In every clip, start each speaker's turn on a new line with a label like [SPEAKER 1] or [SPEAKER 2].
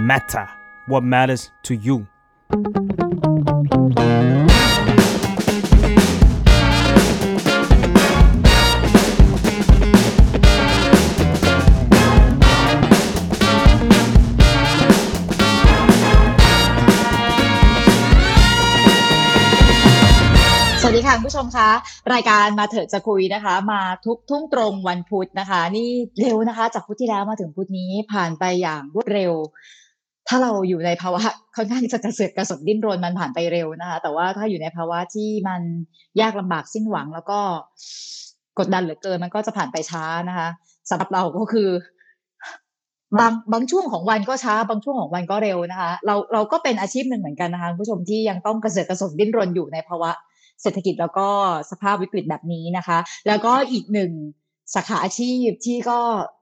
[SPEAKER 1] matter what matters to you
[SPEAKER 2] สวัสดีค่ะคุณผู้ชมคะรายการมาเถิดจะคุยนะคะมาทุกทุ่มตรงวันพุธนะคะนี่เร็วนะคะจากพุธที่แล้วมาถึงพุธนี้ผ่านไปอย่างรวดเร็วถ้าเราอยู่ในภาวะค่อนข้างจะกระเสือกกระสนดิ้นรนมันผ่านไปเร็วนะคะแต่ว่าถ้าอยู่ในภาวะที่มันยากลำบากสิ้นหวังแล้วก็กดดันเหลือเกินมันก็จะผ่านไปช้านะคะสำหรับเราก็คือบางช่วงของวันก็ช้าบางช่วงของวันก็เร็วนะคะเราก็เป็นอาชีพหนึ่งเหมือนกันนะคะคุณผู้ชมที่ยังต้องกระเสือกกระสนดิ้นรนอยู่ในภาวะเศรษฐกิจแล้วก็สภาพวิกฤตแบบนี้นะคะแล้วก็อีกหนึ่งสาขาอาชีพที่ก็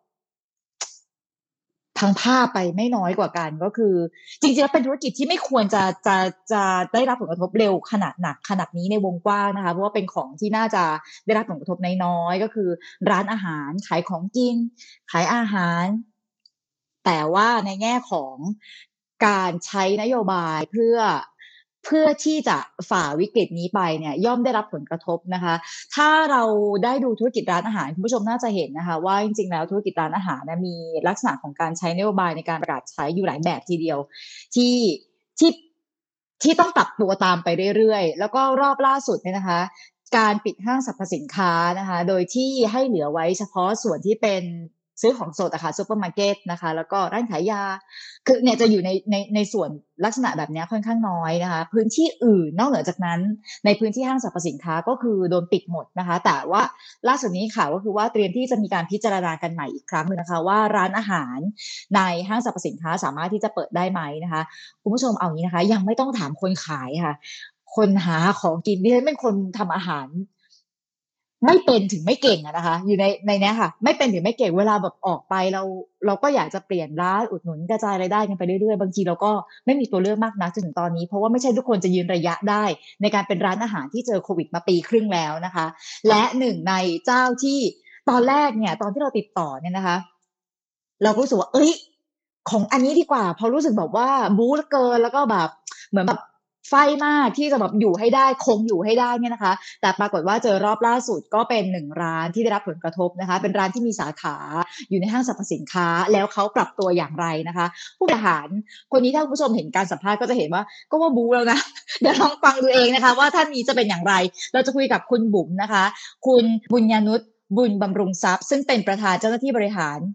[SPEAKER 2] พังผ้าไปไม่น้อยกว่ากันก็คือจริงๆแล้วเป็นธุรกิจที่ไม่ควรจะได้รับผลกระทบเร็วขนาดหนักขนาดนี้ในวงกว้างนะคะเพราะว่าเป็นของที่น่าจะได้รับผลกระทบน้อยๆก็คือร้านอาหารขายของกินขายอาหารแต่ว่าในแง่ของการใช้นโยบายเพื่อที่จะฝ่าวิกฤตนี้ไปเนี่ยย่อมได้รับผลกระทบนะคะถ้าเราได้ดูธุรกิจร้านอาหารคุณผู้ชมน่าจะเห็นนะคะว่าจริงๆแล้วธุรกิจร้านอาหารนะมีลักษณะของการใช้นโยบายในการประกาศใช้อยู่หลายแบบทีเดียวที่ที่ที่ต้องปรับตัวตามไปเรื่อยๆแล้วก็รอบล่าสุดเนี่ยนะคะการปิดห้างสรรพสินค้านะคะโดยที่ให้เหลือไว้เฉพาะส่วนที่เป็นซื้อของสดอะค่ะซูเปอร์มาร์เก็ตนะคะแล้วก็ร้านขายยาคือเนี่ยจะอยู่ในส่วนลักษณะแบบนี้ค่อนข้างน้อยนะคะพื้นที่อื่นนอกเหนือจากนั้นในพื้นที่ห้างสรรพสินค้าก็คือโดนปิดหมดนะคะแต่ว่าล่าสุดนี้ข่าวก็คือว่าเตรียมที่จะมีการพิจารณากันใหม่อีกครั้งนึงนะคะว่าร้านอาหารในห้างสรรพสินค้าสามารถที่จะเปิดได้ไหมนะคะคุณผู้ชมเอางี้นะคะยังไม่ต้องถามคนขายค่ะคนหาของกินดิฉันเป็นคนทำอาหารไม่เป็นถึงไม่เก่งอะนะคะอยู่ในเนี้ยค่ะไม่เป็นถึงไม่เก่งเวลาแบบออกไปเราก็อยากจะเปลี่ยนร้านอุดหนุนกระจายรายได้กันไปเรื่อยๆบางทีเราก็ไม่มีตัวเลือกมากนักจนถึงตอนนี้เพราะว่าไม่ใช่ทุกคนจะยืนระยะได้ในการเป็นร้านอาหารที่เจอโควิดมาปีครึ่งแล้วนะคะและหนึ่งในเจ้าที่ตอนแรกเนี่ยตอนที่เราติดต่อเนี่ยนะคะเราก็รู้สึกว่าเอ้ยของอันนี้ดีกว่าเพราะรู้สึกแบบว่าบู๊เหลือเกินแล้วก็แบบเหมือนแบบไฟมากที่จะแบบอยู่ให้ได้คงอยู่ให้ได้เนี่ยนะคะแต่ปรากฏว่าเจอรอบล่าสุดก็เป็นหนึ่งร้านที่ได้รับผลกระทบนะคะเป็นร้านที่มีสาขาอยู่ในห้างสรรพสินค้าแล้วเขาปรับตัวอย่างไรนะคะผู้บริหารคนนี้ถ้าคุณผู้ชมเห็นการสัมภาษณ์ก็จะเห็นว่าก็ว่าบู๊แล้วนะ เดี๋ยวลองฟังดูเองนะคะว่าท่านนี้จะเป็นอย่างไรเราจะคุยกับคุณบุ๋มนะคะคุณบุญญานุชบุญบำรุงทรัพย์ซึ่งเป็นประธานเจ้าหน้าที่บริหาร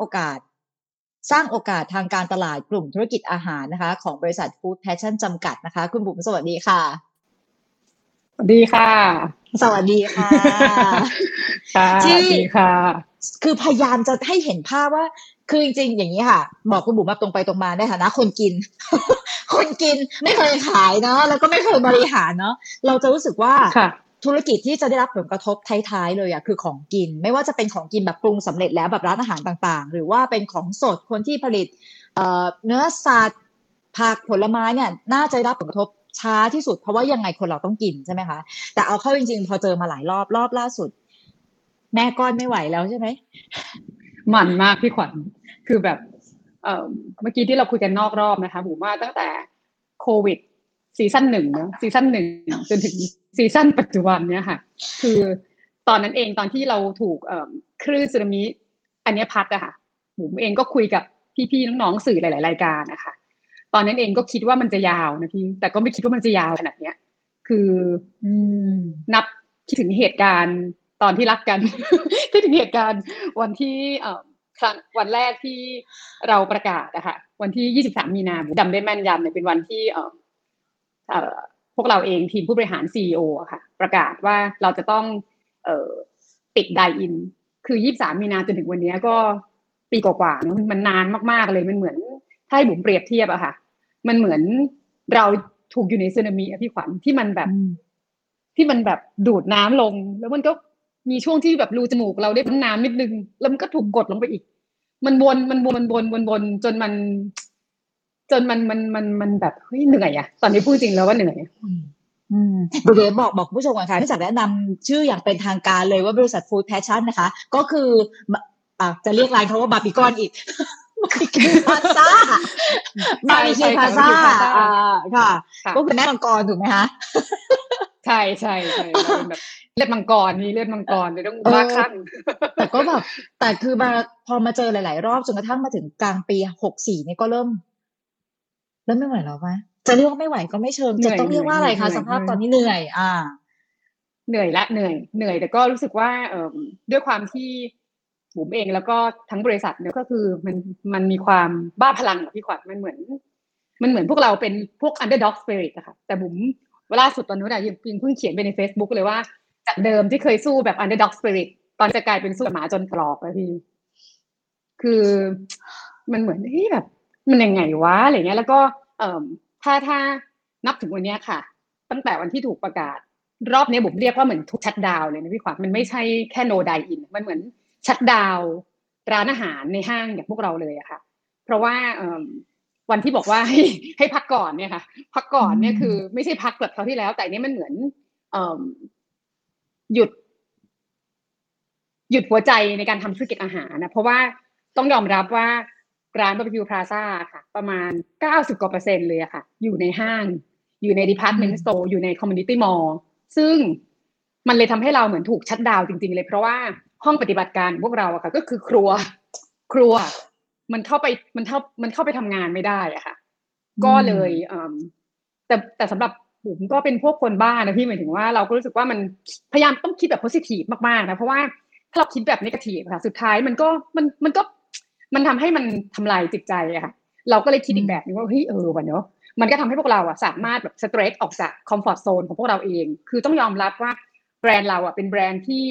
[SPEAKER 2] สร้างโอกาสทางการตลาดกลุ่มธุรกิจอาหารนะคะของบริษัท Food Passion จำกัดนะคะคุณบุ๋มสวัสดีค่ะ
[SPEAKER 3] สวัสดีค่ะ
[SPEAKER 2] สวัสดีค่ะ
[SPEAKER 3] ค่ะสวัสดีค่ะ
[SPEAKER 2] คือพยายามจะให้เห็นภาพว่าคือจริงๆอย่างนี้ค่ะบอกคุณบุ๋มมาตรงไปตรงมาในฐานะคนกิน คนกินไม่เคยขายเนาะแล้วก็ไม่เคยบริหารเนาะเราจะรู้สึกว่าธุรกิจที่จะได้รับผลกระทบท้ายๆเลยอ่ะคือของกินไม่ว่าจะเป็นของกินแบบปรุงสำเร็จแล้วแบบร้านอาหารต่างๆหรือว่าเป็นของสดคนที่ผลิตเนื้อสัตว์ผักผลไม้เนี่ยน่าจะได้รับผลกระทบช้าที่สุดเพราะว่ายังไงคนเราต้องกินใช่ไหมคะแต่เอาเข้าจริงๆพอเจอมาหลายรอบล่าสุดแม่ก้อนไม่ไหวแล้วใช่ไหม
[SPEAKER 3] หมั่นมากพี่ขวัญคือแบบเมื่อกี้ที่เราคุยกันนอกรอบนะคะผมว่าตั้งแต่โควิดซีซั่น1เนาะซีซั่น1จนถึงซีซั่นปัจจุบันเนี่ยค่ะคือตอนนั้นเองตอนที่เราถูกคลื่นสึนามิอันนี้พัดอะค่ะผมเองก็คุยกับพี่ๆน้องๆสื่อหลายๆรายการนะคะตอนนั้นเองก็คิดว่ามันจะยาวนะพี่แต่ก็ไม่คิดว่ามันจะยาวขนาดเนี้ยคือนับคิดถึงเหตุการณ์ตอนที่รักกัน คิดถึงเหตุการณ์วันที่วันแรกที่เราประกาศนะคะวันที่23มีนาคมจำได้แม่นยำเนี่ยเป็นวันที่พวกเราเองทีมผู้บริหาร CEO อะค่ะประกาศว่าเราจะต้องปิดไดอินคือ23มีนาจนถึงวันนี้ก็ปีกว่าๆเนาะมันนานมากๆเลยมันเหมือนถ้าให้บุ๋มเปรียบเทียบอะค่ะมันเหมือนเราถูกอยู่ในสึนามิอะพี่ขวัญที่มันแบบดูดน้ำลงแล้วมันก็มีช่วงที่แบบรูจมูกเราได้พ้นน้ำนิดนึงแล้วมันก็ถูกกดลงไปอีกมันวนจนมันแบบเฮ้ยเหนื่อยอะตอนนี้พูดจริงแล้วว่าเหนื่อย
[SPEAKER 2] เดี๋ยวบอกผู้ชมก่อนค่ะที่จากแนะนำชื่ออย่างเป็นทางการเลยว่าบริษัท Food Passion นะคะก็คือจะเรียกร้านเขาว่าบาร์บีคอนอีกบาร์บีคิวพาซ่า
[SPEAKER 3] ใช่
[SPEAKER 2] บาร์บีคิ
[SPEAKER 3] ใช่
[SPEAKER 2] วพลา
[SPEAKER 3] ค่ะ
[SPEAKER 2] ซ่า
[SPEAKER 3] Barbecue Plaza
[SPEAKER 2] ค่ะ
[SPEAKER 3] ค่ะ
[SPEAKER 2] ก็คือแม่มังกรถูกไหมคะ
[SPEAKER 3] ใช่ใช่ใช่เราเป็นแบบเลือดมังกรมีเลือดมังกรเลยต้อง
[SPEAKER 2] เอ
[SPEAKER 3] บ้า
[SPEAKER 2] อ
[SPEAKER 3] คลั่ง
[SPEAKER 2] แต่ก็แบบแต่คือมาพอมาเจอหลายๆรอบจนกระทั่งมาถึงกลางปี64เนี่ยก็เริ่มไม่ไหวแล้วไหมจะเรียกว่าไม่ไหวก็ไม่เชิง
[SPEAKER 3] เหนื่อย
[SPEAKER 2] จะต้องเรียกว่าอะไรคะสภาพตอนนี้เหนื่อย
[SPEAKER 3] เหนื่อยละเหนื่อยแต่ก็รู้สึกว่าด้วยความที่บุ๋มเองแล้วก็ทั้งบริษัทเนี่ยก็คือมันมีความบ้าพลังอะพี่ขวัญมันเหมือนพวกเราเป็นพวก underdog spirit อะค่ะแต่บุ๋มล่าสุดตอนนู้นอะยังเพิ่งเขียนไปใน Facebook เลยว่าจากเดิมที่เคยสู้แบบ underdog spirit ตอนจะกลายเป็นสู้แบบหมาจนตรอกแล้วพี่คือมันเหมือนที่แบบมันยังไงวะอะไรเงี้ยแล้วก็ถ้านับถึงวันเนี้ยค่ะตั้งแต่วันที่ถูกประกาศรอบนี้ผมเรียกว่าเหมือนถูกชัตดาวน์เลยนะพี่ขวัญมันไม่ใช่แค่ no dine in มันเหมือนชัตดาวน์ร้านอาหารในห้างอย่างพวกเราเลยอะค่ะเพราะว่าวันที่บอกว่าให้พักก่อนเนี่ยค่ะพักก่อนเนี่ยคือไม่ใช่พักแบบคราวที่แล้วแต่อันนี้มันเหมือนหยุดหัวใจในการทำธุรกิจอาหารนะเพราะว่าต้องยอมรับว่าร้านบาร์บีคิวพลาซ่าค่ะประมาณ90%เลยอะค่ะอยู่ในห้างอยู่ในดีพาร์ตเมนต์สโตร์อยู่ในคอมมูนิตี้มอลล์ซึ่งมันเลยทำให้เราเหมือนถูกชัตดาวน์จริงๆเลยเพราะว่าห้องปฏิบัติการพวกเราอะค่ะก็คือครัวมันเข้าไปทำงานไม่ได้อะค่ะก็เลยแต่สำหรับผมก็เป็นพวกคนบ้านะพี่หมายถึงว่าเราก็รู้สึกว่ามันพยายามต้องคิดแบบโพสิทีฟมากๆนะเพราะว่าถ้าเราคิดแบบเนกาทีฟค่ะสุดท้ายมันทำให้มันทำลายจิตใจอะค่ะเราก็เลยคิดอีกแบบนึงว่าเฮ้ยว่ะเนอะมันก็ทำให้พวกเราอะสามารถแบบสเตรทออกจากคอมฟอร์ตโซนของพวกเราเองคือต้องยอมรับว่าแบรนด์เราอะเป็นแบรนด์ที่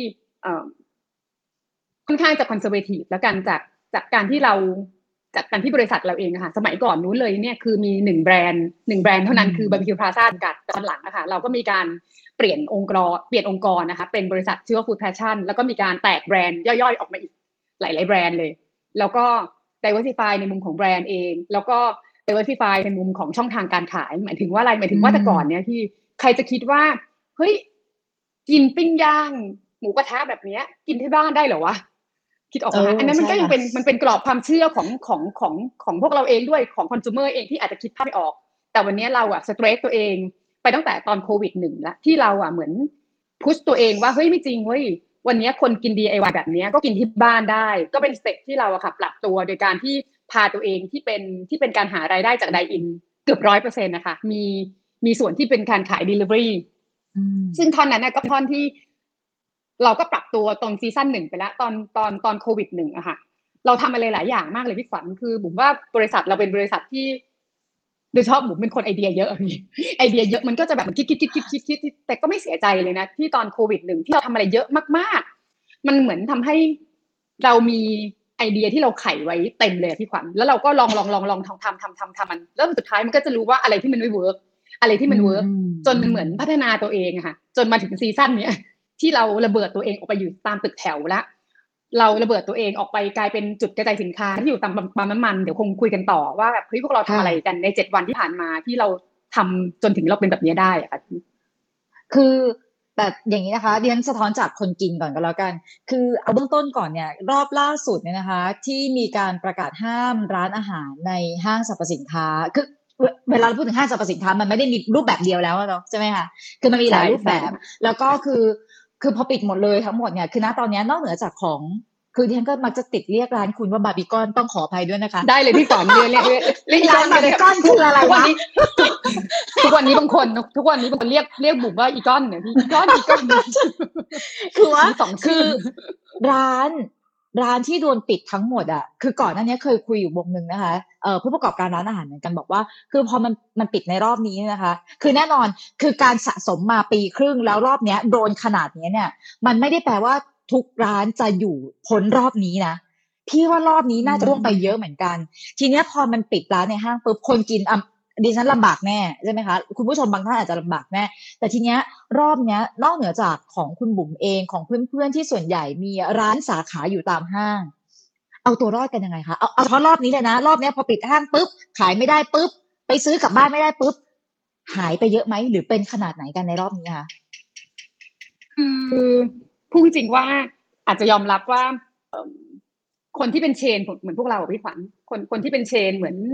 [SPEAKER 3] ค่อนข้างจะคอนเซอร์เวทีฟแล้วกันจากการที่บริษัทเราเองค่ะสมัยก่อนนู้นเลยเนี่ยคือมี1 แบรนด์เท่านั้นคือบาร์บีคิวพลาซ่าจำกัดตอนหลังนะคะเราก็มีการเปลี่ยนองค์กรนะคะเป็นบริษัทชื่อว่า Food Passion แล้วก็มีการแตกแบรนด์ย่อยๆออกมาอีกหลายๆแบรนด์เลยแล้วก็ diversify ในมุมของแบรนด์เองแล้วก็ diversify ในมุมของช่องทางการขายหมายถึงว่าอะไรหมายถึงว่าแต่ก่อนเนี่ยที่ใครจะคิดว่าเฮ้ยกินปิ้งย่างหมูกระทะแบบนี้กินที่บ้านได้เหรอวะคิดออกไหมอันนั้นมันก็ยังเป็นกรอบความเชื่อของพวกเราเองด้วยของคอน sumer เองที่อาจจะคิดภาพไม่ออกแต่วันนี้เราอะสเตรทตัวเองไปตั้งแต่ตอนโควิด1แล้วที่เราอะเหมือนพุชตัวเองว่าเฮ้ยไม่จริงเว้ยวันนี้คนกิน DIY แบบนี้ก็กินที่บ้านได้ก็เป็นสเต็ปที่เราอะค่ะปรับตัวโดยการที่พาตัวเองที่เป็นการหารายได้จากไดอินเกือบ100%นะคะมีส่วนที่เป็นการขาย delivery ซึ่งท่อนนั้นก็เป็นท่อนที่เราก็ปรับตัวตอนซีซั่น1ไปแล้วตอนโควิด1อะค่ะเราทำอะไรหลายอย่างมากเลยพี่ขวัญคือบุ๋มว่าบริษัทเราเป็นบริษัทที่โดยเฉพาะบุ๋มเป็นคนไอเดียเยอะพี่ไอเดียเยอะมันก็จะแบบคิดแต่ก็ไม่เสียใจเลยนะที่ตอนโควิด1ที่เราทำอะไรเยอะมากๆมันเหมือนทำให้เรามีไอเดียที่เราไขไว้เต็มเลยพี่ขวัญแล้วเราก็ลองทำมันแล้วสุดท้ายมันก็จะรู้ว่าอะไรที่มันไม่เวิร์กอะไรที่มันเวิร์กจนมันเหมือนพัฒนาตัวเองอะค่ะจนมาถึงซีซั่นเนี้ยที่เราระเบิดตัวเองออกไปอยู่ตามตึกแถวแล้วเราระเบิดตัวเองออกไปกลายเป็นจุดกระจายสินค้าที่อยู่ตามปั๊มน้ำมันเดี๋ยวคงคุยกันต่อว่าแบบเฮ้ยพวกเราทำอะไรกันใน7 วันที่ผ่านมาที่เราทำจนถึงเราเป็นแบบนี้ได้อะค่ะ
[SPEAKER 2] คือแต่อย่างนี้นะคะเรียนสะท้อนจากคนกินก่อนก็แล้วกันคือเอาเบื้องต้นก่อนเนี่ยรอบล่าสุดเนี่ยนะคะที่มีการประกาศห้ามร้านอาหารในห้างสรรพสินค้าคือเวลาเราพูดถึงห้างสรรพสินค้ามันไม่ได้มีรูปแบบเดียวแล้วเนาะใช่ไหมคะคือมันมีหลายรูปแบบแล้วก็คือพอปิดหมดเลยทั้งหมดเนี่ยคือณตอนนี้นอกเหนือจากของคือที่ฉันก็มักจะติดเรียกร้านคุณว่าบาร์บีคอนต้องขออภัยด้วยนะคะ
[SPEAKER 3] ได้เลยพี่ฝันเรียก
[SPEAKER 2] ร้านบาร์บีคอนคืออะไรวะ
[SPEAKER 3] ทุกวันนี้บางคนเรียกบุ๋มว่าอีกอนเนี่ยพี่อีกอน
[SPEAKER 2] คือว่าคือร้านที่โดนปิดทั้งหมดอ่ะคือก่อนหน้านี้เคยคุยอยู่วงนึงนะคะผู้ประกอบการร้านอาหารเหมือนกันบอกว่าคือพอมันปิดในรอบนี้นะคะคือแน่นอนคือการสะสมมาปีครึ่งแล้วรอบเนี้ยโดนขนาดนี้เนี่ยมันไม่ได้แปลว่าทุกร้านจะอยู่พ้นรอบนี้นะพี่ว่ารอบนี้น่าจะร่วงไปเยอะเหมือนกันทีเนี้ยพอมันปิดร้านในห้างปุ๊บคนกินดิฉันลำบากแน่ใช่ไหมคะคุณผู้ชมบางท่านอาจจะลำบากแน่แต่ทีเนี้ยรอบเนี้ยนอกเหนือจากของคุณบุ๋มเองของเพื่อนๆที่ส่วนใหญ่มีร้านสาขาอยู่ตามห้างเอาตัวรอดกันยังไงคะเอาเฉพาะรอบนี้เลยนะรอบเนี้ยพอปิดห้างปุ๊บขายไม่ได้ปุ๊บไปซื้อกลับบ้านไม่ได้ปุ๊บหายไปเยอะไหมหรือเป็นขนาดไหนกันในรอบนี้คะ
[SPEAKER 3] คือพูดจริงว่าอาจจะยอมรับว่าคนที่เป็นเชนเหมือนพวกเราพี่ขวัญคนที่เป็นเชนเหมือน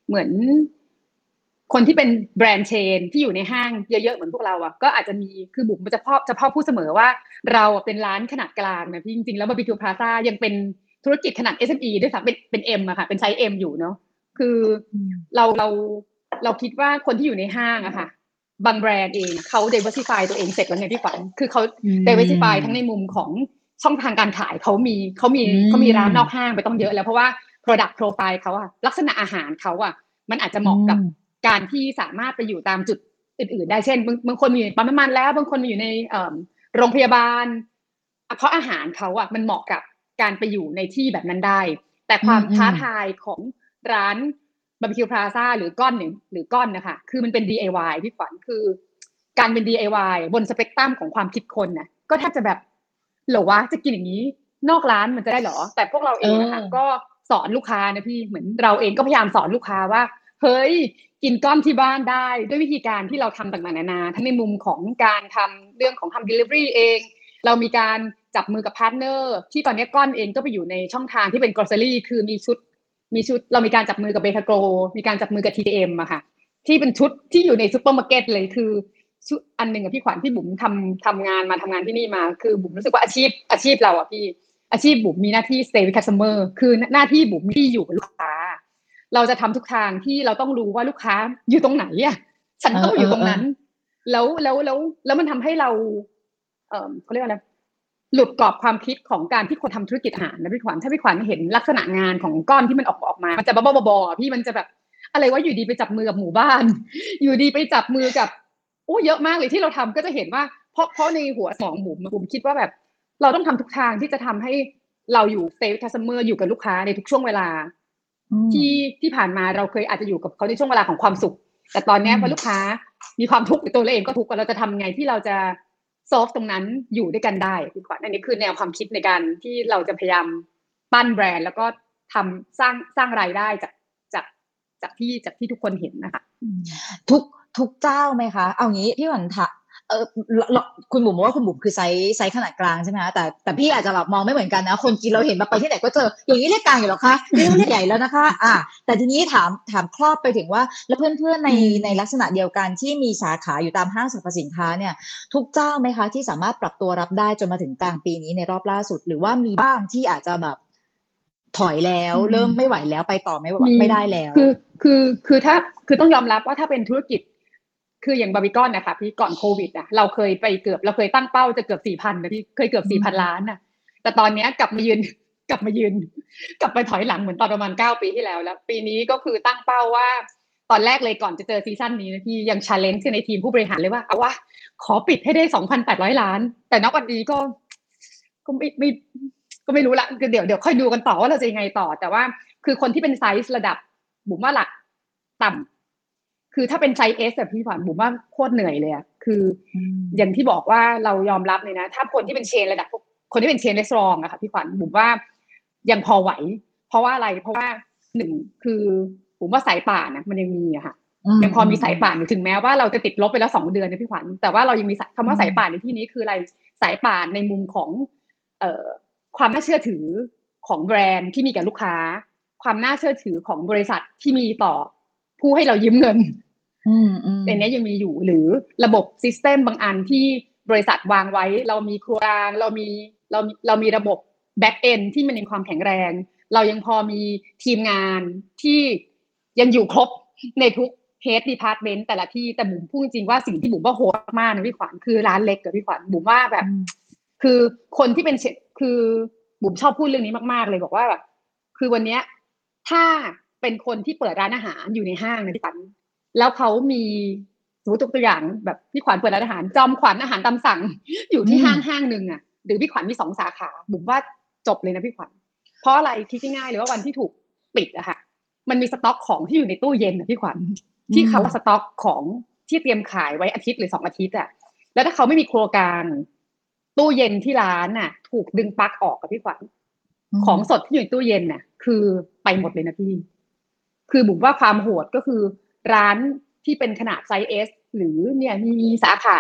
[SPEAKER 3] เหมือนคนที่เป็นแบรนด์เชนที่อยู่ในห้างเยอะๆเหมือนพวกเราอ่ะก็อาจจะมีคือบุ๋มจะชอบพูดเสมอว่าเราเป็นร้านขนาดกลางนะพี่จริงๆแล้วบาร์บีคิวพลาซ่ายังเป็นธุรกิจขนาด SME ด้วยซ้ำเป็น M อะค่ะเป็นไซส์ M อยู่เนาะคือเราคิดว่าคนที่อยู่ในห้างอะค่ะบางแบรนด์เองเขา diversify ตัวเองเสร็จแล้วไงพี่ขวัญคือเขา diversify ทั้งในมุมของช่องทางการขายเขามีร้านนอกห้างไปต้องเยอะแล้วเพราะว่า product profile เขาอะลักษณะอาหารเขาอะมันอาจจะเหมาะกับการที่สามารถไปอยู่ตามจุดอื่นๆได้เช่นบางคนมีอยู่ในปั๊มน้ำมันแล้วบางคนมีอยู่ในโรงพยาบาลเพราะอาหารเขาอะมันเหมาะกับการไปอยู่ในที่แบบนั้นได้แต่ความท้าทายของร้านบาร์บีคิวพลาซ่าหรือก้อนนะคะคือมันเป็น DIY พี่ขวัญคือการเป็น DIY บนสเปกตรัมของความคิดคนนะก็แทบจะแบบเหรอวะจะกินอย่างนี้นอกร้านมันจะได้เหรอแต่พวกเราเองนะคะก็สอนลูกค้านะพี่เหมือนเราเองก็พยายามสอนลูกค้าว่าเฮ้ยกินก้อนที่บ้านได้ด้วยวิธีการที่เราทำต่างๆนานาทั้งในมุมของการทำเรื่องของทำ delivery เองเรามีการจับมือกับพาร์ทเนอร์ที่ตอนนี้ก้อนเองก็ไปอยู่ในช่องทางที่เป็น grocery คือมีชุดเรามีการจับมือกับเบทาโกรมีการจับมือกับ TDM อะค่ะที่เป็นชุดที่อยู่ในซุปเปอร์มาร์เก็ตเลยคือชุดอันหนึ่งอะพี่ขวัญที่บุ๋มทำงานที่นี่มาคือบุ๋มรู้สึกว่าอาชีพเราอะพี่อาชีพบุ๋มมีหน้าที่ stay with customer คือหน้าที่บุ๋มที่อยู่กับลูกค้าเราจะทำทุกทางที่เราต้องรู้ว่าลูกค้าอยู่ตรงไหนอะฉันต้องอยู่ตรงนั้นแล้วมันทำให้เราเขาเรียกอะไรหลุดกรอบความคิดของการที่คนทำธุรกิจอาหารนะพี่ขวัญถ้าพี่ขวัญเห็นลักษณะงานของก้อนที่มันออกมามันจะบ้าๆบอๆพี่มันจะแบบอะไรว่าอยู่ดีไปจับมือกับหมู่บ้านอยู่ดีไปจับมือกับโอ้เยอะมากเลยที่เราทำก็จะเห็นว่าเพราะในหัวสมองบุ๋มคิดว่าแบบเราต้องทำทุกทางที่จะทำให้เราอยู่เซฟคัสเตอร์อยู่กับลูกค้าในทุกช่วงเวลาที่ผ่านมาเราเคยอาจจะอยู่กับเขาในช่วงเวลาของความสุขแต่ตอนนี้พอลูกค้ามีความทุกข์ในตัวเราเองก็ทุกข์เราจะทำไงที่เราจะซอฟตรงนั้นอยู่ด้วยกันได้พี่ขวัญอันนี้คือแนวความคิดในการที่เราจะพยายามปั้นแบรนด์แล้วก็ทำสร้างรายได้จากที่ทุกคนเห็นนะคะ
[SPEAKER 2] ทุกเจ้าไหมคะเอางี้พี่ขวัญถามคุณบุ๋มว่าคุณบุ๋มคือไซส์ขนาดกลางใช่ไหมคะแต่พี่อาจจะแบบมองไม่เหมือนกันนะคนกินเราเห็นแบบไปที่ไหนก็เจออย่างนี้เรียกกลางอยู่หรอคะนี่เรียกใหญ่แล้วนะคะแต่ทีนี้ถามครอบไปถึงว่าแล้วเพื่อนๆในลักษณะเดียวกันที่มีสาขาอยู่ตามห้างสรรพสินค้าเนี่ยทุกเจ้าไหมคะที่สามารถปรับตัวรับได้จนมาถึงกลางปีนี้ในรอบล่าสุดหรือว่ามีบ้างที่อาจจะแบบถอยแล้วเริ่มไม่ไหวแล้วไปต่อไม่ได้แล้ว
[SPEAKER 3] คือถ้าคือต้องยอมรับว่าถ้าเป็นธุรกิจคืออย่างบาร์บีคอนนะคะพี่ก่อนโควิดอ่ะเราเคยตั้งเป้าจะเกือบ 4,000 นะพี่เคยเกือบ 4,000 ล้านน่ะแต่ตอนนี้กลับมายืนกลับไปถอยหลังเหมือนตอนประมาณ9ปีที่แล้วปีนี้ก็คือตั้งเป้าว่าตอนแรกเลยก่อนจะเจอซีซั่นนี้นะพี่ยัง challenge ในทีมผู้บริหารเลยว่าเอาวะขอปิดให้ได้ 2,800 ล้านแต่ณวันนี้ก็ไม่รู้ละเดี๋ยวค่อยดูกันต่อว่าเราจะยังไงต่อแต่ว่าคือคนที่เป็นไซส์ระดับบุ๋มว่าหลักต่ำคือถ้าเป็นไซส์ S แบบพี่ขวัญบุ๋มว่าโคตรเหนื่อยเลยอะคืออย่างที่บอกว่าเรายอมรับเลยนะถ้าคนที่เป็นเชนระดับคนที่เป็นเชนรีสอร์ทอะค่ะพี่ขวัญบุ๋มว่ายังพอไหวเพราะว่าอะไรเพราะว่าหนึ่งคือบุ๋มว่าสายป่านนะมันยังมีอะค่ะยังพอมีสายป่านอยู่ถึงแม้ว่าเราจะติดลบไปแล้ว2 เดือนนะพี่ขวัญแต่ว่าเรายังมีคำว่าสายป่านในที่นี้คืออะไรสายป่านในมุมของความน่าเชื่อถือของแบรนด์ที่มีกับลูกค้าความน่าเชื่อถือของบริษัทที่มีต่อผู้ให้เรายืมเงินในนี้ยังมีอยู่หรือระบบซิสเต็มบางอันที่บริษัทวางไว้เรามีครัวกลางเรามีระบบแบ็กเอนที่มันมีความแข็งแรงเรายังพอมีทีมงานที่ยังอยู่ครบในทุกเฮดดีพาร์ตเมนต์แต่ละที่แต่บุ๋มพูดจริงว่าสิ่งที่บุ๋มว่าโหดมากนะพี่ขวัญคือร้านเล็กกับพี่ขวัญบุ๋มว่าแบบคือคนที่เป็นคือบุ๋มชอบพูดเรื่องนี้มากๆเลยบอกว่าแบบคือวันนี้ถ้าเป็นคนที่เปิดร้านอาหารอยู่ในห้างนะพี่ขวัญแล้วเขามีสมมติตัวอย่างแบบพี่ขวัญเปิดร้านอาหารจอมขวัญอาหารตามสั่งอยู่ที่ห้างหนึ่งอ่ะหรือพี่ขวัญมี2 สาขาบุ๋มว่าจบเลยนะพี่ขวัญเพราะอะไรคิดง่ายๆเลยว่าวันที่ถูกปิดอะค่ะมันมีสต็อกของที่อยู่ในตู้เย็นนะพี่ขวัญที่เขาสต็อกของที่เตรียมขายไว้อาทิตย์หรือ2 อาทิตย์อะแล้วถ้าเขาไม่มีครัวกลางตู้เย็นที่ร้านน่ะถูกดึงปลั๊กออกกับพี่ขวัญของสดที่อยู่ในตู้เย็นน่ะคือไปหมดเลยนะพี่คือบุ๋มว่าความโหดก็คือร้านที่เป็นขนาดไซส์ S หรือเนี่ยมีสาขา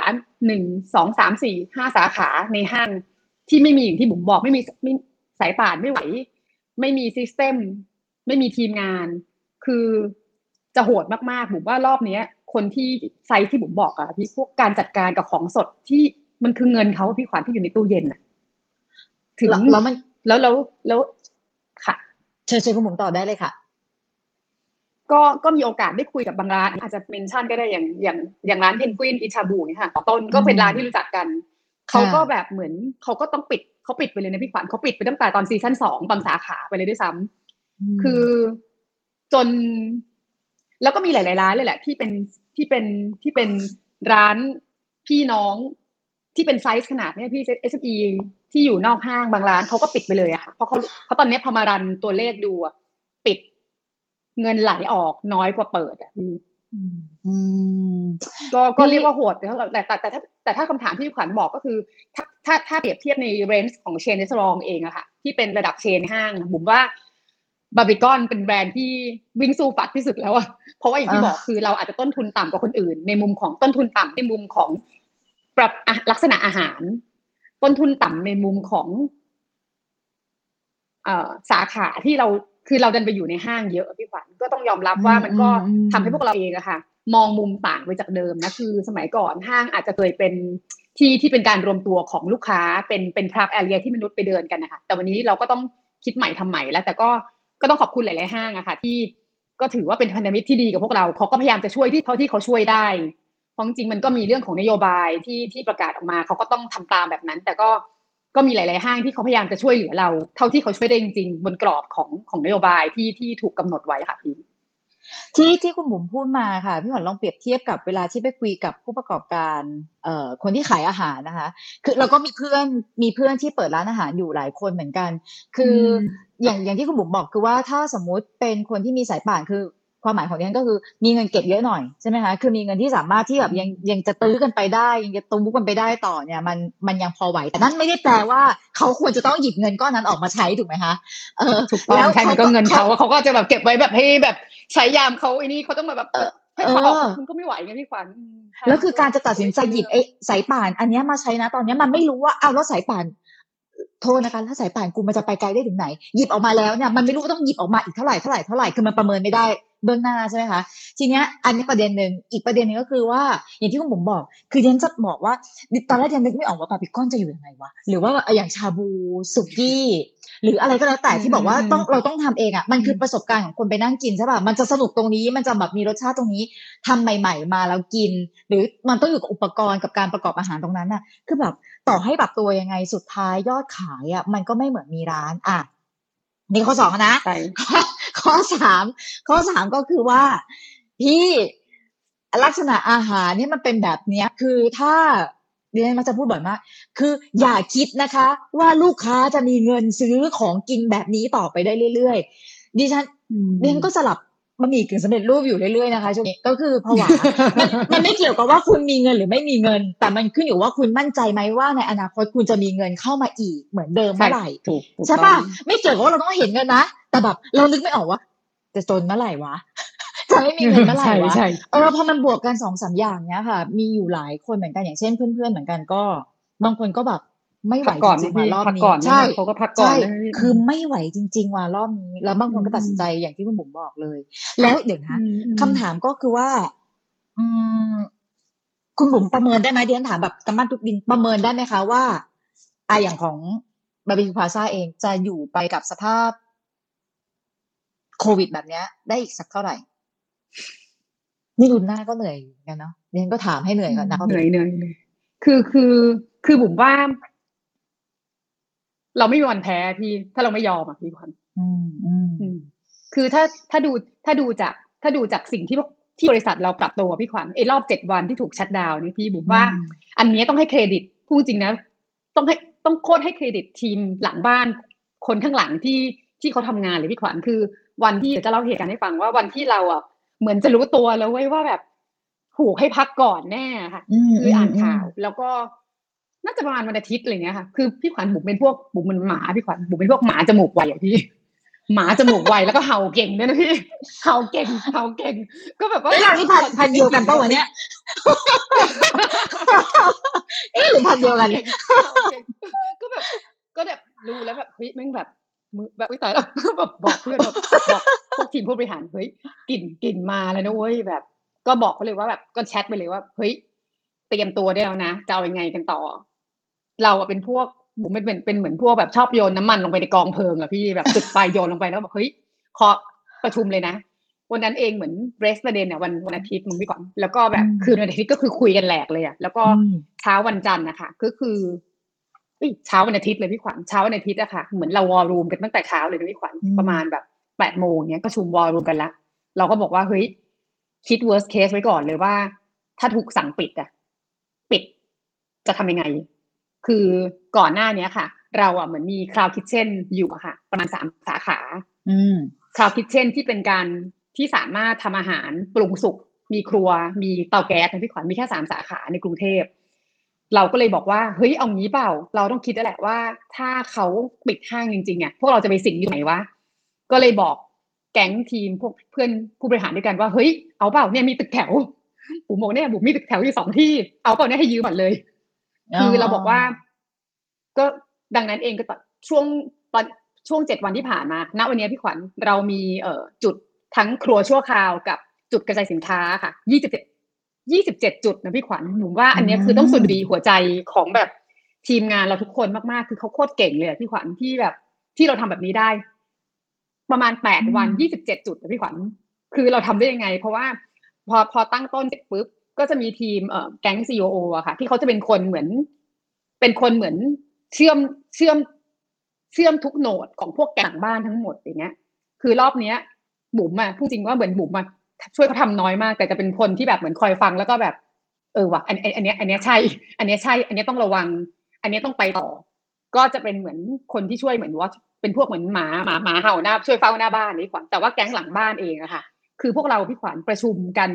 [SPEAKER 3] 1 2 3 4 5 สาขาในห้างที่ไม่มีอย่างที่บุ๋มบอกไม่สายป่านไม่ไหวไม่มีซิสเต็มไม่มีทีมงานคือจะโหดมากๆบุ๋มว่ารอบเนี้ยคนที่ไซส์ที่บุ๋มบอกอะพี่พวกการจัดการกับของสดที่มันคือเงินเขาพี่ขวัญที่อยู่ในตู้เย็นอะถึง
[SPEAKER 2] แล้วมัน
[SPEAKER 3] แล้วค่ะ
[SPEAKER 2] เชิญคุณบุ๋มต่อได้เลยค่ะ
[SPEAKER 3] ก็มีโอกาสได้คุยกับบางร้านอาจจะเมนชั่นก็ได้อย่างร้านเพนกวินอิชาบูเนี่ยค่ะต้นก็เป็นร้านที่รู้จักกันเขาก็แบบเหมือนเขาก็ต้องปิดไปเลยนะพี่ขวัญเขาปิดไปตั้งแต่ตอนซีซั่น2บางสาขาไปเลยด้วยซ้ำคือจนแล้วก็มีหลายๆร้านเลยแหละที่เป็นร้านพี่น้องที่เป็นไซส์ขนาดเนี้ยพี่ SME ที่อยู่นอกห้างบางร้านเขาก็ปิดไปเลยอะค่ะเพราะตอนนี้พอมารันตัวเลขดูอะปิดเงินไหลออกน้อยกว่าเปิดอ่ะก็เรียกว่าโหดแต่ถ้าคำถามที่ขวัญบอกก็คือถ้าเปรียบเทียบในเรนจ์ของเชนเนสรองเองอะค่ะที่เป็นระดับเชนห้างบุ๋มว่าบาร์บีคอนเป็นแบรนด์ที่วิ่งสู้ฟัดที่สุดแล้วอะเพราะว่าอย่างที่บอกคือเราอาจจะต้นทุนต่ำกว่าคนอื่นในมุมของต้นทุนต่ำในมุมของปรับลักษณะอาหารต้นทุนต่ำในมุมของสาขาที่เราดันไปอยู่ในห้างเยอะพี่ขวัญก็ต้องยอมรับว่ามันก็ทำให้พวกเราเองอะค่ะมองมุมต่างไปจากเดิมนะคือสมัยก่อนห้างอาจจะเคยเป็นที่เป็นการรวมตัวของลูกค้าเป็นพาร์คแอเรียที่มนุษย์ไปเดินกันนะคะแต่วันนี้เราก็ต้องคิดใหม่ทำใหม่แล้วแต่ก็ต้องขอบคุณหลายๆห้างอะค่ะที่ก็ถือว่าเป็นพันธมิตรที่ดีกับพวกเราเขาก็พยายามจะช่วยที่เท่าที่เขาช่วยได้เพราะจริงๆมันก็มีเรื่องของนโยบายที่ประกาศออกมาเขาก็ต้องทำตามแบบนั้นแต่ก็มีหลายๆห้างที่เขาพยายามจะช่วยเหลือเราเท่าที่เขาช่วยได้จริงๆบนกรอบของนโยบายที่ถูกกำหนดไว้ค่ะ
[SPEAKER 2] ที่คุณบุ๋มพูดมาค่ะพี่หวันลองเปรียบเทียบกับเวลาที่ไปคุยกับผู้ประกอบการคนที่ขายอาหารนะคะคือเราก็มีเพื่อนที่เปิดร้านอาหารอยู่หลายคนเหมือนกันคืออย่างที่คุณบุ๋มบอกคือว่าถ้าสมมุติเป็นคนที่มีสายป่านคือความหมายของนี้ก็คือมีเงินเก็บเยอะหน่อยใช่ไหมคะคือมีเงินที่สามารถที่แบบยังจะตื้อกันไปได้ยังจะตุ้มกันไปได้ต่อเนี่ยมันยังพอไหวแต่นั่นไม่ได้แปลว่าเขาควรจะต้องหยิบเงินก้อนนั้นออกมาใช้ถูกไหมคะ
[SPEAKER 3] ถูกต้องใช่มันก็เงินเขาก็จะแบบเก็บไว้แบบให้แบบใช้ยามเขาไอ้นี่เขาต้องมาแบบให้เขาออกมันก็ไม่ไหวไงพี่ขวัญ
[SPEAKER 2] แล้วคือการจะตัดสินใจหยิบไอ้สายป่านอันนี้มาใช้นะตอนนี้มันไม่รู้ว่าเอาแล้วสายป่านโทษนะคะถ้าสายป่านกูมันจะไปไกลได้ถึงไหนหยิบออกมาแล้วเนี่ยมันไม่รู้ว่าต้องหยิบออกมาอีกเท่าไหร่คือมันประเมินไม่ได้เบื้องหน้าใช่ไหมคะทีเนี้ยอันนี้ประเด็นหนึ่งอีกประเด็นนึงก็คือว่าอย่างที่คุณผมบอกคือฉันจะบอกว่าตอนแรกฉันนึกไม่ออกว่าบาร์บีคอนจะอยู่ยังไงวะหรือว่าอย่างชาบูสุกี้หรืออะไรก็แล้วแต่ที่บอกว่าเราต้องทำเองอ่ะมันคือประสบการณ์ของคนไปนั่งกินใช่ป่ะมันจะสนุกตรงนี้มันจะแบบมีรสชาติตรงนี้ทำใหม่ๆมาแล้วกินหรือมันต้องอยู่กับอุปกรณ์กับการประกอบอาหารตรงนั้นน่ะคือแบบต่อให้ปรับตัวยังไงสุดท้ายยอดขายอ่ะมันก็ไม่เหมือนมีร้านอ่ะนี่ข้อ2นะข้อ3ก็คือว่าพี่ลักษณะอาหารเนี่ยมันเป็นแบบเนี้ยคือถ้าดิฉันมักจะพูดบ่อยมากคืออย่าคิดนะคะว่าลูกค้าจะมีเงินซื้อของกินแบบนี้ต่อไปได้เรื่อยๆดิฉันก็สลับบะหมี่กึ่งสำเร็จรูปอยู่เรื่อยๆนะคะช่วงนี้ก็คือผวามันไม่เกี่ยวกับว่าคุณมีเงินหรือไม่มีเงินแต่มันขึ้นอยู่ว่าคุณมั่นใจไหมว่าในอนาคตคุณจะมีเงินเข้ามาอีกเหมือนเดิมเมื่อไหร่ใช่ป่ะไม่เกี่ยวกับว่าเราต้องเห็นเงินนะแต่แบบเรานึกไม่ออกว่าจะจนเมื่อไหร่วะจะไม่มีเงินเมื่อไหร่วะพอมันบวกกัน2-3อย่างเนี้ยค่ะมีอยู่หลายคนเหมือนกันอย่างเช่นเพื่อนๆเหมือนกันก็บางคนก็แบบไม่ไหวจริงๆว่ะรอบนี้ใช่
[SPEAKER 3] เขาก็พักก่อน
[SPEAKER 2] คือไม่ไหวจริงๆว่ะรอบนี้แล้วบางคนก็ตัดสินใจอย่างที่คุณบุ๋มบอกเลยแล้วเดี๋ยวนะคำถามก็คือว่าคุณบุ๋มประเมินได้ไหมดิฉันถามแบบกำมั่นทุกดินประเมินได้ไหมคะว่าอย่างของบาร์บีคิวพลาซ่าเองจะอยู่ไปกับสภาพโควิดแบบเนี้ยได้อีกสักเท่าไหร่นี่ดูหน้าก็เหนื่อยกันเนาะดิฉันก็ถามให้เหนื่อยก่อนนะ
[SPEAKER 3] เหนื่อยคือบุ๋มว่าเราไม่มีวันแพ้พี่ถ้าเราไม่ยอมอ่ะพี่ขวัญคือถ้าดูจากสิ่งที่บริษัทเราปรับตัวพี่ขวัญรอบ7 วันที่ถูกชัตดาวน์นี่พี่บุ๋มว่าอันนี้ต้องให้เครดิตพูดจริงนะต้องโคตรให้เครดิตทีมหลังบ้านคนข้างหลังที่เขาทำงานเลยพี่ขวัญคือวันที่จะเล่าเหตุการณ์ให้ฟังว่าวันที่เราอ่ะเหมือนจะรู้ตัวแล้วเว้ยว่าแบบถูกให้พักก่อนแน่ค่ะคืออ่านข่าวแล้วก็น่าจะประมาณวันอาทิตย์อะไรเงี้ยค่ะคือพี่ขวัญบุ๋มเป็นพวกบุ๋มมันหมาพี่ขวัญบุ๋มเป็นพวกหมาจมูกไวอ่ะพี่หมาจมูกไวแล้วก็เห่าเก่งด้วยนะพี่เห่าเก่งก็แบบว่า
[SPEAKER 2] เราที่พันเดียวกันป่ะวันเนี้ยหรือพันเดียวกัน
[SPEAKER 3] ก็แบบรู้แล้วแบบเฮ้ยแม่งแบบมือแบบตายแล้วแบบบอกเพื่อนบอกพวกกทีมผู้บริหารเฮ้ยกลิ่นมาแล้วนะเว้ยแบบ ก็บอกเขาเลยว่าแบบก็แชทไปเลยว่าเฮ้ยเตรียมตัวได้แล้วนะจะเอายังไงกันต่อ เราอะเป็นพวกบุ๋มเป็นเหมือนพวกแบบชอบโยนน้ำมันลงไปในกองเพลิงอะพี่แบบจุดไฟโยนลงไปแล้วบอกเฮ้ยขอประชุมเลยนะวันนั้นเองเหมือนเบรสประเด็นเนี่ยวันอาทิตย์มึงพี่ก่อนแล้วก็แบบคืนวันอาทิตย์ก็คือคุยกันแหลกเลยอะแล้วก็เช้าวันจันทร์นะคะก็คือเช้าวันอาทิตย์เลยพี่ขวัญเช้าวันอาทิตย์อะค่ะเหมือนเราวอลลุ่มกันตั้งแต่เช้าเลยนะพี่ขวัญประมาณแบบ8 โมงเนี้ยก็ประชุมวอลลุ่มกันละเราก็บอกว่าเฮ้ยคิด worst case ไว้ก่อนเลยว่าถ้าถูกสั่งปิดปิดจะทำยังไงคือก่อนหน้านี้ค่ะเราเหมือนมี Cloud Kitchen อยู่ค่ะประมาณ3 สาขา Cloud Kitchen ที่เป็นการที่สามารถทำอาหารปรุงสุกมีครัวมีเตาแก๊สนะพี่ขวัญมีแค่3 สาขาในกรุงเทพเราก็เลยบอกว่าเฮ้ยเอางี้เปล่าเราต้องคิดแล้วแหละว่าถ้าเขาปิดห้างจริงๆพวกเราจะไปสิงอยู่ไหนวะก็เลยบอกแก๊งทีมพวกเพื่อนผู้บริหารด้วยกันว่าเฮ้ยเอาเปล่าเนี่ยมีตึกแถวบุ๋มบอกเนี่ยบุ๋มมีตึกแถวอยู่2 ที่เอาเปล่าเนี่ยให้ยืมหมดเลยคือเราบอกว่าก็ดังนั้นเองก็ช่วง7 วันที่ผ่านมาณวันนี้พี่ขวัญเรามีจุดทั้งครัวชั่วคราวกับจุดกระจายสินค้าค่ะ27 จุดนะพี่ขวัญหนูว่าอันนี้คือต้องสุดดีหัวใจของแบบทีมงานเราทุกคนมากๆคือเขาโคตรเก่งเลยพี่ขวัญที่แบบที่เราทำแบบนี้ได้ประมาณ8 วัน27 จุดนะพี่ขวัญคือเราทำได้ยังไงเพราะว่าพอตั้งต้นเสร็จปุ๊บก็จะมีทีมแก๊ง COO อะค่ะที่เขาจะเป็นคนเหมือนเชื่อมทุกโหนดของพวกแก๊งหลังบ้านทั้งหมดอย่างเงี้ยคือรอบเนี้ยบุ๋มพูดจริงว่าเหมือนบุ๋มช่วยเขาทำน้อยมากแต่จะเป็นคนที่แบบเหมือนคอยฟังแล้วก็แบบว่ะอันเนี้ยใช่อันเนี้ยต้องระวังอันเนี้ยต้องไปต่อก็จะเป็นเหมือนคนที่ช่วยเหมือนว่าเป็นพวกเหมือนหมาเห่าหน้าช่วยเฝ้าหน้าบ้านนี่ขวัญแต่ว่าแก๊งหลังบ้านเองอะค่ะคือพวกเราพี่ขวัญประชุมกัน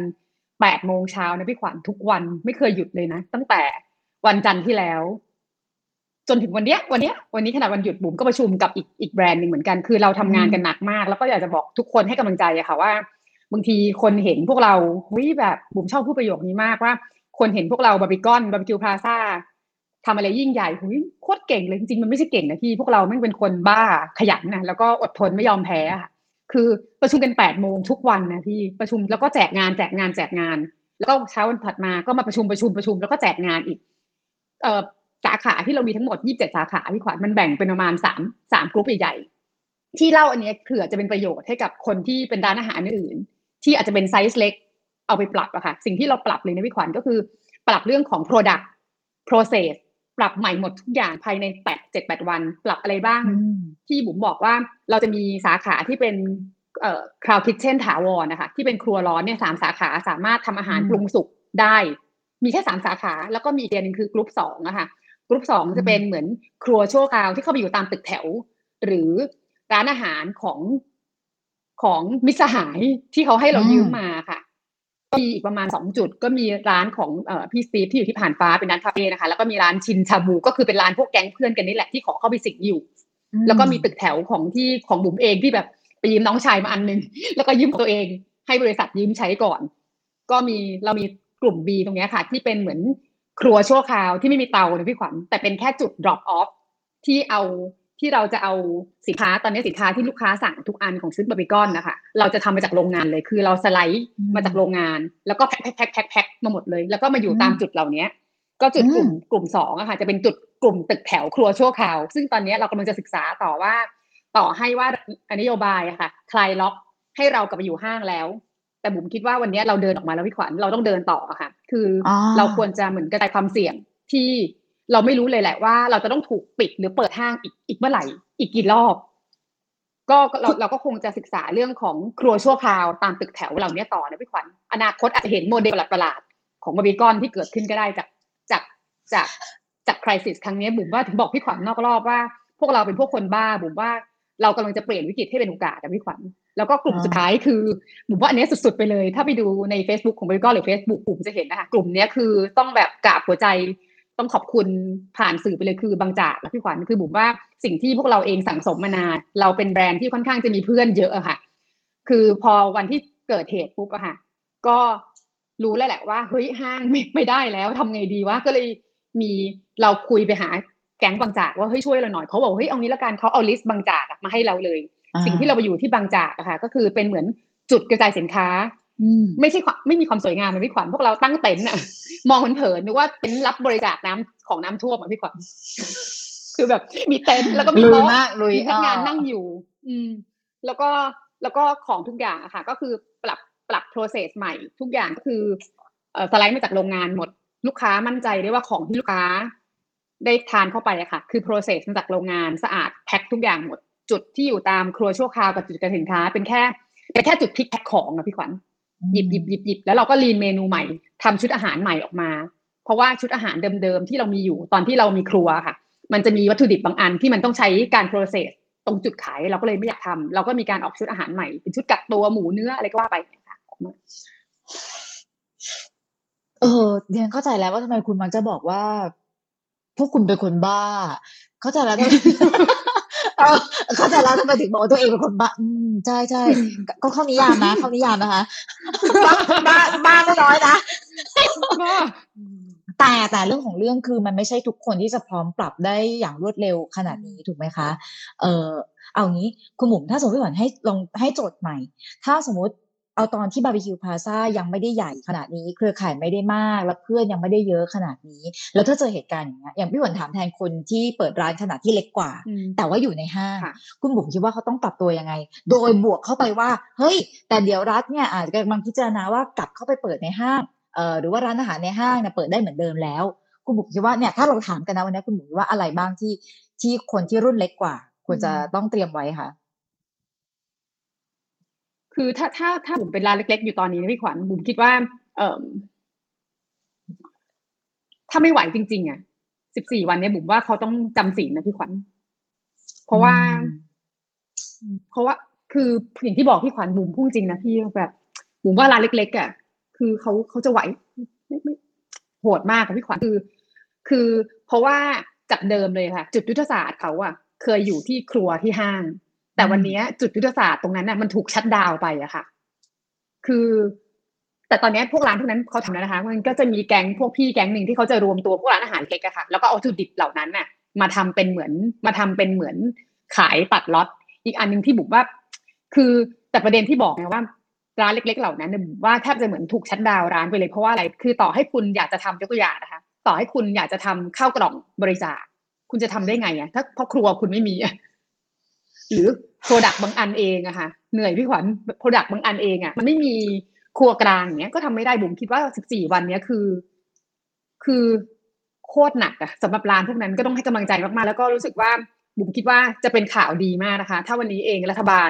[SPEAKER 3] 8 โมงเช้านะพี่ขวัญทุกวันไม่เคยหยุดเลยนะตั้งแต่วันจันทร์ที่แล้วจนถึงวันนี้ขนาดวันหยุดบุ๋มก็ประชุมกับอีกแบรนด์หนึ่งเหมือนกันคือเราทำงานกันหนักมากแล้วก็อยากจะบอกทุกคนให้กำลังใจอะค่ะว่าบางทีคนเห็นพวกเราแบบบุ๋มชอบพูดประโยคนี้มากว่าคนเห็นพวกเราบาร์บีคิวพลาซ่าทำอะไรยิ่งใหญ่โคตรเก่งเลยจริงๆมันไม่ใช่เก่งนะพี่พวกเราไม่เป็นคนบ้าขยันนะแล้วก็อดทนไม่ยอมแพ้ค่ะคือประชุมกัน8 โมงทุกวันนะพี่ประชุมแล้วก็แจกงานแล้วก็เช้าวันถัดมาก็มาประชุมแล้วก็แจกงานอีกสาขาที่เรามีทั้งหมด27 สาขาพี่ขวัญมันแบ่งเป็นประมาณ3 กลุ่มใหญ่ๆที่เล่าอันนี้เผื่อจะเป็นประโยชน์ให้กับคนที่เป็นร้านอาหารอื่นที่อาจจะเป็นไซส์เล็กเอาไปปรับอะค่ะสิ่งที่เราปรับเลยนะพี่ขวัญก็คือปรับเรื่องของ product process ปรับใหม่หมดทุกอย่างภายใน7-8 วันปรับอะไรบ้างที่บุ๋มบอกว่าเราจะมีสาขาที่เป็นCloud Kitchen ถาวรนะคะที่เป็นครัวร้อนเนี่ย3 สาขาสามารถทำอาหารปรุงสุกได้มีแค่3 สาขาแล้วก็มีอีกอันนึงคือกลุ่ม2อะค่ะกลุ่ม2จะเป็นเหมือนครัวชั่วคราวที่เข้าไปอยู่ตามตึกแถวหรือร้านอาหารของมิตรสหายที่เขาให้เรายืมมาค่ะก็มีอีกประมาณ2 จุดก็มีร้านของพี่สตีฟที่อยู่ที่ผ่านฟ้าเป็นร้านคาเฟ่นะคะแล้วก็มีร้านชินชาบูก็คือเป็นร้านพวกแก๊งเพื่อนกันนี่แหละที่ขอเข้าไปสิงอยู่แล้วก็มีตึกแถวของบุ๋มเองที่แบบไปยืมน้องชายมาอันนึงแล้วก็ยืมตัวเองให้บริษัทยืมใช้ก่อนก็เรามีกลุ่ม B ตรงนี้ค่ะที่เป็นเหมือนครัวชั่วคราวที่ไม่มีเตานะพี่ขวัญแต่เป็นแค่จุด drop off ที่เราจะเอาสินค้าตอนนี้สินค้าที่ลูกค้าสั่งทุกอันของชุดบาร์บีคอนนะคะเราจะทำมาจากโรงงานเลยคือเราสไลด์มาจากโรงงานแล้วก็แพ็คมาหมดเลยแล้วก็มาอยู่ตามจุดเหล่านี้ก็จุดกลุ่ม2อะค่ะจะเป็นจุดกลุ่มตึกแถวครัวชั่วคราวซึ่งตอนนี้เรากำลังจะศึกษาต่อให้ว่านโยบายอะค่ะคลายล็อกให้เรากลับไปอยู่ห้างแล้วแต่บุ๋มคิดว่าวันนี้เราเดินออกมาแล้วพี่ขวัญเราต้องเดินต่อค่ะคือเราควรจะเหมือนกระจายความเสี่ยงที่เราไม่รู้เลยแหละว่าเราจะต้องถูกปิดหรือเปิดห้างอีกเมื่อไหร่อีกกี่รอบก็เราก็คงจะศึกษาเรื่องของครัวชั่วคราวตามตึกแถวเหล่านี้ต่อนะพี่ขวัญอนาคตอาจจะเห็นโมเดลประหลาดๆของบาร์บีคอนที่เกิดขึ้นก็ได้จากคริสิสครั้งนี้บุ๋มว่าถึงบอกพี่ขวัญนอกรอบว่าพวกเราเป็นพวกคนบ้าบุ๋มว่าเรากำลังจะเปลี่ยนวิกฤตให้เป็นโอกาสนะพี่ขวัญแล้วก็กลุ่มสุดท้ายคือบุ๋มว่าอันนี้สุดๆไปเลยถ้าไปดูใน Facebook ของบาร์บีคอนหรือ Facebook บุ๋มจะเห็นนะคะกลุ่มนี้คือต้องแบบกราบหัวใจต้องขอบคุณผ่านสื่อไปเลยคือบางจากแล้วพี่ขวัญคือบุ๋มว่าสิ่งที่พวกเราเองสั่งสมมานานเราเป็นแบรนด์ที่ค่อนข้างจะมีเพื่อนเยอะอะค่ะคือพอวันที่เกิดเหตุปุ๊บอะค่ะก็รู้แล้วแหละว่าเฮ้ยห้างไม่ได้แล้วทำไงดีวะก็เลยมีเราคุยไปหาแก๊งบางจากว่าเฮ้ยช่วยเราหน่อยเขาบอกเฮ้ยเอางี้ละกันเขาเอาลิสต์บางจากมาให้เราเลยสิ่งที่เราไปอยู่ที่บางจากอะค่ะก็คือเป็นเหมือนจุดกระจายสินค้าไม่มีความสวยงามเลยพี่ขวัญพวกเราตั้งเต็นท์อะมองเผินๆนึกว่าเป็นรับบริจาคน้ำของน้ำท่วมอะพี่ขวัญคือแบบมีเต็นท์แล้วก็มีโต๊ะมีพนักงานนั่งอยู่แล้วก็ของทุกอย่างอะค่ะก็คือปรับ process ใหม่ทุกอย่างก็คือสไลด์มาจากโรงงานหมดลูกค้ามั่นใจได้ว่าของที่ลูกค้าได้ทานเข้าไปอะค่ะคือ process มาจากโรงงานสะอาดแพ็คทุกอย่างหมดจุดที่อยู่ตามครัวชั่วคราวกับจุดการสินค้าเป็นแค่จุดพิกแพ็คของอะพี่ขวัญหยิบแล้วเราก็รีนเมนูใหม่ทำชุดอาหารใหม่ออกมาเพราะว่าชุดอาหารเดิมๆที่เรามีอยู่ตอนที่เรามีครัวค่ะมันจะมีวัตถุดิบบางอันที่มันต้องใช้การ process ตรงจุดขายเราก็เลยไม่อยากทำเราก็มีการออกชุดอาหารใหม่เป็นชุดกักตัวหมูเนื้ออะไรก็ว่าไปค่ะออกมา
[SPEAKER 2] เรียนเข้าใจแล้วว่าทำไมคุณมักจะบอกว่าพวกคุณเป็นคนบ้าเข้าใจแล้วเข้าใจแล้วทำไมถึงบอกว่าตัวเองเป็นคนบ้าใช่ใช่ก็เข้านิยามนะเข้านิยามนะคะบ้าไม่น้อยนะแต่เรื่องของเรื่องคือมันไม่ใช่ทุกคนที่จะพร้อมปรับได้อย่างรวดเร็วขนาดนี้ถูกไหมคะเอางี้คุณหมุมถ้าสมมติว่าให้โจทย์ใหม่ถ้าสมมติเอาตอนที่บาร์บีคิวพลาซ่ายังไม่ได้ใหญ่ขนาดนี้เครือข่ายไม่ได้มากและเพื่อนยังไม่ได้เยอะขนาดนี้แล้วถ้าเจอเหตุการณ์อย่างเงี้ยอย่างพี่หวนถามแทนคนที่เปิดร้านขนาดที่เล็กกว่าแต่ว่าอยู่ในห้างคุณบุ๋มคิดว่าเขาต้องปรับตัวยังไงโดยบวกเข้าไปว่าเฮ้ยแต่เดี๋ยวรัฐเนี่ยอาจจะกำลังพิจารณาว่ากลับเข้าไปเปิดในห้างหรือว่าร้านอาหารในห้างเนี่ยเปิดได้เหมือนเดิมแล้วคุณบุ๋มคิดว่าเนี่ยถ้าเราถามกันนะวันนี้คุณบุ๋มคิดว่าอะไรบ้างที่คนที่รุ่นเล็กกว่าควรจะต้องเตรียมไว้ค่ะ
[SPEAKER 3] คือถ้าบุ๋มเป็นร้านเล็กๆอยู่ตอนนี้นะพี่ขวัญบุ๋มคิดว่าถ้าไม่ไหวจริงๆอ่ะ14 วันเนี่ยบุ๋มว่าเขาต้องจำศีลนะพี่ขวัญเพราะว่าคืออย่างที่บอกพี่ขวัญบุ๋มพูดจริงนะพี่แบบบุ๋มว่าร้านเล็กๆอ่ะคือเขาจะไหวไม่โหดมากค่ะพี่ขวัญคือเพราะว่าจากเดิมเลยค่ะจุดยุทธศาสตร์เขาอ่ะเคยอยู่ที่ครัวที่ห้างแต่วันนี้จุดยุทธศาสตร์ตรงนั้นน่ะมันถูกชัตดาวน์ไปอะค่ะคือแต่ตอนนี้พวกร้านพวกนั้นเขาทำแล้วนะคะมันก็จะมีแก๊งพวกพี่แก๊งหนึ่งที่เขาจะรวมตัวพวกร้านอาหารเล็กอะค่ะแล้วก็เอาวัตถุดิบเหล่านั้นน่ะมาทำเป็นเหมือนขายตัดล็อตอีกอันนึงที่บุ๋มว่าคือแต่ประเด็นที่บอกไงว่าร้านเล็กๆเหล่านั้นเนี่ยบุ๋มว่าแทบจะเหมือนถูกชัตดาวน์ร้านไปเลยเพราะว่าอะไรคือต่อให้คุณอยากจะทำยกตัวอย่างนะคะต่อให้คุณอยากจะทำข้าวกล่องบริจาคคุณจะทำได้ไงอะถ้าเพราะครัวคุณไม่มีอะหรือโปรดักต์บางอันเองอะค่ะเหนื่อยพี่ขวัญโปรดักต์บางอันเองอะมันไม่มีครัวกลางอย่างเงี้ยก็ทำไม่ได้บุ๋มคิดว่า14 วันเนี้ยคือโคตรหนักอะสำหรับร้านพวกนั้นก็ต้องให้กำลังใจมากๆแล้วก็รู้สึกว่าบุ๋มคิดว่าจะเป็นข่าวดีมากนะคะถ้าวันนี้เองรัฐบาล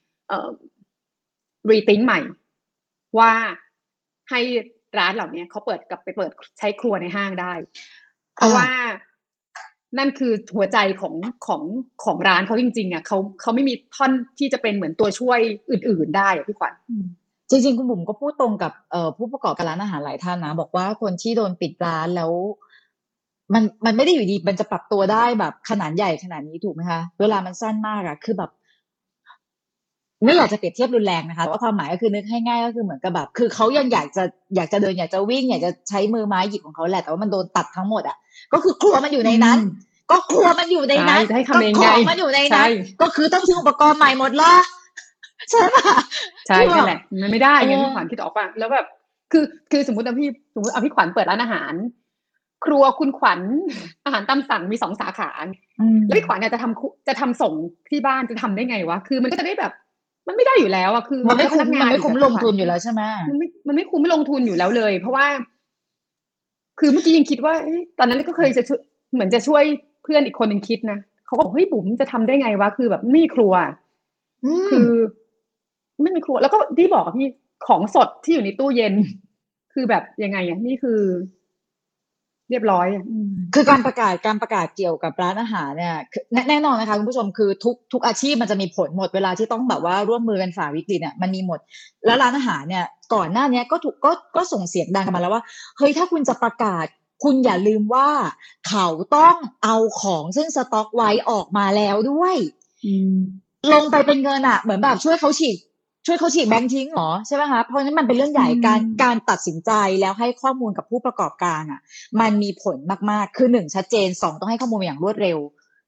[SPEAKER 3] รีทิงใหม่ว่าให้ร้านเหล่านี้เขากลับไปเปิดใช้ครัวในห้างได้เพราะว่านั่นคือหัวใจของร้านเขาจริงๆอ่ะเขาไม่มีท่อนที่จะเป็นเหมือนตัวช่วยอื่นๆได้พี่ขวัญ
[SPEAKER 2] จริงๆคุณบุ๋มก็พูดตรงกับผู้ประกอบการร้านอาหารหลายท่านนะบอกว่าคนที่โดนปิดร้านแล้วมันไม่ได้อยู่ดีมันจะปรับตัวได้แบบขนาดใหญ่ขนาดนี้ถูกไหมคะเวลามันสั้นมากอะคือแบบไม่อยากจะเปรียบเทียบรุนแรงนะคะแต่ว่าความหมายก็คือนึกให้ง่ายก็คือเหมือนกับแบบคือเขายังอยากจะเดินอยากจะวิ่งอยากจะใช้มือไม้หยิบของเขาแหละแต่ว่ามันโดนตัดทั้งหมดอ่ะก็คือครัวมันอยู่ในนั้นก็ครัวมันอยู่ในนั้นก็ของมันอยู่ในนั้นก็คือต้องซื้ออุปกรณ์ใหม่หมดเลยใช่ป่ะ
[SPEAKER 3] ใช่นั่นแหละมันไม่ได้ไงพี่ขวัญคิดออกป่ะแล้วแบบคือสมมติเอาพี่ขวัญเปิดร้านอาหารครัวคุณขวัญอาหารตามสั่งมี2 สาขาแล้วพี่ขวัญเนี่ยจะทำส่งที่บ้านจะทำได้ไงวะคือมันก็จะได้แบบมันไม่ได้อยู่แล้วอะคือ
[SPEAKER 2] มันไม่คุ้มลงทุนอยู่แล้วใช่ไหม
[SPEAKER 3] มันไม่คุ้มไม่ลงทุนอยู่แล้วเลยเพราะว่าคือเมื่อกี้ยังคิดว่าตอนนั้นก็เคยจะเหมือนจะช่วยเพื่อนอีกคนหนึ่งคิดนะเขาก็บอกเฮ้ยบุ๋มจะทำได้ไงวะคือแบบไม่มีครัวคือไม่มีครัวแล้วก็ที่บอกพี่ของสดที่อยู่ในตู้เย็นคือแบบยังไงอ่ะนี่คือเรียบร้อย
[SPEAKER 2] คือการประกาศเกี่ยวกับร้านอาหารเนี่ยแน่นอนนะคะคุณผู้ชมคือทุกอาชีพมันจะมีผลหมดเวลาที่ต้องแบบว่าร่วมมือกันฝ่าวิกฤตเนี่ยมันมีหมดแล้วร้านอาหารเนี่ยก่อนหน้านี้ก็ส่งเสียงดังกันมาแล้วว่าเฮ้ยถ้าคุณจะประกาศคุณอย่าลืมว่าเขาต้องเอาของซึ่งสต็อกไว้ออกมาแล้วด้วยลงไปเป็นเงินอ่ะเหมือนแบบช่วยเขาฉีกแบงค์ทิ้งหรอใช่ไหมคะเพราะฉะนั้นมันเป็นเรื่องใหญ่การตัดสินใจแล้วให้ข้อมูลกับผู้ประกอบการอ่ะมันมีผลมากๆคือ1ชัดเจน2ต้องให้ข้อมูลอย่างรวดเร็ว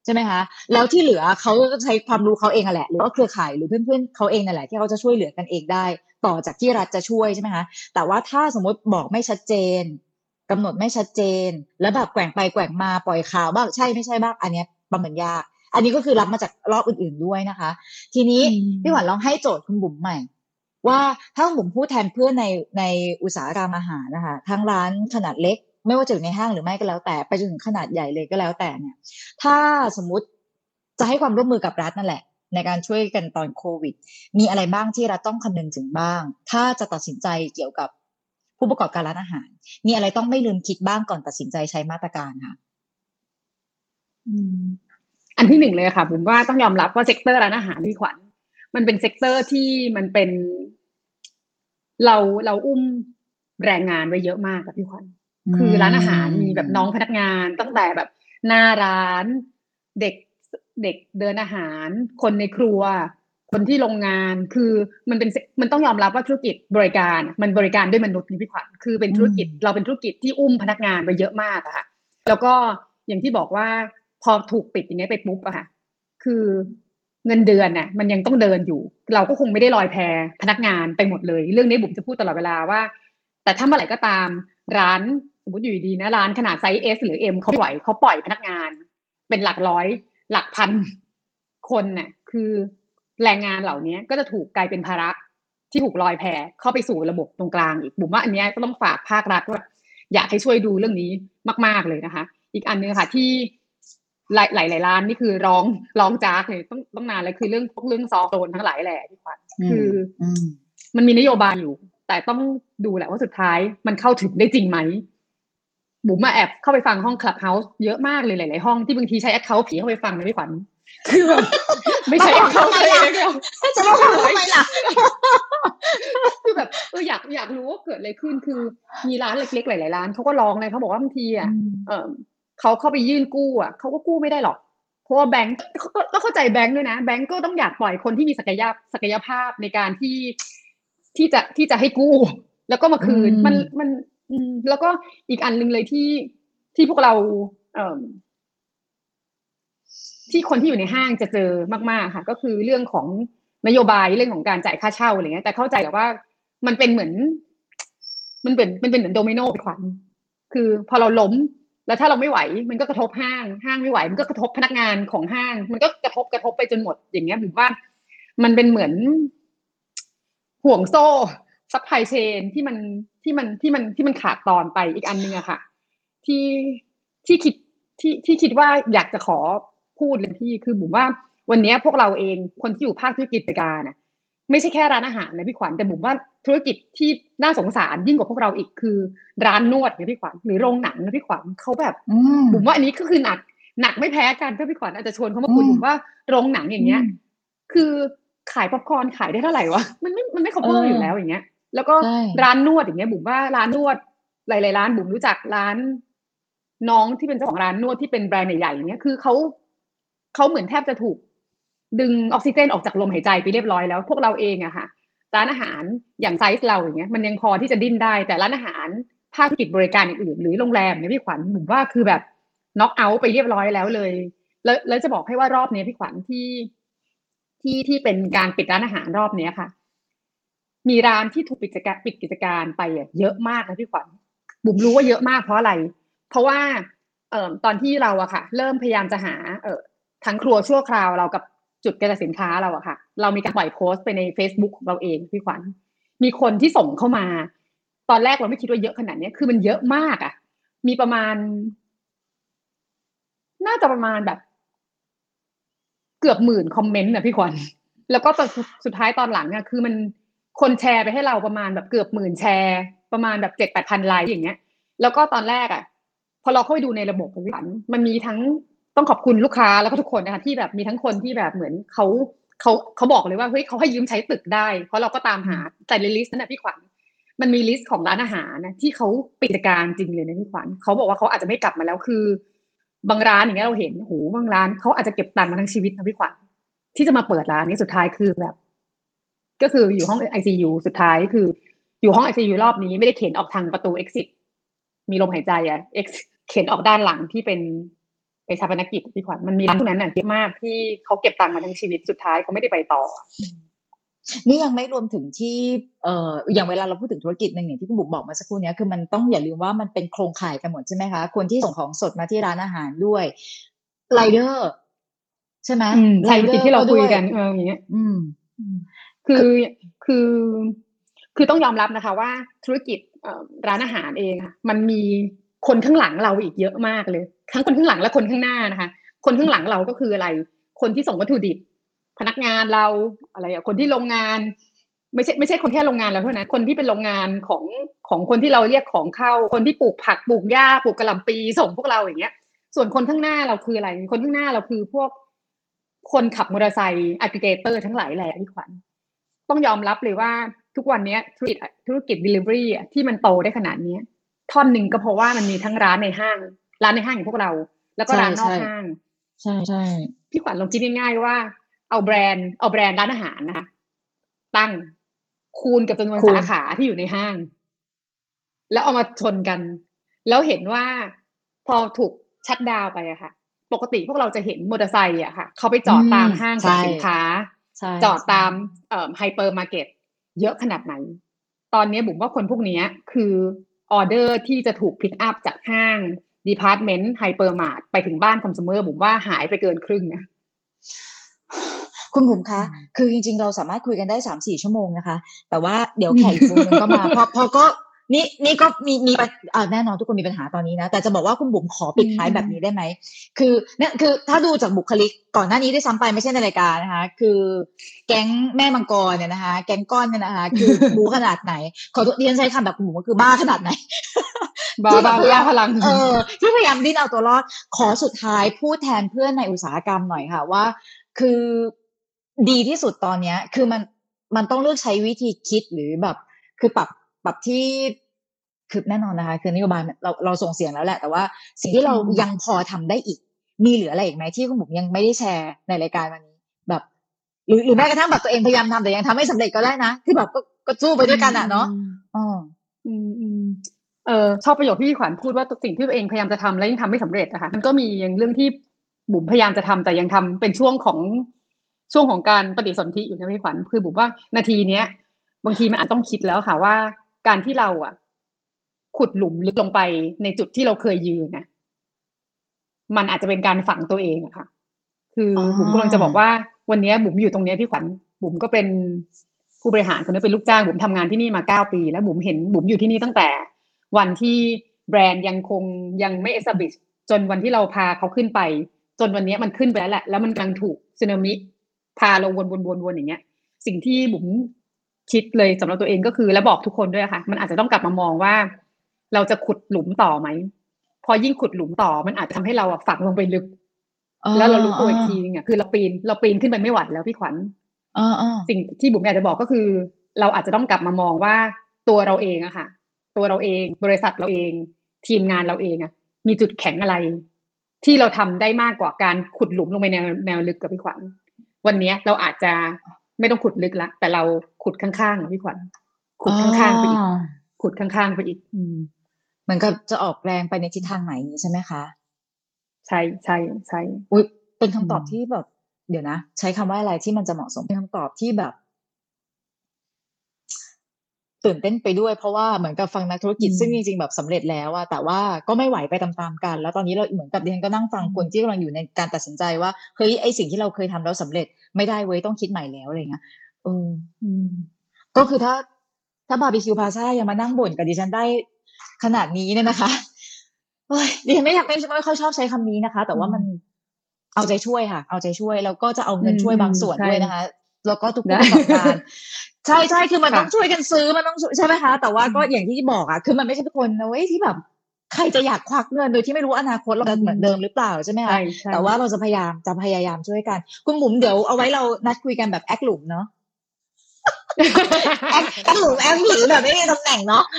[SPEAKER 2] ใช่ไหมคะแล้วที่เหลือเขาก็ใช้ความรู้เขาเองอะแหละหรือว่าเครือข่ายหรือเพื่อนๆเขาเองนั่นแหละที่เขาจะช่วยเหลือกันเองได้ต่อจากที่รัฐจะช่วยใช่ไหมคะแต่ว่าถ้าสมมติบอกไม่ชัดเจนกำหนดไม่ชัดเจนแล้วแบบแกว่งไปแกว่งมาปล่อยข่าวบ้างใช่ไม่ใช่บ้างอันเนี้ยประเมินยากอันนี้ก็คือรับมาจากรอบอื่นๆด้วยนะคะทีนี้พี่หวานลองให้โจทย์คุณบุ๋มใหม่ว่าถ้าคุณบุ๋มพูดแทนเพื่อนในอุตสาหกรรมอาหารนะคะทั้งร้านขนาดเล็กไม่ว่าจะอยู่ในห้างหรือไม่ก็แล้วแต่ไปจนถึงขนาดใหญ่เลยก็แล้วแต่เนี่ยถ้าสมมุติจะให้ความร่วมมือกับรัฐนั่นแหละในการช่วยกันตอนโควิดมีอะไรบ้างที่รัฐต้องคำนึงถึงบ้างถ้าจะตัดสินใจเกี่ยวกับผู้ประกอบการร้านอาหารมีอะไรต้องไม่ลืมคิดบ้างก่อนตัดสินใจใช้มาตรการค่ะ
[SPEAKER 3] อันที่หนึ่งเลยค่ะผมว่าต้องยอมรับว่าเซกเตอร์ร้านอาหารพี่ขวัญมันเป็นเซกเตอร์ที่มันเป็นเราอุ้มแรงงานไว้เยอะมากค่ะพี่ขวัญคือร้านอาหารมีแบบน้องพนักงานตั้งแต่แบบหน้าร้านเด็กเด็กเดินอาหารคนในครัวคนที่โรงงานคือมันต้องยอมรับว่าธุรกิจบริการมันบริการด้วยมนุษย์นี่พี่ขวัญคือเป็นธุรกิจเราเป็นธุรกิจที่อุ้มพนักงานไปเยอะมากอะค่ะแล้วก็อย่างที่บอกว่าพอถูกปิดอย่างนี้ไปปุ๊บอะค่ะคือเงินเดือนน่ะมันยังต้องเดินอยู่เราก็คงไม่ได้ลอยแพพนักงานไปหมดเลยเรื่องนี้บุ๋มจะพูดตลอดเวลาว่าแต่ถ้าเมื่อไหร่ก็ตามร้านสมมติอยู่ดีนะร้านขนาดไซส์ S หรือ M เขาปล่อยพนักงานเป็นหลักร้อยหลักพันคนน่ะคือแรงงานเหล่านี้ก็จะถูกกลายเป็นภาระที่ถูกลอยแพเข้าไปสู่ระบบตรงกลางอีกบุ๋มว่าอันนี้ก็ต้องฝากภาครัฐว่าอยากให้ช่วยดูเรื่องนี้มากๆเลยนะคะอีกอันนึงค่ะที่หลายร้านนี่คือร้องจากเลยต้องนานเลยคือเรื่องซอฟต์โซนทั้งหลายแหละพี่ขวัญคือมันมีนโยบายอยู่แต่ต้องดูแหละว่าสุดท้ายมันเข้าถึงได้จริงไหมบุ๋มมาแอบเข้าไปฟังห้อง Clubhouse เยอะมากเลยหลายๆห้องที่บางทีใช้ account ผีเข้าไปฟังนะพี่ขวัญคือแบบไม่ใช่ account เลย
[SPEAKER 2] จะมาฟังทำไมล่ะ
[SPEAKER 3] คือแบบอยากรู้ว่าเกิดอะไรขึ้นคือมีร้านเล็กๆหลายๆร้านเขาก็ร้องเลยเขาบอกว่าบางทีอ่ะเขาเข้าไปยื่นกู้อ่ะเขาก็กู้ไม่ได้หรอกเพราะว่าแบงก์ก็เข้าใจแบงก์ด้วยนะแบงก์ก็ต้องอยากปล่อยคนที่มีศักยภาพในการที่จะให้กู้แล้วก็มาคืนมันแล้วก็อีกอันนึงเลยที่พวกเราที่คนที่อยู่ในห้างจะเจอมากๆค่ะก็คือเรื่องของนโยบายเรื่องของการจ่ายค่าเช่าอะไรเงี้ยแต่เข้าใจแต่ว่ามันเป็นเหมือนโดมิโนไปขวัญคือพอเราล้มแล้วถ้าเราไม่ไหวมันก็กระทบห้างไม่ไหวมันก็กระทบพนักงานของห้างมันก็กระทบไปจนหมดอย่างเงี้ยผมว่ามันเป็นเหมือนห่วงโซ่ซัพพลายเชนที่มันขาดตอนไปอีกอันนึงอะค่ะที่คิดว่าอยากจะขอพูดเลยที่คือบุ๋มว่าวันนี้พวกเราเองคนที่อยู่ภาคธุรกิจบริการน่ะไม่ใช่แค่ร้านอาหารนะพี่ขวัญแต่บุ๋มว่าธุรกิจที่น่าสงสารยิ่งกว่าพวกเราอีกคือร้านนวดนะพี่ขวัญหรือโรงหนังนะพี่ขวัญเขาแบบบุ๋มว่าอันนี้ก็คือหนักไม่แพ้กันถ้าพี่ขวัญอาจจะชวนเขามาคุยบุ๋มว่าโรงหนังอย่างเงี้ยคือขายป๊อปคอร์นขายได้เท่าไหร่วะมันไม่ cover อยู่แล้วอย่างเงี้ยแล้วก็ร้านนวดอย่างเงี้ยบุ๋มว่าร้านนวดหลายๆร้านบุ๋มรู้จักร้านน้องที่เป็นเจ้าของร้านนวดที่เป็นแบรนด์ใหญ่ๆอย่างเงี้ยคือเขาเหมือนแทบจะถูกดึงออกซิเจนออกจากลมหายใจไปเรียบร้อยแล้วพวกเราเองอะค่ะร้านอาหารอย่างไซส์เราอย่างเงี้ยมันยังพอที่จะดิ้นได้แต่ร้านอาหารภาคธุรกิจบริการอื่นๆหรือโรงแรมเนี่ยพี่ขวัญผมว่าคือแบบน็อกเอาท์ไปเรียบร้อยแล้วเลยแล้วจะบอกให้ว่ารอบนี้พี่ขวัญที่เป็นการปิดร้านอาหารรอบนี้ค่ะมีร้านที่ถูกปิดกิจการไปเยอะมากนะพี่ขวัญบุ๋มรู้ว่าเยอะมากเพราะอะไรเพราะว่าตอนที่เราอะค่ะเริ่มพยายามจะหาทั้งครัวชั่วคราวเรากับจุดกระจายสินค้าเราอะค่ะเรามีการปล่อยโพสต์ไปใน Facebook ของเราเองพี่ขวัญมีคนที่ส่งเข้ามาตอนแรกเราไม่คิดว่าเยอะขนาดนี้คือมันเยอะมากอะมีประมาณน่าจะประมาณแบบเกือบหมื่นคอมเมนต์นะพี่ขวัญแล้วก็สุดท้ายตอนหลังอะคือมันคนแชร์ไปให้เราประมาณแบบเกือบหมื่นแชร์ประมาณแบบ7-8,000ไลค์อย่างเงี้ยแล้วก็ตอนแรกอะพอเราเข้าไปดูในระบบพี่ขวัญมันมีทั้งต้องขอบคุณลูกค้าแล้วก็ทุกคนนะคะที่แบบมีทั้งคนที่แบบเหมือนเขาบอกเลยว่าเฮ้ยเขาให้ยืมใช้ตึกได้เพราะเราก็ตามหาแต่ในลิสต์นั้นนะพี่ขวัญมันมีลิสต์ของร้านอาหารนะที่เขาปิดกิจการจริงเลยนะพี่ขวัญเขาบอกว่าเขาอาจจะไม่กลับมาแล้วคือบางร้านอย่างเงี้ยเราเห็นโหบางร้านเขาอาจจะเก็บตังค์มาทั้งชีวิตนะพี่ขวัญที่จะมาเปิดร้านนี้สุดท้ายคือแบบก็คืออยู่ห้อง ICU สุดท้ายคืออยู่ห้อง ICU รอบนี้ไม่ได้เข็นออกทางประตู exit มีลมหายใจเข็นออกด้านหลังที่เป็นไปชาปนกิจพี่ขวัญมันมีร้านพวกนั้นน่ะเยอะมากที่เขาเก็บตังค์มาทั้งชีวิตสุดท้ายเขาไม่ได้ไปต่อ
[SPEAKER 2] นี่ยังไม่รวมถึงที่อย่างเวลาเราพูดถึงธุรกิจหนึ่งอย่างที่คุณบุ๋มบอกเมื่อสักครู่เนี้ยคือมันต้องอย่าลืมว่ามันเป็นโครงข่ายกันหมดใช่ไหมคะคนที่ส่งของสดมาที่ร้านอาหารด้วยไรเดอร์ใช่ไหม
[SPEAKER 3] ไรเดอร์ที่เราคุยกันอย่างเงี้ยคือคือคือต้องยอมรับนะคะว่าธุรกิจร้านอาหารเองค่ะมันมีคนข้างหลังเราอีกเยอะมากเลยทั้งคนข้างหลังและคนข้างหน้านะคะคนข้างหลังเราก็คืออะไรคนที่ส่งวัตถุดิบพนักงานเราอะไรอะคนที่โรงงานไม่ใช่คนแค่โรงงานเราเท่านั้นคนที่เป็นโรงงานของคนที่เราเรียกของเข้าคนที่ปลูกผักปลูกหญ้าปลูกกะหล่ำปีส่งพวกเราอย่างเงี้ยส่วนคนข้างหน้าเราคืออะไรคนข้างหน้าเราคือพวกคนขับมอเตอร์ไซค์แอ g ก e เกเตอร์ทั้งหลายแหละพี่ขวัญต้องยอมรับเลยว่าทุกวันนี้ธุรกิจ delivery ที่มันโตได้ขนาดนี้ท่อนหนึ่งก็เพราะว่ามันมีทั้งร้านในห้างอย่างพวกเราแล้วก็ร้านนอกห้าง
[SPEAKER 2] ใช่ใช่
[SPEAKER 3] พี่ขวัญลองคิดง่ายๆว่าเอาแบรนด์ร้านอาหารนะคะตั้งคูณกับจำนวนสาขาที่อยู่ในห้างแล้วเอามาชนกันแล้วเห็นว่าพอถูกชัตดาวน์ไปอะค่ะปกติพวกเราจะเห็นมอเตอร์ไซค์อะค่ะเขาไปจอดตามห้างสรรพสินค้าจอดตามไฮเปอร์มาร์เก็ตเยอะขนาดไหนตอนนี้บุ๋มว่าคนพวกนี้คือออเดอร์ที่จะถูกพิกอัพจากห้างดีพาร์ตเมนต์ไฮเปอร์มาร์ทไปถึงบ้านคอน sumer บุ๋มว่าหายไปเกินครึ่งนะ
[SPEAKER 2] คุณบุ๋มคะคือจริงๆเราสามารถคุยกันได้ 3-4 ชั่วโมงนะคะแต่ว่าเดี๋ยวแขกอีกวงนึงก็มาพอก็นี่ก็มีแน่นอนทุกคนมีปัญหาตอนนี้นะแต่จะบอกว่าคุณบุ๋มขอปิดท้ายแบบนี้ได้ไหมคือเนี่ยคือถ้าดูจากบุคลิกก่อนหน้านี้ได้ซ้ำไปไม่ใช่ในรายการนะคะคือแก๊งแม่มังกรเนี่ยนะคะแก๊งก้อนเนี่ยนะคะคือบูขนาดไหนขอเรียนใช้คำแบบคุณบุ๋มก็คือบ้าขนาดไหน
[SPEAKER 3] บ้าพลัง
[SPEAKER 2] ที่พยายามดิ้นเอาตัวรอดขอสุดท้ายพูดแทนเพื่อนในอุตสาหกรรมหน่อยค่ะว่าคือดีที่สุดตอนนี้คือมันต้องเลือกใช้วิธีคิดหรือแบบคือปรับที่คือแน่นอนนะคะคือนโยบายเราส่งเสียงแล้วแหละแต่ว่าสิ่งที่เรายังพอทำได้อีกมีเหลืออะไรอีกไหมที่คุณบุ๋มยังไม่ได้แชร์ในรายการวันนี้แบบหรือแม้กระทั่งแบบตัวเองพยายามทำแต่ยังทำไม่สำเร็จก็ได้นะคือแบบก็สู้ไปด้วยกันอ่ะเนาะ
[SPEAKER 3] ชอบประโยคที่ขวัญพูดว่าสิ่งที่ตัวเองพยายามจะทำแล้วยังทำไม่สำเร็จนะคะมันก็มีอย่างเรื่องที่บุ๋มพยายามจะทำแต่ยังทำเป็นช่วงของการปฏิสนธิอยู่นะพี่ขวัญคือบุ๋มว่านาทีเนี้ยบางทีมันอาจต้องคิดแล้วค่ะว่าการที่เราขุดหลุมลึกลงไปในจุดที่เราเคยยืนนะมันอาจจะเป็นการฝังตัวเองอะค่ะคือบุ๋มกำลังจะบอกว่าวันนี้บุ๋มอยู่ตรงนี้พี่ขวัญบุ๋มก็เป็นผู้บริหารคนนี้เป็นลูกจ้างบุ๋มทำงานที่นี่มา9 ปีแล้วบุ๋มเห็นบุ๋มอยู่ที่นี่ตั้งแต่วันที่แบรนด์ยังไม่ establish จนวันที่เราพาเขาขึ้นไปจนวันนี้มันขึ้นไปแล้วแหละแล้วมันกำลังถูกสึนามิพาเราวนอย่างเงี้ยสิ่งที่บุ๋มคิดเลยสำหรับตัวเองก็คือและบอกทุกคนด้วยค่ะมันอาจจะต้องกลับมามองว่าเราจะขุดหลุมต่อไหมพอยิ่งขุดหลุมต่อมันอาจจะทำให้เราฝังลงไปลึกแล้วเรารู้ตัวอีกทีนึงคือเราปีนขึ้นไปไม่ไหวแล้วพี่ขวัญสิ่งที่บุ๋มอยากจะบอกก็คือเราอาจจะต้องกลับมามองว่าตัวเราเองอะค่ะตัวเราเองบริษัทเราเองทีมงานเราเองมีจุดแข็งอะไรที่เราทำได้มากกว่าการขุดหลุมลงไปแนวลึกกับพี่ขวัญวันนี้เราอาจจะไม่ต้องขุดลึกละแต่เราขุดข้างๆพี่ขวัญขุดข้างๆไปอีกขุดข้างๆไปอีก
[SPEAKER 2] เหมือนกับจะออกแรงไปในทิศทางไหนใช่ไหมคะ
[SPEAKER 3] ใช่
[SPEAKER 2] อุ๊ยเป็นคำตอบที่แบบเดี๋ยวนะใช้คำว่าอะไรที่มันจะเหมาะสมเป็นคำตอบที่แบบตื่นเต้นไปด้วยเพราะว่าเหมือนกับฟังนักธุรกิจซึ่งจริงๆแบบสำเร็จแล้วแต่ว่าก็ไม่ไหวไปตามๆกันแล้วตอนนี้เราเหมือนกับดิฉันก็นั่งฟังคนที่กำลังอยู่ในการตัดสินใจว่าเฮ้ยไอสิ่งที่เราเคยทำแล้วสำเร็จไม่ได้เว้ยต้องคิดใหม่แล้วอะไรเงี้ยก็คือถ้าบาร์บีคิวพาซ่ายังมานั่งบ่นกับดิฉันได้ขนาดนี้เนี่ยนะคะดิฉันไม่ค่อยชอบใช้คำนี้นะคะแต่ว่ามันเอาใจช่วยค่ะเอาใจช่วยแล้วก็จะเอาเงินช่วยบางส่วนด้วยนะคะแล้วก็ทุกผู้ประกอบการใช่คือมันต้องช่วยกันซื้อมันต้องใช่ไหมคะแต่ว่าก็อย่างที่บอกคือมันไม่ใช่ทุกคนนะเว้ยที่แบบใครจะอยากควักเงินโดยที่ไม่รู้อนาคตเราจะเหมือนเดิมหรือเปล่าใช่ไหมคะแต่ว่าเราจะพยายามช่วยกันคุณบุ๋มเดี๋ยวเอาไว้เรานัดคุยกันแบบแอคหลุมเนาะแอคหลุมแอคผีแบบไม่มีตำแหน่งเนาะ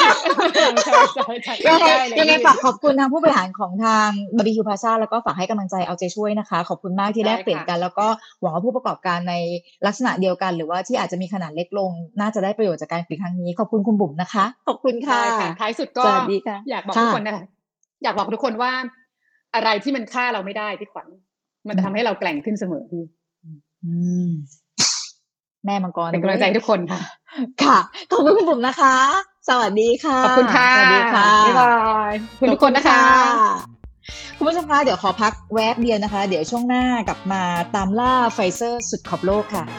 [SPEAKER 2] ยังไงฝากขอบคุณทางผู้บริหารของทางบาร์บีคิวพาซ่าแล้วก็ฝากให้กำลังใจเอาใจช่วยนะคะขอบคุณมากที่แลกเปลี่ยนกันแล้วก็หวังว่าผู้ประกอบการในลักษณะเดียวกันหรือว่าที่อาจจะมีขนาดเล็กลงน่าจะได้ประโยชน์จากการคุยครั้งนี้ขอบคุณคุณบุ๋มนะคะขอบคุณค่ะ
[SPEAKER 3] ท้ายสุดก็อยากบอกทุกคนนะคะอยากบอกทุกคนว่าอะไรที่มันฆ่าเราไม่ได้พี่ขวัญมันจะทำให้เราแกร่งขึ้นเสมอพี่
[SPEAKER 2] แม่มังกร
[SPEAKER 3] เป็นกำลังใจให้ทุกคนค่ะ
[SPEAKER 2] ค่ะขอบคุณคุณบุ๋มนะคะสวัสดีค่ะ
[SPEAKER 3] ขอบคุณค่ะ
[SPEAKER 2] สวัสดีค่ะ
[SPEAKER 3] บ๊ายบายคุณทุกคนนะคะ
[SPEAKER 2] คุณผู้ชมคะเดี๋ยวขอพักแวบเดียวนะคะเดี๋ยวช่วงหน้ากลับมาตามล่าไฟเซอร์สุดขอบโลกค่ะ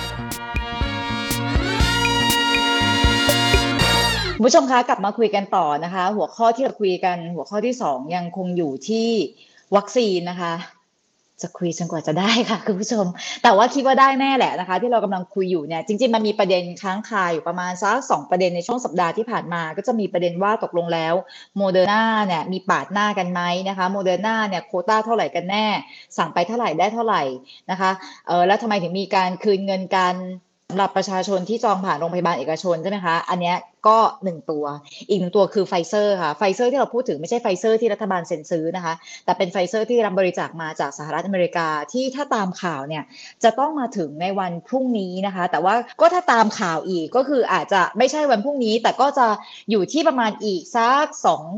[SPEAKER 2] คุณผู้ชมคะกลับมาคุยกันต่อนะคะหัวข้อที่เราคุยกันหัวข้อที่2ยังคงอยู่ที่วัคซีนนะคะจะคุยจนกว่าจะได้ค่ะคุณผู้ชมแต่ว่าคิดว่าได้แน่แหละนะคะที่เรากำลังคุยอยู่เนี่ยจริงๆมันมีประเด็นค้างคาอยู่ประมาณสัก2ประเด็นในช่วงสัปดาห์ที่ผ่านมาก็จะมีประเด็นว่าตกลงแล้วโมเดอร์นาเนี่ยมีปาดหน้ากันไหมนะคะโมเดอร์นาเนี่ยโควต้าเท่าไหร่กันแน่สั่งไปเท่าไหร่ได้เท่าไหร่นะคะแล้วทำไมถึงมีการคืนเงินกันสำหรับประชาชนที่จองผ่านโรงพยาบาลเอกชนใช่ไหมคะอันนี้ก็1ตัวอีก1ตัวคือไฟเซอร์ค่ะไฟเซอร์ที่เราพูดถึงไม่ใช่ไฟเซอร์ที่รัฐบาลเซ็นซื้อนะคะแต่เป็นไฟเซอร์ที่รับบริจาคมาจากสหรัฐอเมริกาที่ถ้าตามข่าวเนี่ยจะต้องมาถึงในวันพรุ่งนี้นะคะแต่ว่าก็ถ้าตามข่าวอีกก็คืออาจจะไม่ใช่วันพรุ่งนี้แต่ก็จะอยู่ที่ประมาณอีกสัก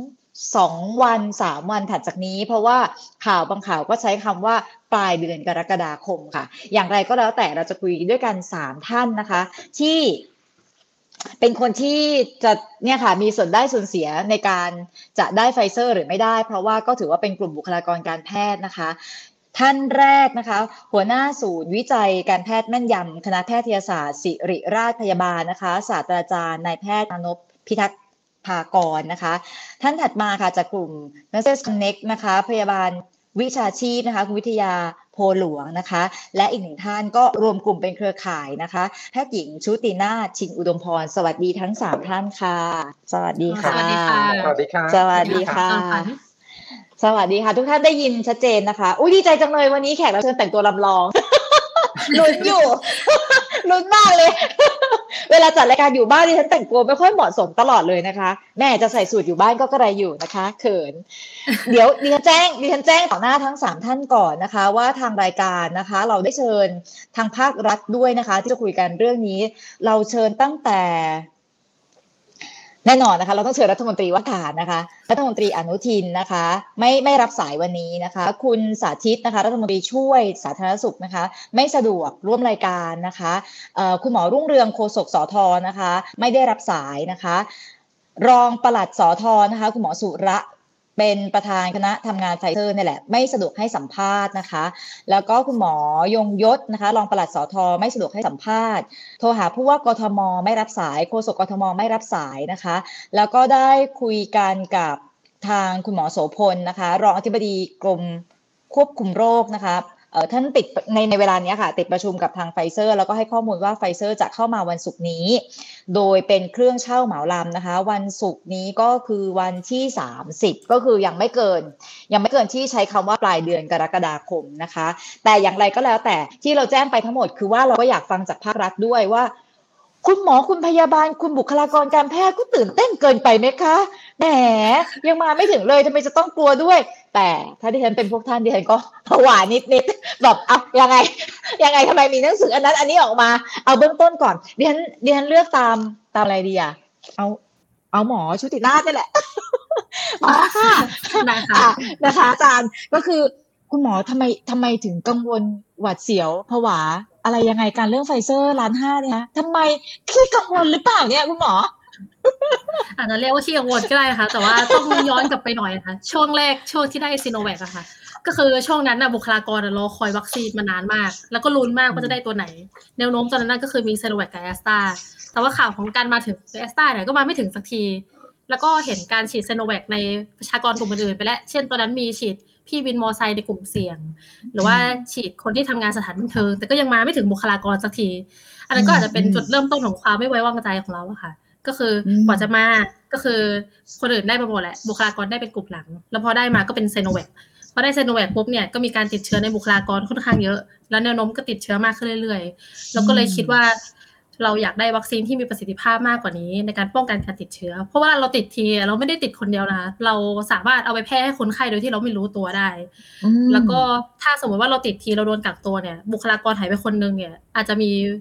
[SPEAKER 2] 2 วัน3 วันถัดจากนี้เพราะว่าข่าวบางข่าวก็ใช้คำว่าปลายเดือนกรกฎาคมค่ะอย่างไรก็แล้วแต่เราจะคุยด้วยกัน3ท่านนะคะที่เป็นคนที่จะเนี่ยค่ะมีส่วนได้ส่วนเสียในการจะได้ไฟเซอร์หรือไม่ได้เพราะว่าก็ถือว่าเป็นกลุ่มบุคลากรการแพทย์นะคะท่านแรกนะคะหัวหน้าศูนย์วิจัยการแพทย์แม่นยำคณะแพทยศาสตร์ศิริราชพยาบาลนะคะศาสตราจารย์นายแพทย์มานพพิทักษ์ภากรนะคะท่านถัดมาค่ะจากกลุ่ม Nurses Connect นะคะพยาบาลวิชาชีพนะคะคุณวิทยาโพหลวงนะคะและอีก1ท่านก็รวมกลุ่มเป็นเครือข่ายนะคะแพทย์หญิงชุตินาถชินอุดมพรสวัสดีทั้ง3ท่านค่ะสวัสดีค่ะ
[SPEAKER 4] สวัสดีค่ะ
[SPEAKER 2] สวัสดีค่ะสวัสดีค่ะสวัสดีค่ะทุกท่านได้ยินชัดเจนนะคะอุ้ยดีใจจังเลยวันนี้แขกรับเชิญแต่งตัวลำลองลุ้นอยู่ลุ้นมากเลยเวลาจัดรายการอยู่บ้านดิฉันแต่งตัวไม่ค่อยเหมาะสมตลอดเลยนะคะแม่จะใส่สูทอยู่บ้านก็กระไรอยู่นะคะเขินเดี๋ยวดิฉันแจ้งต่อหน้าทั้ง3ท่านก่อนนะคะว่าทางรายการนะคะเราได้เชิญทางภาครัฐด้วยนะคะที่จะคุยกันเรื่องนี้เราเชิญตั้งแต่แน่นอนนะคะเราต้องเชิญรัฐมนตรีว่าการนะคะรัฐมนตรีอนุทินนะคะไม่รับสายวันนี้นะคะคุณสาธิตนะคะรัฐมนตรีช่วยสาธารณสุขนะคะไม่สะดวกร่วมรายการนะคะคุณหมอรุ่งเรืองโฆษกสธนะคะไม่ได้รับสายนะคะรองปลัดสธนะคะคุณหมอสุระเป็นประธานคณะทำงานไฟเซอร์นี่แหละไม่สะดวกให้สัมภาษณ์นะคะแล้วก็คุณหมอยงยศนะคะรองปลัดสธไม่สะดวกให้สัมภาษณ์โทรหาผู้ว่ากทมไม่รับสายโฆษกกทมไม่รับสายนะคะแล้วก็ได้คุยกันกับทางคุณหมอโสพลนะคะรองอธิบดีกรมควบคุมโรคนะคะท่านติดในเวลานี้ค่ะติดประชุมกับทางไฟเซอร์แล้วก็ให้ข้อมูลว่าไฟเซอร์จะเข้ามาวันศุกร์นี้โดยเป็นเครื่องเช่าเหมาลำนะคะวันศุกร์นี้ก็คือวันที่30ก็คือยังไม่เกินที่ใช้คำว่าปลายเดือนกรกฎาคมนะคะแต่อย่างไรก็แล้วแต่ที่เราแจ้งไปทั้งหมดคือว่าเราก็อยากฟังจากภาครัฐด้วยว่าคุณหมอคุณพยาบาลคุณบุคลากรการแพทย์ก็ตื่นเต้นเกินไปไหมคะแหมยังมาไม่ถึงเลยทำไมจะต้องกลัวด้วยแต่ถ้าดิฉันเป็นพวกท่านดิฉันก็ผวานิดแบบเอายังไงทำไมมีหนังสืออันนั้นอันนี้ออกมาเอาเบื้องต้นก่อนดิฉันเลือกตามอะไรดีอ่ะเอาหมอชุตินาถนี่แหละหมอค่ะนะคะอาจารย์ก็คือคุณหมอทำไมถึงกังวลหวาดเสียวผวาอะไรยังไงการเรื่องไฟเซอร์1.5 เนี่ยทำไมขี้กังวลหรือเปล่าเนี่ยคุณหมอ
[SPEAKER 4] อาจจะเรียกว่าขี้กังวลก็ได้ค่ะแต่ว่าต้องย้อนกลับไปหน่อยนะคะช่วงที่ได้ซิโนแวคอะค่ะก็คือช่วงนั้นน่ะบุคลากรรอคอยวัคซีนมานานมากแล้วก็ลุ้นมากว่าจะได้ตัวไหนแนวโน้มตอนนั้นก็คือมีซิโนแวคกับแอสตราแต่ว่าข่าวของการมาถึงแอสตราเนี่ยก็มาไม่ถึงสักทีแล้วก็เห็นการฉีดซิโนแวคในประชากรกลุ่มอื่นๆไปแล้วเช่นตอนนั้นมีฉีดพี่วินมอไซค์ในกลุ่มเสี่ยงหรือว่าฉีดคนที่ทำงานสถานบันเทิงแต่ก็ยังมาไม่ถึงบุคลากรสักทีอันนั้นก็อาจจะเป็นจุดเริ่มต้นของความไม่ไว้วางใจของเราอะค่ะก็คือกว่าจะมาก็คือคนอื่นได้มาหมดแหละบุคลากรได้เป็นกลุ่มหลังแล้วพอได้มาก็เป็นไซโนแวคพอได้ไซโนแวคปุ๊บเนี่ยก็มีการติดเชื้อในบุคลากรค่อนข้างเยอะแล้วแนวโน้มก็ติดเชื้อมากขึ้นเรื่อยๆเราก็เลยคิดว่าเราอยากได้วัคซีนที่มีประสิทธิภาพมากกว่านี้ในการป้องกันการติดเชื้อเพราะว่าเราติดทีเราไม่ได้ติดคนเดียวนะคะเราสามารถเอาไปแพร่ให้คนไข้โดยที่เราไม่รู้ตัวได้แล้วก็ถ้าสมมติว่าเราติดทีเราโดนกักตัวเนี่ยบุคลากรหายไปคนนึงเนี่ยอาจจะมี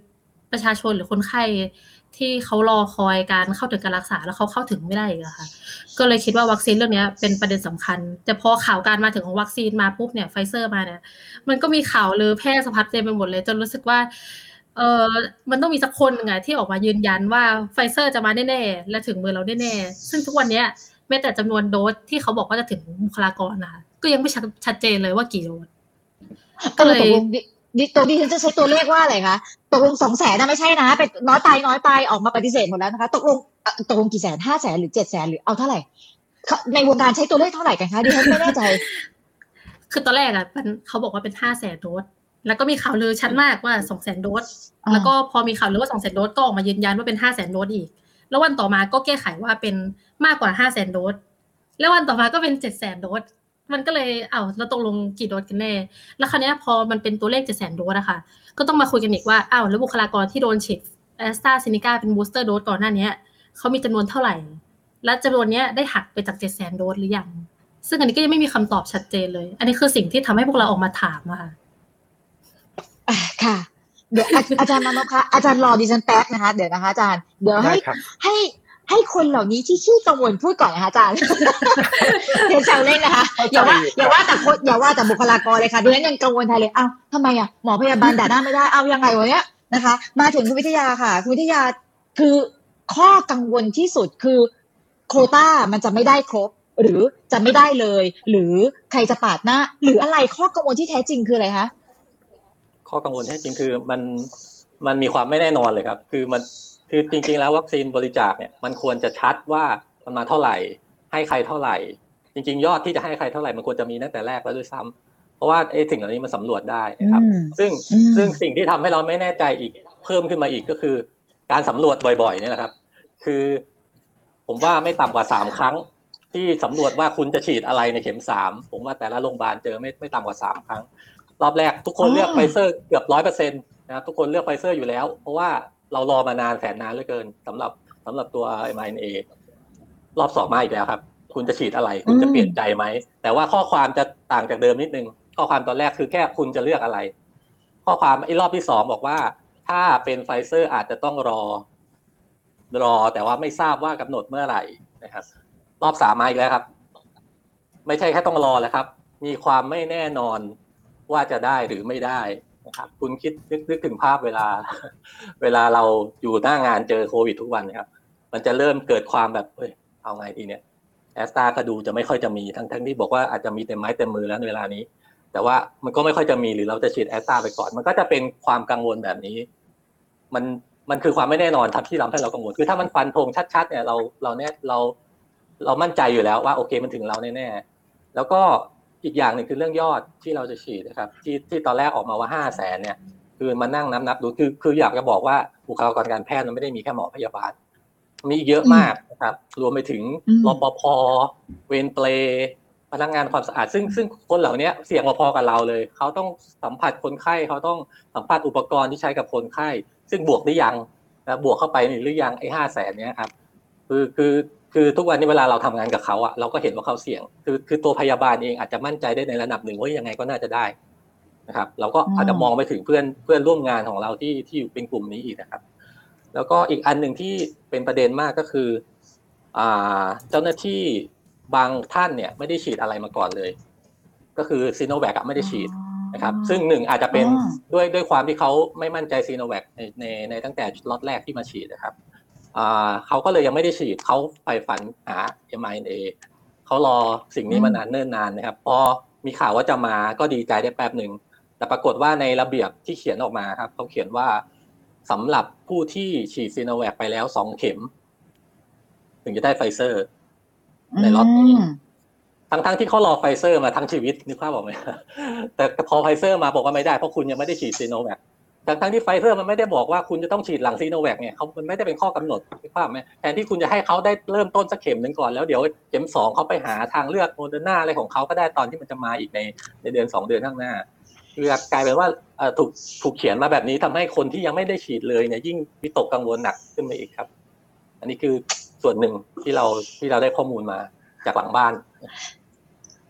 [SPEAKER 4] ประชาชนหรือคนไข้ที่เขารอคอยการเข้าถึงการรักษาแล้วเขาเข้าถึงไม่ได้อีกอะค่ะก็เลยคิดว่าวัคซีนเรื่องนี้เป็นประเด็นสำคัญแต่พอข่าวการมาถึงของวัคซีนมาปุ๊บเนี่ยไฟเซอร์มาเนี่ยมันก็มีข่าวลือแพร่สะพัดเต็มไปหมดเลยจนรู้สึกว่ามันต้องมีสักคนหนึ่งอะที่ออกมายืนยันว่าไฟเซอร์จะมาแน่ๆและถึงมือเราแน่ๆซึ่งทุกวันนี้แม้แต่จำนวนโดสที่เขาบอกว่าจะถึงบุคลากรนะคะก็ยังไม่ชัดเจนเลยว่ากี่โดสก็เลย
[SPEAKER 2] ตกลงตัวดิฉันจะใช้ตัวเลขว่าอะไรคะตกลง200,000นะไม่ใช่นะเป็นน้อยไปออกมาปฏิเสธหมดแล้วนะคะตกลงกี่แสน500,000หรือ700,000หรือเอาเท่าไหร่ในวงการใช้ตัวเลขเท่าไหร่กันคะดิฉันไม่แน่ใจ
[SPEAKER 4] คือตอนแรกเขาบอกว่าเป็น500,000 โดสแล้วก็มีข่าวลือชัดมากว่า200,000 โดสแล้วก็พอมีข่าวลือว่า200,000 โดสก็ออกมายืนยันว่าเป็น500,000 โดสอีกแล้ววันต่อมาก็แก้ไขว่าเป็นมากกว่า500,000 โดสแล้ววันต่อมาก็เป็น700,000 โดสมันก็เลยแล้วตกลงกี่โดสกันแน่แล้วคราวนี้พอมันเป็นตัวเลข700,000 โดสอะค่ะก็ต้องมาคุยกันอีกว่าแล้วบุคลากรที่โดนฉีดแอสตราเซเนกาเป็นบูสเตอร์โดสก่อนหน้านี้เขามีจำนวนเท่าไหร่และจำนวนนี้ได้หักไปจาก700,000 โดสหรือยังซึ่งอันนี้ก็ยังไม่มีคำตอบชัดเจนเลยอันนี้คือสิ่งที่ทำให้พวกเราออกมาถามอะค่ะ
[SPEAKER 2] ค่ะเดี๋ยวอาจารย์มานพคะอาจารย์รอดิฉันแป๊บนะคะเดี๋ยวนะคะอาจารย์เดี๋ยวให้คนเหล่านี้ที่ขี้กังวลพูดก่อนนะคะอาจารย์เดี๋ยวแซวเล่นนะคะอย่าว่าแต่บุคลากรเลยค่ะดิฉันยังกังวลแทนเลยทำไมหมอพยาบาลด่าหน้าไม่ได้ยังไงวะเนี้ยนะคะมาถึงคุณวิทยาค่ะคุณวิทยาคือข้อกังวลที่สุดคือโควต้ามันจะไม่ได้ครบหรือจะไม่ได้เลยหรือใครจะปาดหน้าหรืออะไรข้อกังวลที่แท้จริงคืออะไรคะ
[SPEAKER 5] ข้อกังวลแท้จริงคือมันมีความไม่แน่นอนเลยครับคือจริงๆแล้ววัคซีนบริจาคเนี่ยมันควรจะชัดว่ามันมาเท่าไหร่ให้ใครเท่าไหร่จริงๆยอดที่จะให้ใครเท่าไหร่มันควรจะมีตั้งแต่แรกแล้วด้วยซ้ำเพราะว่าสิ่งเหล่านี้มันสำรวจได้นะครับซึ่งสิ่งที่ทำให้เราไม่แน่ใจอีกเพิ่มขึ้นมาอีกก็คือการสำรวจบ่อยๆนี่แหละครับคือผมว่าไม่ต่ำกว่า3ครั้งที่สำรวจว่าคุณจะฉีดอะไรในเข็ม3ผมว่าแต่ละโรงพยาบาลเจอไม่ต่ำกว่า3ครั้งรอบแรกทุกคนเลือกไฟเซอร์เกือบ 100% นะครับทุกคนเลือกไฟเซอร์อยู่แล้วเพราะว่าเรารอมานานแสนนานเหลือเกินสำหรับตัว mRNA รอบ2มาอีกแล้วครับคุณจะฉีดอะไรคุณจะเปลี่ยนใจไหมแต่ว่าข้อความจะต่างจากเดิมนิดนึงข้อความตอนแรกคือแค่คุณจะเลือกอะไรข้อความรอบที่2บอกว่าถ้าเป็นไฟเซอร์อาจจะต้องรอแต่ว่าไม่ทราบว่ากำหนดเมื่อไหร่นะครับรอบ3มาอีกแล้วครับไม่ใช่แค่ต้องรอแล้วครับมีความไม่แน่นอนว่าจะได้หรือไม่ได้นะครับคุณคิดนึกถึงภาพเวลาเราอยู่หน้างานเจอโควิดทุกวันนะครับมันจะเริ่มเกิดความแบบเอาไงทีเนี้ยแอสตราก็ดูจะไม่ค่อยจะมีทั้งที่บอกว่าอาจจะมีเต็มไม้เต็มมือแล้วในเวลานี้แต่ว่ามันก็ไม่ค่อยจะมีหรือเราจะฉีดแอสตราไปก่อนมันก็จะเป็นความกังวลแบบนี้มันคือความไม่แน่นอนครับที่ทำให้เรากังวลคือถ้ามันฟันธงชัดๆเนี่ยเรามั่นใจอยู่แล้วว่าโอเคมันถึงเราแน่ๆแล้วก็อีกอย่างหนึ่งคือเรื่องยอดที่เราจะฉีดนะครับที่ตอนแรกออกมาว่า500,000เนี่ยคือมานั่งนับดูคืออยากจะบอกว่าบุคลากรการแพทย์มันไม่ได้มีแค่หมอพยาบาลมีเยอะมากนะครับรวมไปถึงรปภ.เวรเปรย์พนักงานความสะอาดซึ่งคนเหล่านี้เสี่ยงพอๆกับเราเลยเขาต้องสัมผัสคนไข้เขาต้องสัมผัสอุปกรณ์ที่ใช้กับคนไข้ซึ่งบวกได้ยังบวกเข้าไปหรือยังไอ้500,000เนี้ยครับคือทุกวันนี้เวลาเราทำงานกับเขาเราก็เห็นว่าเขาเสี่ยงคือตัวพยาบาลเองอาจจะมั่นใจได้ในระดับหนึ่งว่ายังไงก็น่าจะได้นะครับเราก็อาจจะมองไปถึงเพื่อนร่วมงานของเราที่อยู่เป็นกลุ่มนี้อีกนะครับแล้วก็อีกอันหนึ่งที่เป็นประเด็นมากก็คือเจ้าหน้าที่บางท่านเนี่ยไม่ได้ฉีดอะไรมาก่อนเลยก็คือซีโนแวคไม่ได้ฉีดนะครับซึ่งอาจจะเป็นด้วยความที่เขาไม่มั่นใจซีโนแวคในตั้งแต่ล็อตแรกที่มาฉีดนะครับเขาก็เลยยังไม่ได้ฉีดเขาไปฝันหา mRNA เขารอสิ่งนี้มานานเนิ่นนานนะครับพอมีข่าวว่าจะมาก็ดีใจได้แป๊บหนึ่งแต่ปรากฏว่าในระเบียบที่เขียนออกมาครับเขาเขียนว่าสำหรับผู้ที่ฉีดซีโนแวคไปแล้ว2 เข็มถึงจะได้ไฟเซอร์ในล็อตนี้ทั้งที่เขารอไฟเซอร์มาทั้งชีวิตนึกภาพออกไหมแต่พอไฟเซอร์มาบอกว่าไม่ได้เพราะคุณยังไม่ได้ฉีดซีโนแวคทั้งที่ไฟเซอร์มันไม่ได้บอกว่าคุณจะต้องฉีดหลังซีโนแวคเนี่ยมันไม่ได้เป็นข้อกำหนดนึกภาพไหมแทนที่คุณจะให้เขาได้เริ่มต้นสักเข็มนึงก่อนแล้วเดี๋ยวเข็ม2เขาไปหาทางเลือกโมเดอร์นาอะไรของเขาก็ได้ตอนที่มันจะมาอีกในเดือน2 เดือนข้างหน้าคือกลายเป็นว่าถูกเขียนมาแบบนี้ทำให้คนที่ยังไม่ได้ฉีดเลยเนี่ยยิ่งวิตกกังวลหนักขึ้นไปอีกครับอันนี้คือส่วนหนึ่งที่เราได้ข้อมูลมาจากหลังบ้าน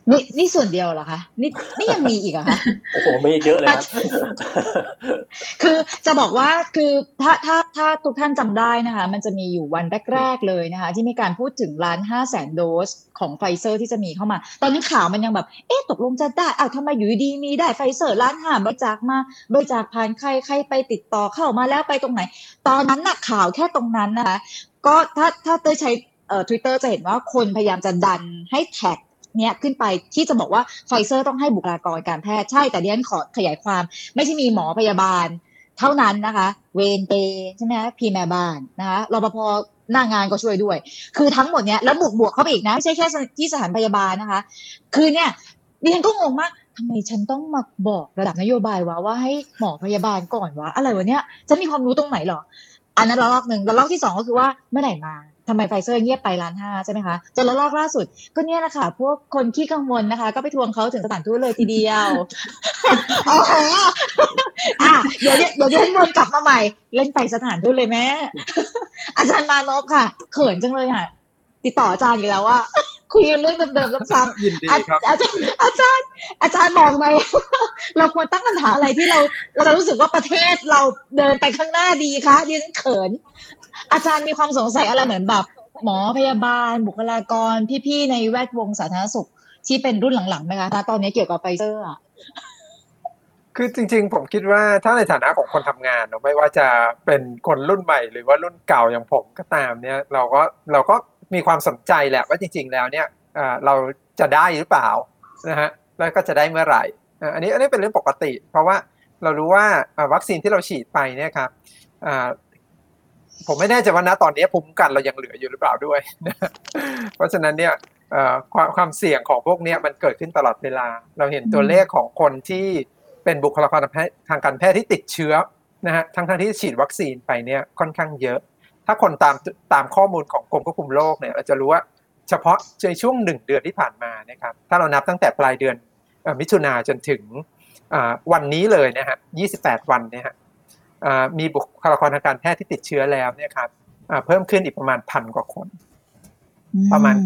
[SPEAKER 2] นี่ส่วนเดียวเหรอคะนี่ยังมีอีกเหรอคะ
[SPEAKER 5] โอ้โหมีเยอะเลยครับ
[SPEAKER 2] คือจะบอกว่าคือถ้าทุกท่านจำได้นะคะมันจะมีอยู่วันแรกๆเลยนะคะที่มีการพูดถึง1,500,000 โดสของไฟเซอร์ที่จะมีเข้ามาตอนนั้นข่าวมันยังแบบตกลงจะได้ทำไมอยู่ดีมีได้ไฟเซอร์1,500,000บริจาคมาบริจาคผ่านใครไปติดต่อเข้ามาแล้วไปตรงไหนตอนนั้นน่ะข่าวแค่ตรงนั้นนะคะก็ถ้าเต้ยใช้Twitter จะเห็นว่าคนพยายามจะดันให้แท็กเนี้ยขึ้นไปที่จะบอกว่าไฟเซอร์ต้องให้บุคลากรการแพทย์ใช่แต่ดิฉันขอขยายความไม่ใช่มีหมอพยาบาลเท่านั้นนะคะเวรเปย์ใช่ไหมคะพี่แม่บ้านนะคะรปภหน้างานก็ช่วยด้วยคือทั้งหมดเนี้ยแล้วบวกเข้าไปอีกนะไม่ใช่แค่ที่สถานพยาบาลนะคะคือเนี่ยดิฉันก็งงมากทำไมฉันต้องมาบอกระดับนโยบายวะว่าให้หมอพยาบาลก่อนวะอะไรวะเนี่ยฉันมีความรู้ตรงไหนหรออันนั้นระลอกหนึ่งระลอกที่สองก็คือว่าเมื่อไหร่มาทำไมไฟเซอร์เงียบไป1,500,000ใช่ไหมคะจนระลอกล่าสุดก็เนี่ยแหละค่ะพวกคนขี้กังวลนะคะก็ไปทวงเขาถึงสถานทูตเลยทีเดียวโอ้โหเดี๋ยววนกลับมาใหม่เล่นไปสถานทูตเลยแม่อาจารย์มานพค่ะเขินจังเลยค่ะติดต่ออาจารย์อยู่แล้วว่าคุยกันเรื่องเดิมๆซ้ำ
[SPEAKER 6] ยินดีครับ
[SPEAKER 2] อาจารย์บอกไหมเราควรตั้งคำถามอะไรที่เราจะรู้สึกว่าประเทศเราเดินไปข้างหน้าดีคะดิฉันเขินอาจารย์มีความสงสัยอะไรเหมือนแบบหมอพยาบาลบุคลากรพี่ๆในแวดวงสาธารณสุขที่เป็นรุ่นหลังๆไหมคะตอนนี้เกี่ยวกับไฟเซอร์
[SPEAKER 6] คือจริงๆผมคิดว่าถ้าในฐานะของคนทำงานไม่ว่าจะเป็นคนรุ่นใหม่หรือว่ารุ่นเก่าอย่างผมก็ตามเนี่ยเราก็มีความสนใจแหละว่าจริงๆแล้วเนี่ยเราจะได้หรือเปล่านะฮะแล้วก็จะได้เมื่อไหร่อันนี้เป็นเรื่องปกติเพราะว่าเรารู้ว่าวัคซีนที่เราฉีดไปเนี่ยครับผมไม่แน่ใจว่าณตอนนี้ภูมิคุ้มกันเรายังเหลืออยู่หรือเปล่าด้วยเพราะฉะนั้นเนี่ยความเสี่ยงของพวกนี้มันเกิดขึ้นตลอดเวลาเราเห็นตัวเลขของคนที่เป็นบุคลากรทางการแพทย์ที่ติดเชื้อนะฮะทั้งที่ฉีดวัคซีนไปเนี่ยค่อนข้างเยอะถ้าคนตามข้อมูลของกรมควบคุมโรคเนี่ยเราจะรู้ว่าเฉพาะในช่วง1เดือนที่ผ่านมานะครับถ้าเรานับตั้งแต่ปลายเดือนมิถุนายนจนถึงวันนี้เลยนะฮะ28วันเนี่ยฮะมีบุคลากรทางการแพทย์ที่ติดเชื้อแล้วเนี่ยครับเพิ่มขึ้นอีกประมาณ1,000 กว่าคนประมาณ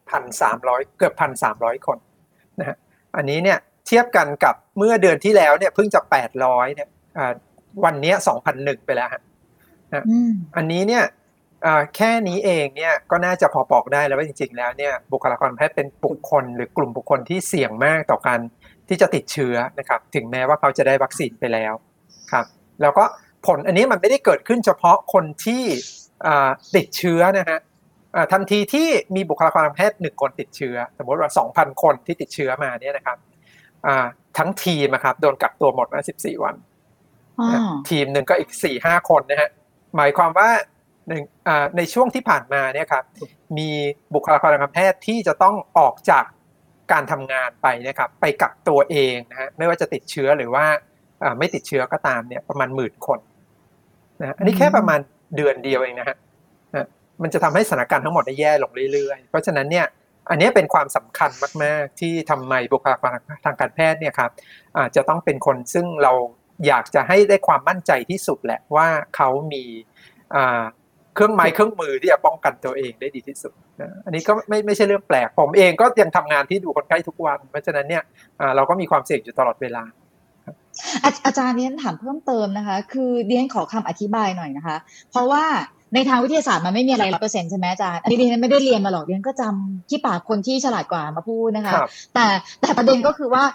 [SPEAKER 6] 1,300เกือบ 1,300 คนนะฮะอันนี้เนี่ยเทียบกันกับเมื่อเดือนที่แล้วเนี่ยเพิ่งจะ800เนี่ยวันนี้ 2,001 ไปแล้วฮะอันนี้เนี่ยแค่นี้เองเนี่ยก็น่าจะพอบอกได้แล้วว่าจริงๆแล้วเนี่ยบุคลากรแพทย์เป็นบุคคลหรือกลุ่มบุคคลที่เสี่ยงมากต่อการที่จะติดเชื้อนะครับถึงแม้ว่าเขาจะได้วัคซีนไปแล้วครับแล้วก็ผลอันนี้มันไม่ได้เกิดขึ้นเฉพาะคนที่ติดเชื้อนะฮะทันทีที่มีบุคลากรทางการแพทย์1คนติดเชื้อสมมติว่า 2,000 คนที่ติดเชื้อมาเนี่ยนะครับทั้งทีมนะครับโดนกักตัวหมดมา14 วันทีมหนึ่งก็อีก 4-5 คนนะฮะหมายความว่าในช่วงที่ผ่านมาเนี่ยครับมีบุคลากรทางการแพทย์ที่จะต้องออกจากการทำงานไปนะครับไปกักตัวเองนะฮะไม่ว่าจะติดเชื้อหรือว่าไม่ติดเชื้อก็ตามเนี่ยประมาณ10,000 คนนะอันนี้แค่ประมาณเดือนเดียวเองนะฮะมันจะทำให้สถานการณ์ทั้งหมดได้แย่ลงเรื่อยๆเพราะฉะนั้นเนี่ยอันนี้เป็นความสำคัญมากๆที่ทำไมบุคลากรทางการแพทย์เนี่ยครับจะต้องเป็นคนซึ่งเราอยากจะให้ได้ความมั่นใจที่สุดแหละว่าเขามีเครื่องไม้เครื่องมือที่จะป้องกันตัวเองได้ดีที่สุดนะอันนี้ก็ไม่ใช่เรื่องแปลกผมเองก็ยังทำงานที่ดูคนไข้ทุกวันเพราะฉะนั้นเนี่ยเราก็มีความเสี่ยงอยู่ตลอดเวลา
[SPEAKER 2] อาจารย์ดิฉันถามเพิ่มเติมนะคะคือดิฉันขอคำอธิบายหน่อยนะคะเพราะว่าในทางวิทยาศาสตร์มันไม่มีอะไร 100% ใช่ไหมอาจารย์อันนี้ดิฉันไม่ได้เรียนมาหรอกดิฉันก็จำที่ปากคนที่ฉลาดกว่ามาพูดนะคะแต่ประเด็นก็คือว่า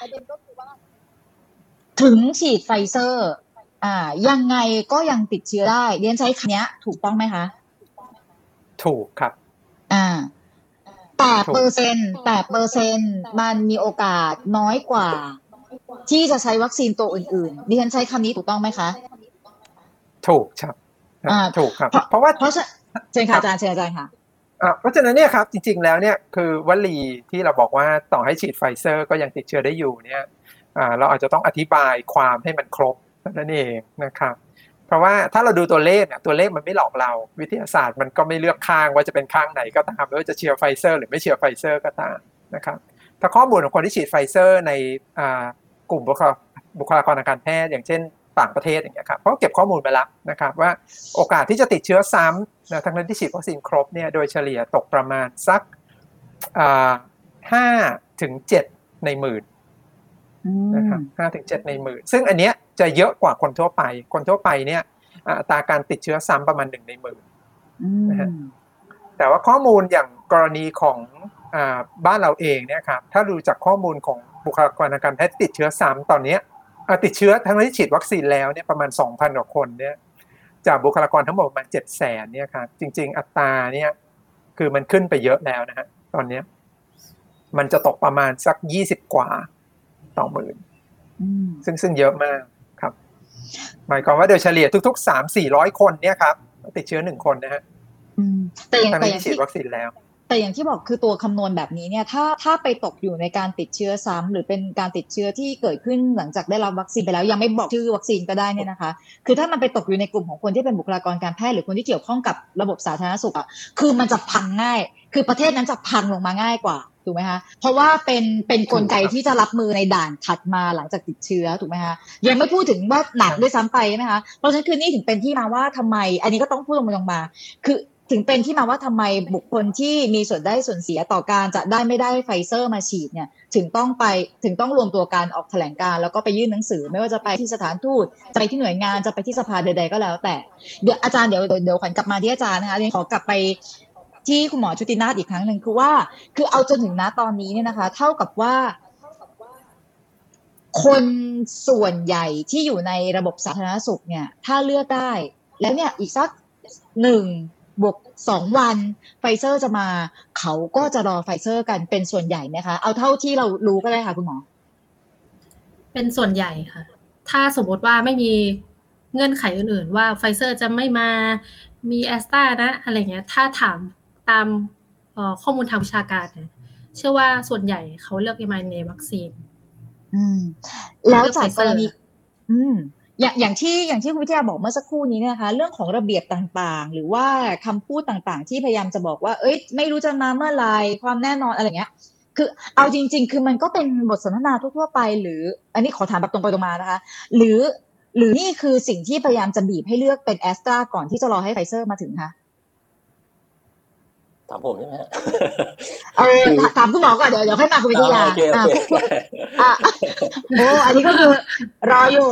[SPEAKER 2] ถึงฉีดไฟเซอร์ยังไงก็ยังติดเชื้อได้ดิฉันใช้คำนี้ถูกต้องไหมคะ
[SPEAKER 6] ถูกครับ
[SPEAKER 2] แต่เปอร์เซ็นต์มันมีโอกาสน้อยกว่าที่จะใช้วัคซีนตัวอื่นๆดิฉันใช้คำนี้ถูกต้องไหมคะ
[SPEAKER 6] ถูกครับถูกครับเพราะ
[SPEAKER 2] เชิญค่ะอาจารย์ค่ะ
[SPEAKER 6] เพราะฉะนั้นเนี่ยครับจริงๆแล้วเนี่ยคือวลีที่เราบอกว่าต่อให้ฉีดไฟเซอร์ก็ยังติดเชื้อได้อยู่เนี่ยเราอาจจะต้องอธิบายความให้มันครบนั่นเองนะครับเพราะว่าถ้าเราดูตัวเลขเนี่ยตัวเลขมันไม่หลอกเราวิทยาศาสตร์มันก็ไม่เลือกข้างว่าจะเป็นข้างไหนก็ตามไม่ว่าจะเชียร์ไฟเซอร์หรือไม่เชียร์ไฟเซอร์ก็ตามนะครับถ้าข้อมูลของคนที่ฉีดไฟเซอร์ในกลุ่มบุคลากรทางการแพทย์อย่างเช่นต่างประเทศอย่างเงี้ยครับเขาเก็บข้อมูลมาแล้วนะครับว่าโอกาสที่จะติดเชื้อซ้ำนะทั้งนั้นที่ฉีดวัคซีนครบเนี่ยโดยเฉลี่ยตกประมาณสัก5 ถึงในหมื่น
[SPEAKER 2] อืม
[SPEAKER 6] นะครับ5 ถึง 7ในหมื่นซึ่งอันเนี้ยจะเยอะกว่าคนทั่วไปเนี่ยอัตราการติดเชื้อซ้ำประมาณ1ในหมื่น นะฮะ แต่ว่าข้อมูลอย่างกรณีของบ้านเราเองเนี่ยครับถ้าดูจากข้อมูลของบุคลากรทางการแพทย์ติดเชื้อซ้ำตอนนี้ติดเชื้อทั้งที่ฉีดวัคซีนแล้วเนี่ยประมาณ 2,000 กว่าคนเนี่ยจากบุคลากรทั้งหมดประมาณ 700,000 เนี่ยครับจริงๆอัตราเนี่ยคือมันขึ้นไปเยอะแล้วนะฮะตอนนี้มันจะตกประมาณสัก20 กว่าต่อหมื่นซึ่งเยอะมากครับหมายความว่าโดยเฉลี่ยทุกๆ 300-400 คนเนี่ยครับติดเชื้อ1คนนะฮะ
[SPEAKER 2] แต่อย่าง
[SPEAKER 6] ที่ฉีดวัคซีนแล้ว
[SPEAKER 2] แต่อย่างที่บอกคือตัวคำนวณแบบนี้เนี่ยถ้าไปตกอยู่ในการติดเชื้อซ้ำหรือเป็นการติดเชื้อที่เกิดขึ้นหลังจากได้รับวัคซีนไปแล้วยังไม่บอกชื่อวัคซีนก็ได้เนี่ยนะคะคือถ้ามันไปตกอยู่ในกลุ่มของคนที่เป็นบุคลากรการแพทย์หรือคนที่เกี่ยวข้องกับระบบสาธารณสุขคือมันจะพังง่ายคือประเทศนั้นจะพังลงมาง่ายกว่าถูกไหมคะเพราะว่าเป็นกลไกที่จะรับมือในด่านถัดมาหลังจากติดเชื้อถูกไหมคะยังไม่พูดถึงว่าหนักด้วยซ้ำไปใช่ไหมคะเพราะฉะนั้นคือนี่ถึงเป็นที่มาว่าทำไมอันนี้ก็ต้องพูดตรงมาคือถึงเป็นที่มาว่าทำไมบุคคลที่มีส่วนได้ส่วนเสียต่อการจะได้ไม่ได้ไฟเซอร์มาฉีดเนี่ยถึงต้องรวมตัวกันออกแถลงการณ์แล้วก็ไปยื่นหนังสือไม่ว่าจะไปที่สถานทูตจะไปที่หน่วยงานจะไปที่สภาใดๆก็แล้วแต่เดี๋ยวอาจารย์เดี๋ยวขวัญกลับมาที่อาจารย์นะคะขอกลับไปที่คุณหมอชุตินาถอีกครั้งหนึ่งคือเอาจนถึงณตอนนี้เนี่ยนะคะเท่ากับว่าคนส่วนใหญ่ที่อยู่ในระบบสาธารณสุขเนี่ยถ้าเลือกได้แล้วเนี่ยอีกสัก1-2 วันไฟเซอร์จะมาเขาก็จะรอไฟเซอร์กันเป็นส่วนใหญ่ไหมคะเอาเท่าที่เรารู้ก็ได้ค่ะคุณหมอ
[SPEAKER 4] เป็นส่วนใหญ่ค่ะถ้าสมมติว่าไม่มีเงื่อนไขอื่นๆว่าไฟเซอร์จะไม่มามีแอสตรานะอะไรเงี้ยถ้าถามตามข้อมูลทางวิชาการเนี่ยเชื่อว่าส่วนใหญ่เขาเลือก mRNA วัคซีน
[SPEAKER 2] แล้วจากกรณีอย่างที่คุณวิทยาบอกเมื่อสักครู่นี้นะคะเรื่องของระเบียบต่างๆหรือว่าคำพูดต่างๆที่พยายามจะบอกว่าเอ้ยไม่รู้จะมาเมื่อไหร่ความแน่นอนอะไรเงี้ยคือเอาจริงๆคือมันก็เป็นบทสนทนาทั่วๆไปหรืออันนี้ขอถามแบบตรงไปตรงมานะคะหรือนี่คือสิ่งที่พยายามจะบีบให้เลือกเป็นแอสตราก่อนที่จะรอให้ไฟเซอร์มาถึงคะ
[SPEAKER 5] ถามผมใช่ไหม
[SPEAKER 2] ถามคุณหมอก่อนเดี๋ยวค่อยมาคุณวิทยาโอ้อันนี้ก็คือรออยู่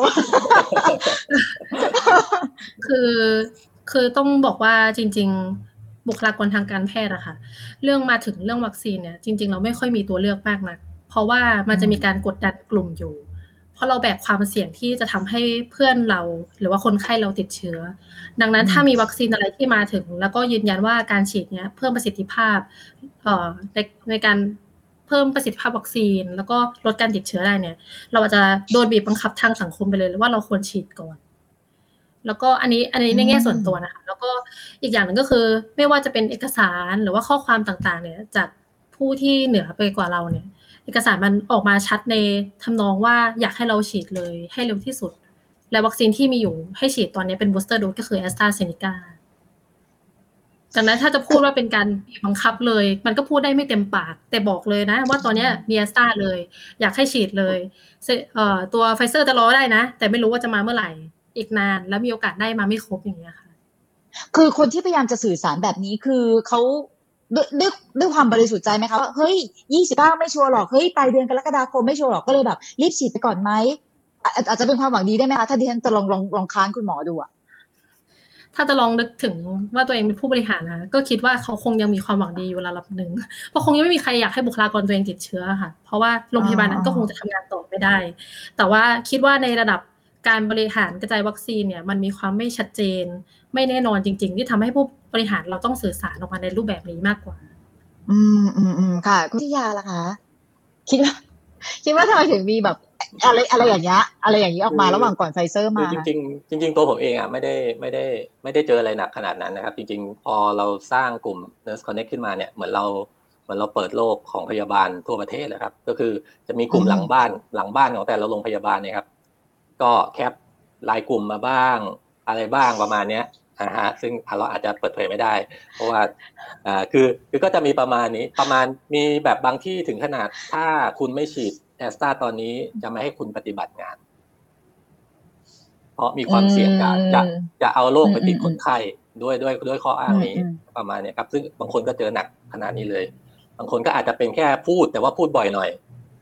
[SPEAKER 4] คือต้องบอกว่าจริงๆบุคลากรทางการแพทย์อะค่ะเรื่องมาถึงเรื่องวัคซีนเนี่ยจริงๆเราไม่ค่อยมีตัวเลือกมากนักเพราะว่ามันจะมีการกดดันกลุ่มอยู่เพราะเราแบกความเสี่ยงที่จะทำให้เพื่อนเราหรือว่าคนไข้เราติดเชื้อดังนั้นถ้ามีวัคซีนอะไรที่มาถึงแล้วก็ยืนยันว่าการฉีดเนี้ยเพิ่มประสิทธิภาพในการเพิ่มประสิทธิภาพวัคซีนแล้วก็ลดการติดเชื้อได้เนี่ยเราอาจจะโดนบีบบังคับทางสังคมไปเลยว่าเราควรฉีดก่อนแล้วก็อันนี้ในแง่ส่วนตัวนะคะแล้วก็อีกอย่างหนึ่งก็คือไม่ว่าจะเป็นเอกสารหรือว่าข้อความต่างๆเนี่ยจากผู้ที่เหนือไปกว่าเราเนี่ยเอกสารมันออกมาชัดในทำนองว่าอยากให้เราฉีดเลยให้เร็วที่สุดและวัคซีนที่มีอยู่ให้ฉีดตอนนี้เป็น booster dose ก็คือ AstraZeneca ดังนั้นถ้าจะพูดว่าเป็นการบังคับเลยมันก็พูดได้ไม่เต็มปากแต่บอกเลยนะว่าตอนนี้มี Astra เลยอยากให้ฉีดเลยตัว Pfizer จะรอได้นะแต่ไม่รู้ว่าจะมาเมื่อไหร่อีกนานแล้วมีโอกาสได้มาไม่ครบอย่างเงี้ยค่ะ
[SPEAKER 2] คือคนที่พยายามจะสื่อสารแบบนี้คือเขาด้วยความบริสุทธิ์ใจไหมคะว่าเฮ้ย29ไม่ชัวร์หรอกเฮ้ยปลายเดือนกรกฎาคมไม่ชัวร์หรอกก็เลยแบบรีบฉีดไปก่อนไหมอาจจะเป็นความหวังดีได้ไหมคะถ้าดิฉันจะลองค้านคุณหมอดูอะ
[SPEAKER 4] ถ้าจะลองนึกถึงว่าตัวเองเป็นผู้บริหารนะก็คิดว่าเขาคงยังมีความหวังดีอยู่ระดับหนึ่งเพราะคงยังไม่มีใครอยากให้บุคลากรตัวเองติดเชื้อค่ะเพราะว่าโรงพยาบาลนั้นก็คงจะทำงานต่อไม่ได้แต่ว่าคิดว่าในระดับการบริหารกระจายวัคซีนเนี่ยมันมีความไม่ชัดเจนไม่แน่นอนจริงๆที่ทำให้ผู้บริหารเราต้องสื่อสารออกมาในรูปแบบนี้มากกว่า
[SPEAKER 2] ค่ะคุณทิยาล่ะคะคิดว่าทำไมถึงมีแบบอะไรอย่างเงี้ยอะไรอย่างนี้ออกมาระหว่างก่อนไฟเซอร์มา
[SPEAKER 5] จริงตัวผมเองอ่ะไม่ได้เจออะไรหนักขนาดนั้นนะครับจริงๆพอเราสร้างกลุ่ม Nurse Connect ขึ้นมาเนี่ยเหมือนเราเปิดโลกของพยาบาลทั่วประเทศเลยครับก็คือจะมีกลุ่มหลังบ้านของแต่ละโรงพยาบาลเนี่ยครับก็แคปรายกลุ่มมาบ้างอะไรบ้างประมาณเนี้ยนะฮะซึ่งเราอาจจะเปิดเผยไม่ได้เพราะว่าคือก็จะมีประมาณนี้มีแบบบางที่ถึงขนาดถ้าคุณไม่ฉีดแอสตราตอนนี้จะไม่ให้คุณปฏิบัติงานเพราะมีความเสี่ยงจะเอาโรคไปติดคนไข้ด้วยข้ออ้างนี้ประมาณนี้ครับซึ่งบางคนก็เจอหนักขนาดนี้เลยบางคนก็อาจจะเป็นแค่พูดแต่ว่าพูดบ่อยหน่อย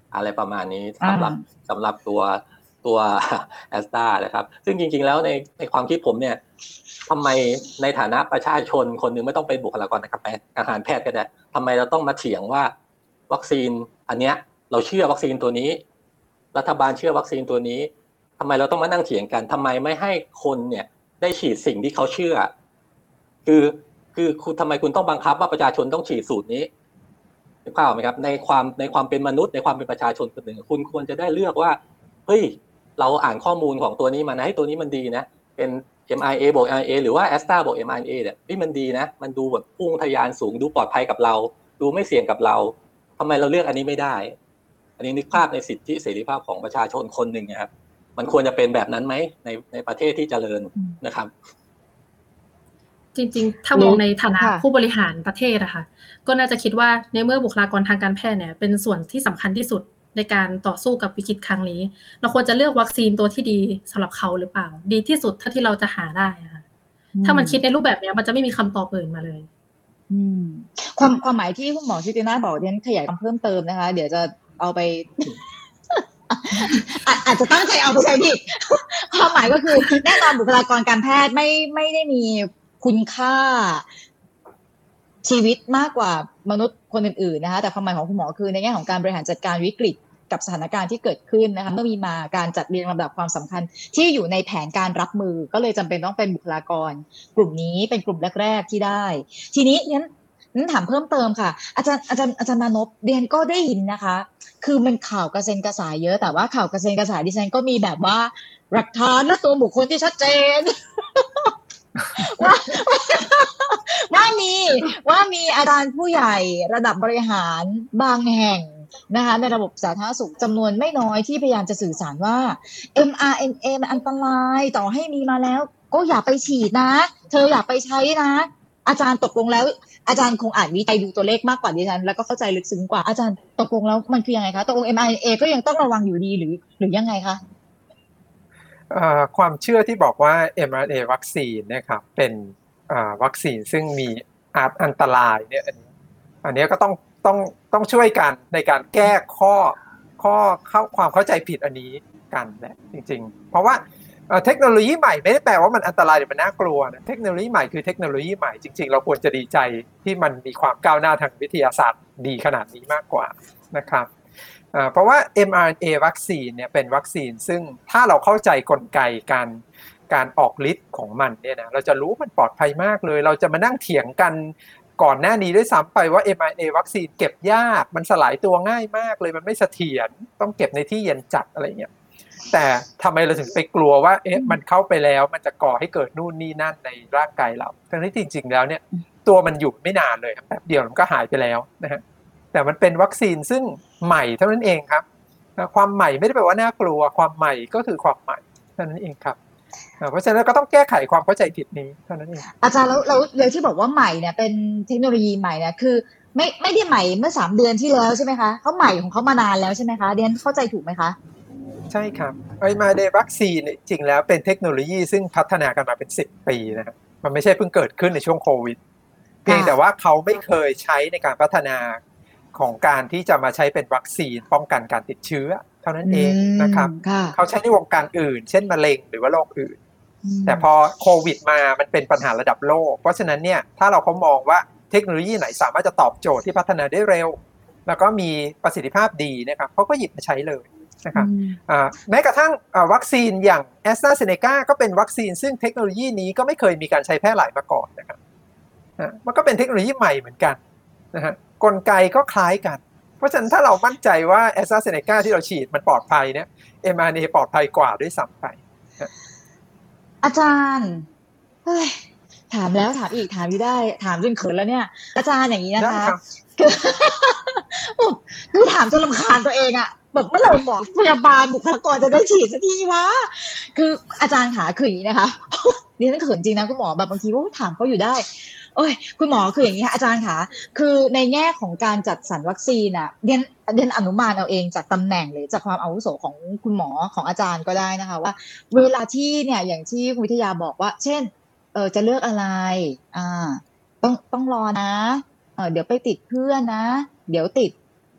[SPEAKER 5] อะไรประมาณนี้สำหรับตัวแอสตรานะครับซึ่งจริงๆแล้วในความคิดผมเนี่ยทำไมในฐานะประชาชนคนหนึ่งไม่ต้องเป็นบุคลากรทางการแพทย์ก็ได้ทำไมเราต้องมาเถียงว่าวัคซีนอันเนี้ยเราเชื่อวัคซีนตัวนี้รัฐบาลเชื่อวัคซีนตัวนี้ทำไมเราต้องมานั่งเถียงกันทำไมไม่ให้คนเนี่ยได้ฉีดสิ่งที่เขาเชื่อคือคุณทำไมคุณต้องบังคับว่าประชาชนต้องฉีดสูตรนี้นึกภาพไหมครับในความเป็นมนุษย์ในความเป็นประชาชนคนหนึ่งคุณควรจะได้เลือกว่าเฮ้ยเราอ่านข้อมูลของตัวนี้มานะให้ตัวนี้มันดีนะเป็น mRNA บวก mRNA หรือว่า Astra บวก mRNA เนี่ยมันดีนะมันดูแบบพุ่งทะยานสูงดูปลอดภัยกับเราดูไม่เสี่ยงกับเราทำไมเราเลือกอันนี้ไม่ได้อันนี้นึกภาพในสิทธิเสรีภาพของประชาชนคนหนึ่งนะครับมันควรจะเป็นแบบนั้นไหมในประเทศที่เจริญนะครับ
[SPEAKER 4] จริงๆถ้ามองในฐานะผู้บริหารประเทศอะค่ะก็น่าจะคิดว่าในเมื่อบุคลากรทางการแพทย์เนี่ยเป็นส่วนที่สำคัญที่สุดในการต่อสู้กับวิกฤตครั้งนี้เราควรจะเลือกวัคซีนตัวที่ดีสำหรับเขาหรือเปล่าดีที่สุดเท่าที่เราจะหาได้ค่ะถ้ามันคิดในรูปแบบนี้มันจะไม่มีคำตอบอื่นมาเลย
[SPEAKER 2] ความหมายที่คุณหมอชุตินาบอกเรียนขยายความเพิ่มเติมนะคะเดี๋ยวจะเอาไป อาจจะตั้งใจเอาไปใช้ผิดความหมายก็คือแน่นอนบุคลากรการแพทย์ไม่ได้มีคุณค่าชีวิตมากกว่ามนุษย์คนอื่นๆนะคะแต่ความหมายของคุณหมอคือในแง่ของการบริหารจัดการวิกฤตกับสถานการณ์ที่เกิดขึ้นนะคะเมื่อมีมาการจัดเรียงลำดับความสำคัญที่อยู่ในแผนการรับมือก็เลยจำเป็นต้องเป็นบุคลากรกลุ่มนี้เป็นกลุ่มแรกๆที่ได้ทีนี้นั้นถามเพิ่มเติมค่ะอาจารย์มานพเรียนก็ได้ยินนะคะคือมันข่าวกระเซ็นกระสายเยอะแต่ว่าข่าวกระเซ็นกระสายดิฉันก็มีแบบว่าหลักฐานและตัวบุคคลที่ชัดเจน ว่ามีอาจารย์ผู้ใหญ่ระดับบริหารบางแห่งนะคะในระบบสาธารณสุขจำนวนไม่น้อยที่พยายามจะสื่อสารว่า mRNA มันอันตรายต่อให้มีมาแล้วก็อย่าไปฉีดนะเธออย่าไปใช้นะอาจารย์ตกลงแล้วอาจารย์คงอ่านวิจัยดูตัวเลขมากกว่าดิฉันแล้วก็เข้าใจลึกซึ้งกว่าอาจารย์ตกลงแล้วมันคือยังไงคะตกลง mRNA ก็ยังต้องระวังอยู่ดีหรือยังไงคะ
[SPEAKER 6] ความเชื่อที่บอกว่า mRNA วัคซีนนะครับเป็นวัคซีนซึ่งมีอันตรายเนี่ยอันนี้ก็ต้องช่วยกันในการแก้ความเข้าใจผิดอันนี้กันแหละจริงๆเพราะว่าเทคโนโลยีใหม่ไม่ได้แปลว่ามันอันตรายหรือมันน่ากลัวนะเทคโนโลยีใหม่คือเทคโนโลยีใหม่จริงๆเราควรจะดีใจที่มันมีความก้าวหน้าทางวิทยาศาสตร์ดีขนาดนี้มากกว่านะครับเพราะว่า mRNA วัคซีนเนี่ยเป็นวัคซีนซึ่งถ้าเราเข้าใจกลไกการออกฤทธิ์ของมันเนี่ยนะเราจะรู้มันปลอดภัยมากเลยเราจะมานั่งเถียงกันก่อนหน้านี้ด้วยซ้ำไปว่า mRNA วัคซีนเก็บยากมันสลายตัวง่ายมากเลยมันไม่เสถียรต้องเก็บในที่เย็นจัดอะไรเงี้ยแต่ทำไมเราถึงไปกลัวว่ามันเข้าไปแล้วมันจะก่อให้เกิดนู่นนี่นั่นในร่างกายเราทั้งที่จริงๆแล้วเนี่ยตัวมันอยู่ไม่นานเลยแป๊บเดียวมันก็หายไปแล้วนะฮะแต่มันเป็นวัคซีนซึ่งใหม่เท่านั้นเองครับความใหม่ไม่ได้แปลว่าน่ากลัวความใหม่ก็คือความใหม่เท่านั้นเองครับเพราะฉะนั้นก็ต้องแก้ไขความเข้าใจผิดนี้เท่านั้นเอง
[SPEAKER 2] อาจารย์แล้วที่บอกว่าใหม่เนี่ยเป็นเทคโนโลยีใหม่เนี่ยคือไม่ได้ใหม่เมื่อ3 เดือนที่แล้วใช่ไหมคะเขาใหม่ของเขามานานแล้วใช่ไหมคะเรียนเข้าใจถูกไหมคะ
[SPEAKER 6] ใช่ครับmRNA วัคซีนจริงแล้วเป็นเทคโนโลยีซึ่งพัฒนากันมาเป็น10 ปีนะครับมันไม่ใช่เพิ่งเกิดขึ้นในช่วงโควิดเพียงแต่ว่าเขาไม่เคยใช้ในการพัฒนาของการที่จะมาใช้เป็นวัคซีนป้องกันการติดเชื้อเท่านั้นเองนะครับเขาใช้ในวงการอื่นเช่นมะเร็งหรือว่าโรคอื่นแต่พอโควิดมามันเป็นปัญหาระดับโลกเพราะฉะนั้นเนี่ยถ้าเราเขามองว่าเทคโนโลยีไหนสามารถจะตอบโจทย์ที่พัฒนาได้เร็วแล้วก็มีประสิทธิภาพดีนะครับเขาก็หยิบมาใช้เลยนะครับแม้กระทั่งวัคซีนอย่าง AstraZeneca ก็เป็นวัคซีนซึ่งเทคโนโลยีนี้ก็ไม่เคยมีการใช้แพร่หลายมาก่อนนะครับมันก็เป็นเทคโนโลยีใหม่เหมือนกันนะฮะกลไกก็คล้ายกันเพราะฉะนั้นถ้าเรามั่นใจว่า AstraZeneca ที่เราฉีดมันปลอดภัยเนี่ย mRNA ปลอดภัยกว่าด้วยซ้ำไป
[SPEAKER 2] อาจารย์ถามแล้วถามอีกถามอยู่ได้ถามจนเขินแล้วเนี่ยอาจารย์อย่างนี้นะคะคือถามจนรำคาญตัวเองอะแบบเมื่อไหร่หมอพยาบาลบุคลากรจะได้ฉีดสักทีวะคืออาจารย์ขาคืออย่างนี้นะคะดิฉันเขินจริงนะคุณหมอแบบบางทีว่าถามเขาอยู่ได้คุณหมอคืออย่างนี้ค่ะอาจารย์คะคือในแง่ของการจัดสรรวัคซีนอ่ะเรียนอนุมานเอาเองจากตำแหน่งหรือจากความอาวุโสของคุณหมอของอาจารย์ก็ได้นะคะว่าเวลาที่เนี่ยอย่างที่คุณวิทยาบอกว่าเช่นจะเลือกอะไรต้องรอนะเดี๋ยวไปติดเพื่อนนะเดี๋ยวติด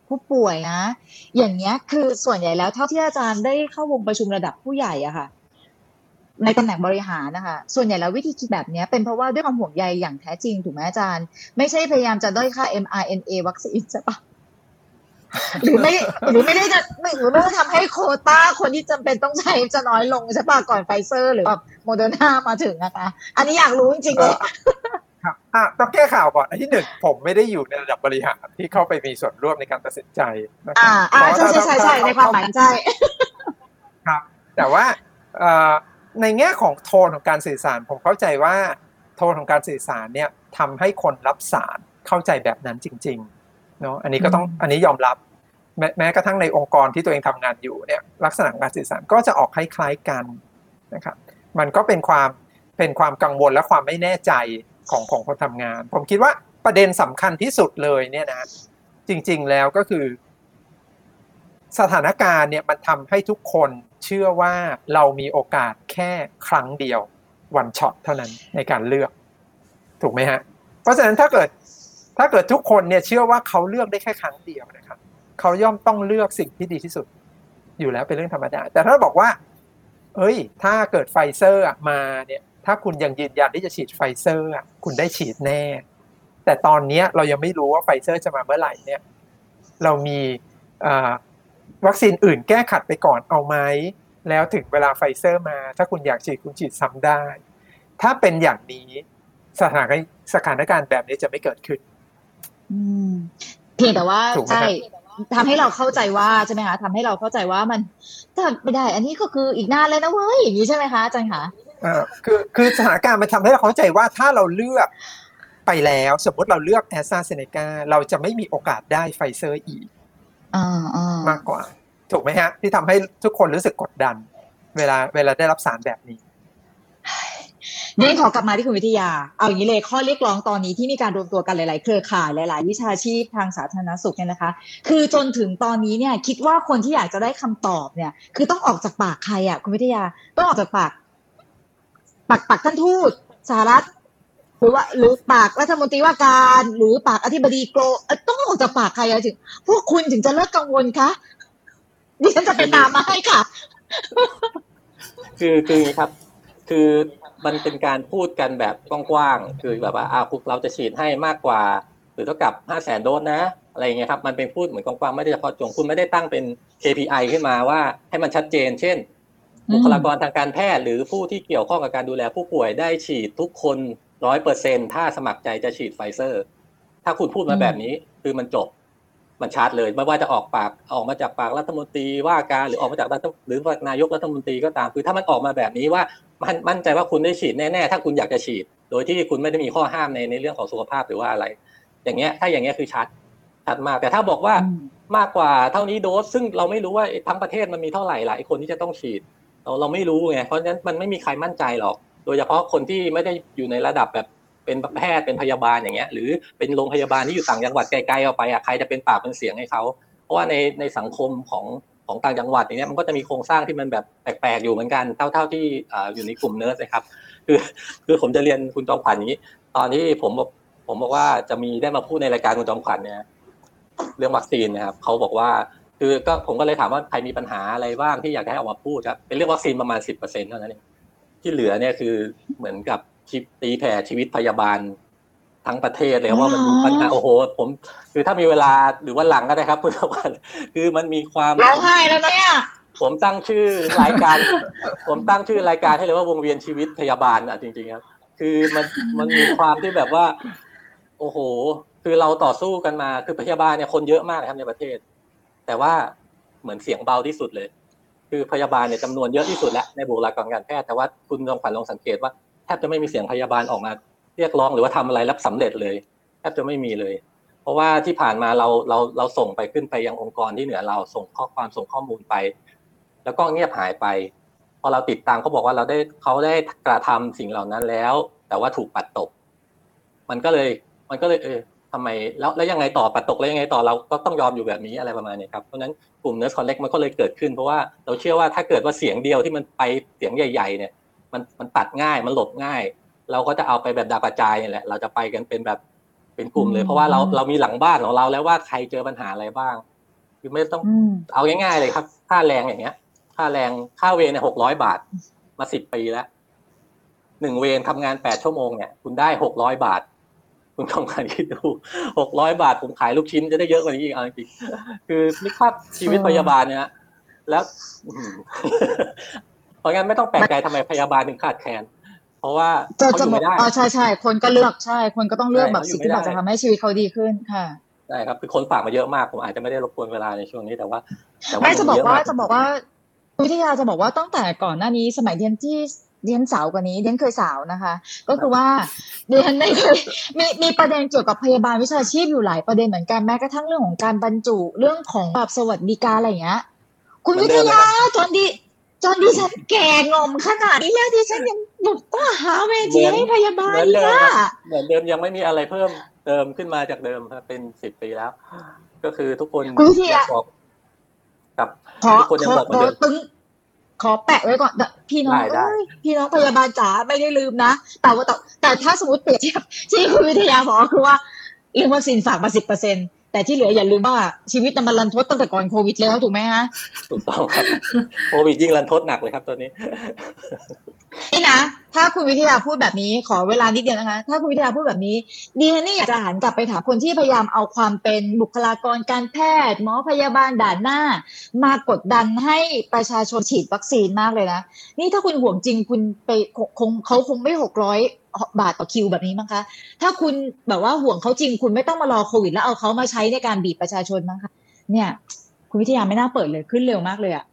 [SPEAKER 2] ผู้ป่วยนะอย่างเงี้ยคือส่วนใหญ่แล้วเท่าที่อาจารย์ได้เข้าวงประชุมระดับผู้ใหญ่อะค่ะในตำแหน่งบริหารนะคะส่วนใหญ่แล้ววิธีคิดแบบเนี้ยเป็นเพราะว่าด้วยความห่วงใยอย่างแท้จริงถูกไหมอาจารย์ไม่ใช่พยายามจะด้อยค่า mRNA วัคซีนใช่ปะหรือไม่ได้จะหรือไม่ได้ทำให้โควต้าคนที่จำเป็นต้องใช้จะน้อยลงใช่ปะก่อนไฟเซอร์หรือแบบโมเดอร์นามาถึงนะคะอันนี้อยากรู้จริงๆเลย
[SPEAKER 6] ครับต้องแก้ข่าวก่อนอันที่หนึ่งผมไม่ได้อยู่ในระดับบริหารที่เข้าไปมีส่วนร่วมในการตัดสินใจนะครับ
[SPEAKER 2] ใช่ในความหมายใช่
[SPEAKER 6] ครับแต่ว่าในแง่ของโทนของการสื่อสารผมเข้าใจว่าโทนของการสื่อสารเนี่ยทำให้คนรับสารเข้าใจแบบนั้นจริงๆเนาะอันนี้ยอมรับแม้กระทั่งในองค์กรที่ตัวเองทำงานอยู่เนี่ยลักษณะการสื่อสารก็จะออกคล้ายๆกันนะครับมันก็เป็นความกังวลและความไม่แน่ใจของคนทำงานผมคิดว่าประเด็นสำคัญที่สุดเลยเนี่ยนะจริงๆแล้วก็คือสถานการณ์เนี่ยมันทำให้ทุกคนเชื่อว่าเรามีโอกาสแค่ครั้งเดียววันช็อตเท่านั้นในการเลือกถูกไหมฮะเพราะฉะนั้นถ้าเกิดทุกคนเนี่ยเชื่อว่าเขาเลือกได้แค่ครั้งเดียวนะครับเขาย่อมต้องเลือกสิ่งที่ดีที่สุดอยู่แล้วเป็นเรื่องธรรมดาแต่ถ้าบอกว่าถ้าเกิดไฟเซอร์มาเนี่ยถ้าคุณยังยืนยันที่จะฉีดไฟเซอร์คุณได้ฉีดแน่แต่ตอนนี้เรายังไม่รู้ว่าไฟเซอร์จะมาเมื่อไหร่เนี่ยเรามีวัคซีนอื่นแก้ขัดไปก่อนเอาไหมแล้วถึงเวลาไฟเซอร์มาถ้าคุณอยากฉีดคุณฉีดซ้ำได้ถ้าเป็นอย่างนี้สถานการณ์แบบนี้จะไม่เกิดขึ้น
[SPEAKER 2] เพียงแต่ว่าใช่ทำให้เราเข้าใจว่าใช่ไหมคะทำให้เราเข้าใจว่ามันถ้าไม่ได้อันนี้ก็คืออีกนานเลยนะเว้ยอย่างนี้ใช่ไหมคะอาจารย์คะ
[SPEAKER 6] คือสถานการณ์มันทำให้เราเข้าใจว่าถ้าเราเลือกไปแล้วสมมติเราเลือก AstraZeneca เราจะไม่มีโอกาสได้ไฟเซอร์อีกมากกว่าถูกไหมฮะที่ทำให้ทุกคนรู้สึกกดดันเวลาได้รับสารแบบนี้
[SPEAKER 2] นี่ขอกลับมาที่คุณวิทยาเอาอย่างนี้เลยข้อเรียกร้องตอนนี้ที่มีการรวมตัวกันหลายๆเครือข่ายหลายๆวิชาชีพทางสาธารณสุขเนี่ยนะคะคือจนถึงตอนนี้เนี่ยคิดว่าคนที่อยากจะได้คำตอบเนี่ยคือต้องออกจากปากใครคุณวิทยาต้องออกจากปากท่านทูตสหรัฐหรือปากรัฐมนตรีว่าการหรือปากอธิบดีโกลต้องออกจากปากใครถึงพวกคุณถึงจะเลิกกังวลคะดิฉันจะเป็นนามมาให้ค่ะ
[SPEAKER 5] คืออย่างนี้ครับคือมันเป็นการพูดกันแบบกว้างๆคือแบบว่าเราจะฉีดให้มากกว่าหรือเท่ากับ 500,000 โดสนะอะไรอย่างเงี้ยครับมันเป็นพูดเหมือนกว้างๆไม่ได้เฉพาะจงคุณไม่ได้ตั้งเป็น KPI ขึ้นมาว่าให้มันชัดเจนเช่นบุคลากรทางการแพทย์หรือผู้ที่เกี่ยวข้องกับการดูแลผู้ป่วยได้ฉีดทุกคน 100% ถ้าสมัครใจจะฉีดไฟเซอร์ถ้าคุณพูดมาแบบนี้คือมันจบมันชัดเลยไม่ว่าจะออกมาจากปากรัฐมนตรีว่าการหรือออกมาจากหรือนายกรัฐมนตรีก็ตามคือถ้ามันออกมาแบบนี้ว่ามั่นใจว่าคุณได้ฉีดแน่ๆถ้าคุณอยากจะฉีดโดยที่คุณไม่ได้มีข้อห้ามในเรื่องของสุขภาพหรือว่าอะไรอย่างเงี้ยถ้าอย่างเงี้ยคือชัดมากแต่ถ้าบอกว่ามากกว่าเท่านี้โดสซึ่งเราไม่รู้ว่าทั้งประเทศมันมีเท่าไหร่หลายคนที่จะต้องฉีดเราไม่รู้ไงเพราะฉะนั้นมันไม่มีใครมั่นใจหรอกโดยเฉพาะคนที่ไม่ได้อยู่ในระดับแบบเป็นแพทย์เป็นพยาบาลอย่างเงี้ยหรือเป็นโรงพยาบาลที่อยู่ต่างจังหวัดไกลๆออกไปใครจะเป็นปากเป็นเสียงให้เขาเพราะว่าในสังคมของต่างจังหวัดอย่างเงี้ยมันก็จะมีโครงสร้างที่มันแบบแปลกๆอยู่เหมือนกันเท่าที่อยู่ในกลุ่มเนิร์สนะครับคือผมจะเรียนคุณจอมขวัญนี้ตอนที่ผมบอกว่าจะมีได้มาพูดในรายการคุณจอมขวัญเนี่ยเรื่องวัคซีนนะครับเขาบอกว่าคือก็ผมก็เลยถามว่าใครมีปัญหาอะไรบ้างที่อยากให้ออกมาพูดครับเป็นเรื่องวัคซีนประมาณ 10% เท่านั้นเองที่เหลือเนี่ยคือเหมือนกับตีแผ่ชีวิตพยาบาลทั้งประเทศเลยว่ามันมีปัญหาโอ้โหผมคือถ้ามีเวลาหรือวันหลังก็ได้ครับคุณจอมขวัญคือมันมีความ
[SPEAKER 2] ร้องไห้แล้วเนี่ย
[SPEAKER 5] ผมตั้งชื่อรายการให้เลยว่าวงเวียนชีวิตพยาบาลจริงๆครับคือมันมีความที่แบบว่าโอ้โหคือเราต่อสู้กันมาคือพยาบาลเนี่ยคนเยอะมากนะครับในประเทศแต่ว่าเหมือนเสียงเบาที่สุดเลยคือพยาบาลเนี่ยจำนวนเยอะที่สุดแล้วในบุคลากรการแพทย์แต่ว่าคุณจอมขวัญลองสังเกตว่าแทบจะไม่มีเสียงพยาบาลออกมาเรียกร้องหรือว่าทำอะไรรับสำเร็จเลยแทบจะไม่มีเลยเพราะว่าที่ผ่านมาเราส่งไปขึ้นไปยังองค์กรที่เหนือเราส่งข้อความส่งข้อมูลไปแล้วก็เงียบหายไปพอเราติดตามเขาบอกว่าเขาได้กระทำสิ่งเหล่านั้นแล้วแต่ว่าถูกปัดตกมันก็เลยทำไมแล้วยังไงต่อปัดตกแล้วยังไงต่อเราก็ต้องยอมอยู่แบบนี้อะไรประมาณนี้ครับเพราะฉะนั้นกลุ่ม Nurse Connect มันก็เลยเกิดขึ้นเพราะว่าเราเชื่อว่าถ้าเกิดว่าเสียงเดียวที่มันไปเสียงใหญ่ๆเนี่ยมันตัดง่ายมันหลบง่ายเราก็จะเอาไปแบบดาวกระจายนี่แหละเราจะไปกันเป็นแบบเป็นกลุ่มเลยเพราะว่าเรามีหลังบ้านของเราแล้วว่าใครเจอปัญหาอะไรบ้างคือไม่ต้อง
[SPEAKER 2] อืม
[SPEAKER 5] เอาง่ายๆเลยครับค่าแรงอย่างเงี้ย ค่าแรงค่าเวรเนี่ย600 บาทมา10 ปีแล้ว1 เวรทำงาน8 ชั่วโมงเนี่ยคุณได้600 บาทคุณต้องมาคิดดู600 บาทผมขายลูกชิ้นจะได้เยอะกว่านี้อีกเอาจริงๆคือนึกภาพชีวิตพยาบาลเนี่ยแล้วเพราะงั้นไม่ต้องแปลกใจทำไมพยาบาลถึงขาดแคลนเพราะว่าเขาอยู่ไม่ได้
[SPEAKER 2] ใช่คนก็เลือกใช่คนก็ต้องเลือกแบบสิ่งที่แบบจะทำให้ชีวิตเขาดีขึ้นค่ะ
[SPEAKER 5] ใช่ครับคือคนฝากมาเยอะมากผมอาจจะไม่ได้รบกวนเวลาในช่วงนี้แต่ว่า
[SPEAKER 2] ไม่จะบอกว่าวิทยาจะบอกว่าตั้งแต่ก่อนหน้านี้สมัยเรียนสาวกว่านี้เรียนเคยสาวนะคะ ก็คือว่าเรียนไม่เคยมีประเด็นเกี่ยวกับพยาบาลวิชาชีพอยู่หลายประเด็นเหมือนกันแม้กระทั่งเรื่องของการบรรจุเรื่องของแบบสวัสดิการอะไรอย่างเงี้ยคุณวิทยาจนดิฉันแก่งอมขนาดนี้แล้วดิฉันยังบุกต้องหาเวทีให้พยาบาล
[SPEAKER 5] เหมือนเดิมยังไม่มีอะไรเพิ่มเติมขึ้นมาจากเดิมครับเป็น10 ปีแล้ว ก็คือทุกคน
[SPEAKER 2] ยัง
[SPEAKER 5] บอกกับ
[SPEAKER 2] ทุกคนยังบอกเหมือนเดิมขอแปะไว้ก่อนพี่น้องพี่น้องพยาบาลจ๋าไม่ได้ลืมนะแต่ถ้าสมมติเปรียบเทียบที่คุณวิทยาบอกคือว่าเรื่องวัคซีนฝากมา 10%แต่ที่เหลืออย่าลืมว่าชีวิตมันรันทดตั้งแต่ก่อนโควิดแล้วถูกไหมฮะ
[SPEAKER 5] ถูกต้องครับโควิดยิ่งรันทดหนักเลยครับตอนนี้
[SPEAKER 2] นี่นะถ้าคุณวิทยาพูดแบบนี้ขอเวลานิดเดียวนะคะถ้าคุณวิทยาพูดแบบนี้ดิฉันนี่อยากจะหันกลับไปถามคนที่พยายามเอาความเป็นบุคลากรการแพทย์หมอพยาบาลด่านหน้ามากดดันให้ประชาชนฉีดวัคซีนมากเลยนะนี่ถ้าคุณห่วงจริงคุณไปเขาคงไม่600 บาทต่อคิวแบบนี้มั้งคะถ้าคุณแบบว่าห่วงเขาจริงคุณไม่ต้องมารอโควิดแล้วเอาเขามาใช้ในการบีบประชาชนมั้งคะเนี่ยคุณวิทยาไม่น่าเปิดเลยขึ้นเร็วมากเลยอ่ะ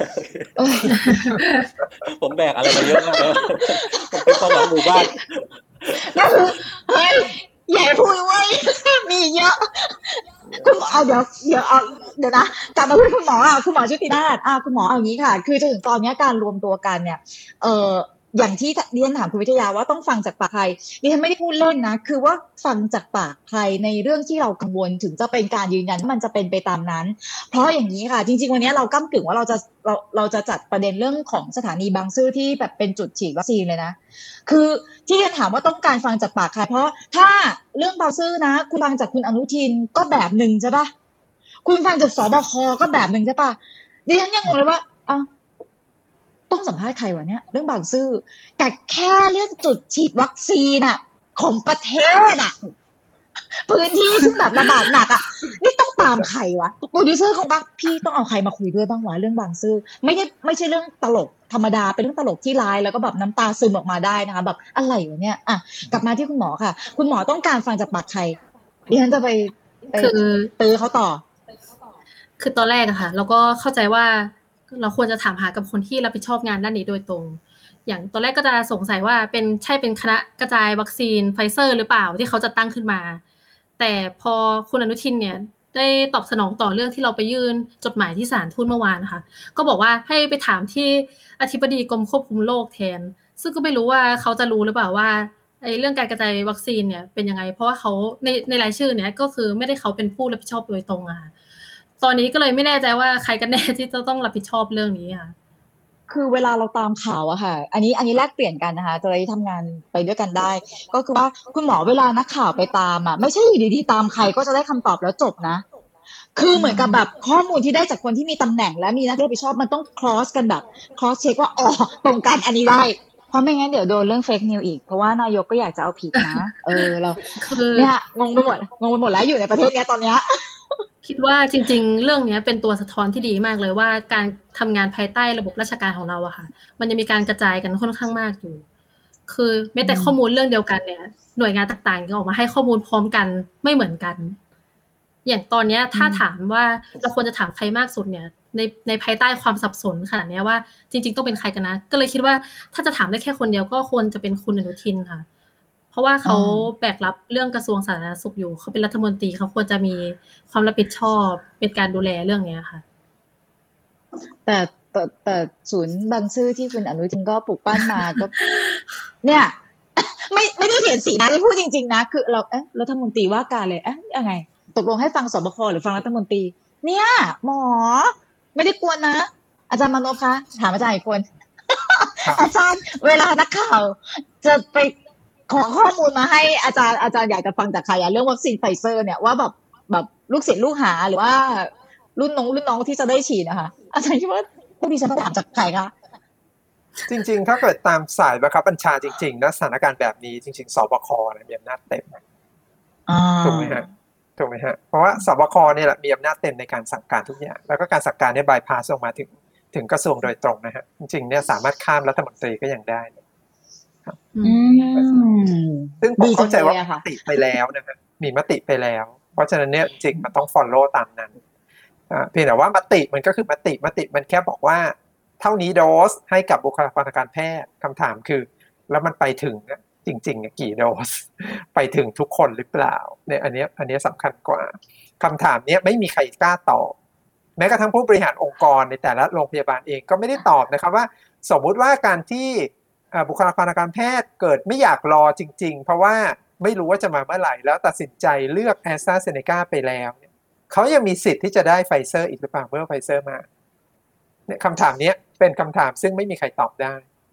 [SPEAKER 5] ผมแบกอะไรมาเยอะมากเลยผมเป็นความหวังหมู่บ้าน
[SPEAKER 2] ก็คือเฮ้ยใหญ่พูดไว้มีเยอะคุณหมอเดี๋ยวนะกลับมาที่คุณหมอคุณหมอชุตินาถคุณหมอเอาอย่างนี้ค่ะคือจนถึงตอนนี้การรวมตัวกันเนี่ยอย่างที่เรียนถามคุณวิทยาว่าต้องฟังจากปากใครดิฉันไม่ได้พูดเล่นนะคือว่าฟังจากปากใครในเรื่องที่เรากังวลถึงจะเป็นการยืนยันว่ามันจะเป็นไปตามนั้นเพราะอย่างนี้ค่ะจริงๆวันนี้เราก้ำกึ่งว่าเราจะจัดประเด็นเรื่องของสถานีบางซื่อที่แบบเป็นจุดฉีดวัคซีนเลยนะคือที่เรียนถามว่าต้องการฟังจากปากใครเพราะถ้าเรื่องบางซื่อนะคุณฟังจากคุณอนุทินก็แบบนึงใช่ปะคุณฟังจากสบคก็แบบนึงใช่ปะดิฉันยังงงเลยว่าต้องสัมภาษณ์ใครวะเนี่ยเรื่องบางซื่อแต่แค่เรื่องจุดฉีดวัคซีนของประเทศพื้นที่ซึ่งแบบระบาดหนักนี่ต้องตามใครวะโปรดิวเซอร์ของบักพี่ต้องเอาใครมาคุยด้วยบ้างวะเรื่องบางซื่อไม่ใช่เรื่องตลกธรรมดาเป็นเรื่องตลกที่ร้ายแล้วก็แบบน้ำตาซึมออกมาได้นะคะแบบอะไรวะเนี่ยกลับมาที่คุณหมอค่ะคุณหมอต้องการฟังจากปากใครดิฉันจะไปตื้อเขาต่อ
[SPEAKER 4] คือตอนแรกอะค่ะเราก็เข้าใจว่าเราควรจะถามหากับคนที่รับผิดชอบงานด้านนี้โดยตรงอย่างตอนแรกก็จะสงสัยว่าเป็นคณะกระจายวัคซีนไฟเซอร์หรือเปล่าที่เขาจะตั้งขึ้นมาแต่พอคุณอนุทินเนี่ยได้ตอบสนองต่อเรื่องที่เราไปยื่นจดหมายที่ศาลทูตเมื่อวานนะคะก็บอกว่าให้ไปถามที่อธิบดีกรมควบคุมโรคแทนซึ่งก็ไม่รู้ว่าเขาจะรู้หรือเปล่าว่าเรื่องการกระจายวัคซีนเนี่ยเป็นยังไงเพราะว่าเขาในรายชื่อเนี่ยก็คือไม่ได้เขาเป็นผู้รับผิดชอบโดยตรงตอนนี้ก็เลยไม่แน่ใจว่าใครกันแน่ที่จะต้องรับผิดชอบเรื่องนี้ค่ะ
[SPEAKER 2] คือเวลาเราตามข่าวค่ะอันนี้แลกเปลี่ยนกันนะคะจะได้ทำงานไปด้วยกันได้ก็คือว่าคุณหมอเวลานักข่าวไปตามไม่ใช่อยู่ดีๆตามใครก็จะได้คำตอบแล้วจบนะคือเหมือนกับแบบข้อมูลที่ได้จากคนที่มีตำแหน่งและมีหน้าที่รับผิดชอบมันต้อง cross กันแบบ cross check ว่าตรงกันอันนี้ได้เพราะไม่งั้นเดี๋ยวโดนเรื่อง fake news อีกเพราะว่านายกก็อยากจะเอาผิดนะเราเนี่ยงงไปหมดแล้วอยู่ในประเทศนี้ตอนนี้
[SPEAKER 4] คิดว่าจริงๆเรื่องนี้เป็นตัวสะท้อนที่ดีมากเลยว่าการทำงานภายใต้ระบบราชการของเราค่ะมันจะมีการกระจายกันค่อนข้างมากอยู่คือแม้แต่ข้อมูลเรื่องเดียวกันเนี่ยหน่วยงานต่างๆก็ออกมาให้ข้อมูลพร้อมกันไม่เหมือนกันอย่างตอนนี้ถ้าถามว่าเราควรจะถามใครมากสุดเนี่ยในภายใต้ความสับสนขนาดนี้ว่าจริงๆต้องเป็นใครกันนะก็เลยคิดว่าถ้าจะถามได้แค่คนเดียวก็ควรจะเป็นคุณอนุทินค่ะเพราะว่าเขาแบกรับเรื่องกระทรวงสาธารณสุขอยู่เขาเป็นรัฐมนตรีเขาควรจะมีความรับผิดชอบเป็นการดูแลเรื่องนี้ค่ะ
[SPEAKER 2] แต่ศูนย์บางซื่อที่คุณอนุทินก็ปลูกปั้นมาก็เนี่ยไม่ได้เห็นสีนะที่พูดจริงๆนะคือเรารัฐมนตรีว่าการเลยยังไงตกลงให้ฟังสบคหรือฟังรัฐมนตรีเนี่ยหมอไม่ได้กวนนะอาจารย์มโนคะถามอาจารย์อีกคนอาจารย์เวลานักข่าวจะไปขอข้อมูลมาให้อาจารย์อยากจะฟังจากใครเรื่องวัคซีนไฟเซอร์เนี่ยว่าแบบลูกศิษย์ลูกหาหรือว่ารุ่นน้องที่จะได้ฉีดนะคะอาจารย์คิดว่าพวกดิฉันต้องถามจากใครคะ
[SPEAKER 6] จริงๆถ้าเกิดตามสายบังคับบัญชาจริงๆนะสถานการณ์แบบนี้จริงๆสบคมีอำนาจเต็มถูกไหมฮะเพราะว่าสบคเนี่ยแหละมีอำนาจเต็มในการสั่งการทุกอย่างแล้วก็การสั่งการเนี่ยบายพาสลงมาถึงกระทรวงโดยตรงนะฮะจริงๆเนี่ยสามารถข้ามรัฐมนตรีก็ยังได้ซึ่งผมเข้าใจว่ามติไปแล้วนะฮะมีมติไปแล้วเพราะฉะนั้นเนี่ยจริงมันต้อง follow ตามนั้นเพียงแต่ว่ามติมันก็คือมติมันแค่บอกว่าเท่านี้โดสให้กับบุคลากรทางการแพทย์คำถามคือแล้วมันไปถึงจริงๆกี่โดสไปถึงทุกคนหรือเปล่าเนี่ยอันนี้สำคัญกว่าคำถามนี้ไม่มีใครกล้าตอบแม้กระทั่งผู้บริหารองค์กรในแต่ละโรงพยาบาลเองก็ไม่ได้ตอบนะครับว่าสมมุติว่าการที่บุคลากรทางการแพทย์เกิดไม่อยากรอจริงๆเพราะว่าไม่รู้ว่าจะมาเมื่อไหร่แล้วตัดสินใจเลือก AstraZeneca ไปแล้วเขายังมีสิทธิ์ที่จะได้ไฟเซอร์อีกหรือเปล่าเมื่อไฟเซอร์มาเนี่ยคำถามนี้เป็นคำถามซึ่งไม่มีใครตอบได้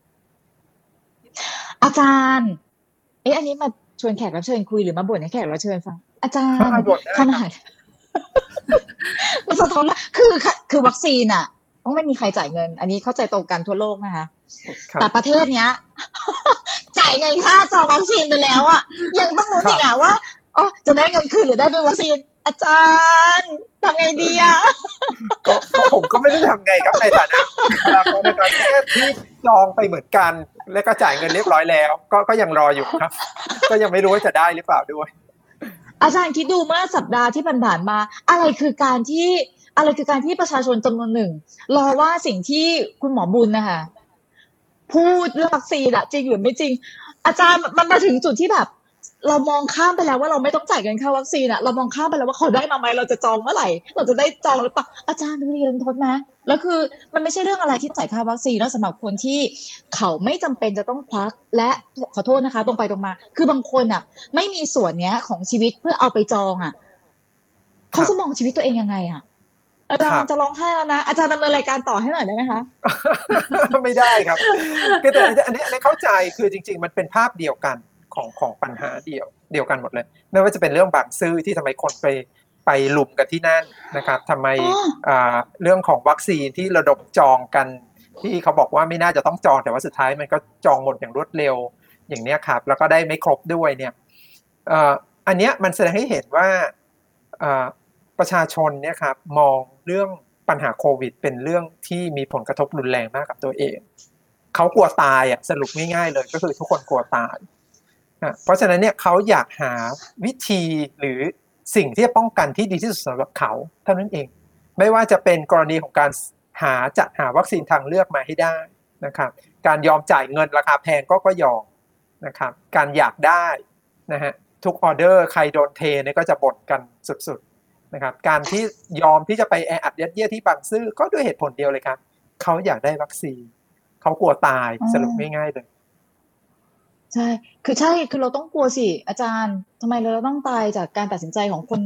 [SPEAKER 2] อาจารย์อันนี้มาชวนแขกรับเชิญคุยหรือมาบ่นให้แขกรับเชิญฟังอาจารย์ขนาดมันสะท้อนคือวัคซีนอ่ะต้องไม่มีใครจ่ายเงินอันนี้เข้าใจตรงกันทั่วโลกนะคะแต่ประเทศเนี้ยจ่ายเงินค่าจองวัคซีนไปแล้วอ่ะยังต้องรู้อีกว่าจะได้เงินคืนหรือได้เป็นวัคซีนอาจารย์ทำไงดีอ่ะ
[SPEAKER 6] ก็ผมก็ไม่ได้ทำไงครับในฐานะในการที่จองไปเหมือนกันแล้วก็จ่ายเงินเรียบร้อยแล้วก็ยังรออยู่ครับก็ยังไม่รู้ว่าจะได้หรือเปล่าด้วย
[SPEAKER 2] อาจารย์คิดดูเมื่อสัปดาห์ที่ผ่านมาอะไรคือการที่ประชาชนจำนวนหนึ่งรอว่าสิ่งที่คุณหมอบุญนะคะพูดเรื่องวัคซีนอะจริงหรือไม่จริงอาจารย์มันมาถึงจุดที่แบบเรามองข้ามไปแล้วว่าเราไม่ต้องจ่ายเงินค่าวัคซีนอะเรามองข้ามไปแล้วว่าเขาได้มาไหมเราจะจองเมื่อไหร่เราจะได้จองหรือเปล่าอาจารย์ดูเรียนทดไหมแล้วคือมันไม่ใช่เรื่องอะไรที่จ่ายค่าวัคซีนแล้วสำหรับคนที่เขาไม่จำเป็นจะต้องควักและขอโทษนะคะตรงไปตรงมาคือบางคนอะไม่มีส่วนเนี้ยของชีวิตเพื่อเอาไปจองอะเขาจะมองชีวิตตัวเองยังไงอะอาจารย์จะร้องไห้แล้วนะอาจารย์ดำเนินรายการต่อให้หน่อยได้ไหมคะ
[SPEAKER 6] ไม่ได้ครับคือแต่อันนี้เข้าใจคือจริงๆมันเป็นภาพเดียวกันของปัญหาเดียวกันหมดเลยไม่ว่าจะเป็นเรื่องบางซื่อที่ทำไมคนไปลุมกันที่นั่นนะครับทำไมเรื่องของวัคซีนที่ระดมจองกันที่เขาบอกว่าไม่น่าจะต้องจองแต่ว่าสุดท้ายมันก็จองหมดอย่างรวดเร็วอย่างนี้ครับแล้วก็ได้ไม่ครบด้วยเนี่ยอันเนี้ยมันแสดงให้เห็นว่าประชาชนเนี่ยครับมองเรื่องปัญหาโควิดเป็นเรื่องที่มีผลกระทบรุนแรงมากกับตัวเองเขากลัวตายสรุปง่ายๆเลยก็คือทุกคนกลัวตายเพราะฉะนั้นเนี่ยเขาอยากหาวิธีหรือสิ่งที่จะป้องกันที่ดีที่สุดสำหรับเขาเท่านั้นเองไม่ว่าจะเป็นกรณีของการจัดหาวัคซีนทางเลือกมาให้ได้นะครับการยอมจ่ายเงินราคาแพงก็ยอมนะครับการอยากได้นะฮะทุกออเดอร์ใครโดนเทเนี่ยก็จะบ่นกันสุดๆนะครับการที่ยอมที่จะไปแออัดยัดเยียดที่บางซื่อก็ด้วยเหตุผลเดียวเลยครับเขาอยากได้วัคซีนเขากลัวตายสรุปง่ายๆเลย
[SPEAKER 2] ใช่คือเราต้องกลัวสิอาจารย์ทำไมเราต้องตายจากการตัดสินใจของคน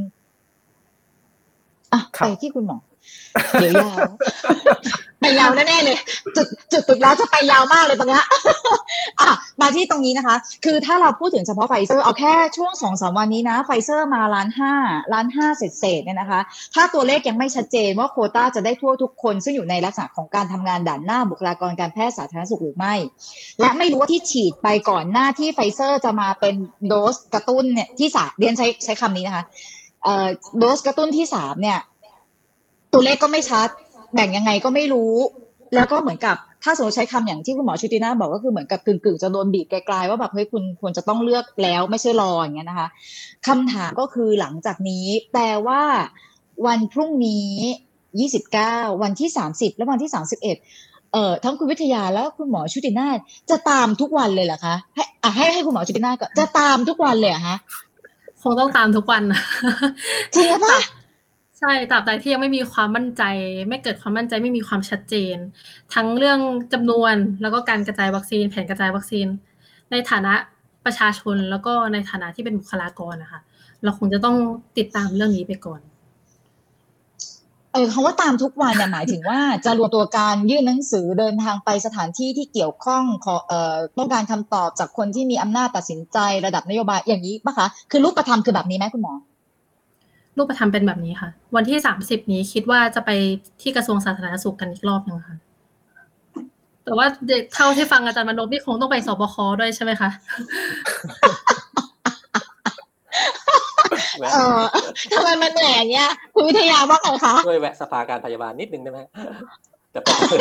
[SPEAKER 2] ไปที่คุณหมอเดี๋ยวยาวไปยาวแน่ๆเลยจุดติดแล้วจะไปยาวมากเลยตรงนี้มาที่ตรงนี้นะคะคือถ้าเราพูดถึงเฉพาะไฟเซอร์เอาแค่ช่วง 2-3 วันนี้นะไฟเซอร์มา1.5 ล้านเศษเนี่ยนะคะถ้าตัวเลขยังไม่ชัดเจนว่าโควต้าจะได้ทั่วทุกคนซึ่งอยู่ในลักษณะของการทำงานด่านหน้าบุคลากรการแพทย์สาธารณสุขหรือไม่และไม่รู้ว่าที่ฉีดไปก่อนหน้าที่ไฟเซอร์จะมาเป็นโดสกระตุ้นเนี่ยที่3เรียนใช้คำนี้นะคะโดสกระตุ้นที่3เนี่ยตัวเลขก็ไม่ชัดแบ่งยังไงก็ไม่รู้แล้วก็เหมือนกับถ้าสมมติใช้คำอย่างที่คุณหมอชุตินาบอกก็คือเหมือนกับกึ่งจะโดนบีบไกลๆว่าแบบเฮ้ยคุณควรจะต้องเลือกแล้วไม่ใช่รออย่างเงี้ยนะคะคำถามก็คือหลังจากนี้แปลว่าวันพรุ่งนี้29วันที่30และวันที่31ทั้งคุณวิทยาแล้วคุณหมอชุตินาจะตามทุกวันเลยเหรอคะให้คุณหมอชุตินาก็จะตามทุกวันเลยเหรอคะ
[SPEAKER 4] คงต้องตามทุกวันนะ
[SPEAKER 2] จริงป่ะ
[SPEAKER 4] ใช่ตราบใดที่ยังไม่มีความมั่นใจไม่เกิดความมั่นใจไม่มีความชัดเจนทั้งเรื่องจำนวนแล้วก็การกระจายวัคซีนแผนกระจายวัคซีนในฐานะประชาชนแล้วก็ในฐานะที่เป็นบุคลากรนะคะเราคงจะต้องติดตามเรื่องนี้ไปก่อน
[SPEAKER 2] คำว่าตามทุกวันเนี่ยหมายถึงว่าจะรวมตัวการยื่นหนังสือเดินทางไปสถานที่ที่เกี่ยวข้องต้องการคำตอบจากคนที่มีอำนาจตัดสินใจระดับนโยบายอย่างนี้ป่ะคะคือรูปธรรมคือแบบนี้ไหมคุณหมอ
[SPEAKER 4] รูปธรรมเป็นแบบนี้ค่ะวันที่30นี้คิดว่าจะไปที่กระทรวงสาธารณสุขกันอีกรอบนึงค่ะแต่ว่าเท่าที่ฟังอาจารย์มนพนี่คงต้องไปสบคด้วยใช่ไหมคะ
[SPEAKER 2] ทำไมมันเหนื่อยอย่างเงี้ยคุณวิทยาว่าไงคะ
[SPEAKER 5] ช่วยแวะสภาการพยาบาลนิดนึงได้ไหมจะไป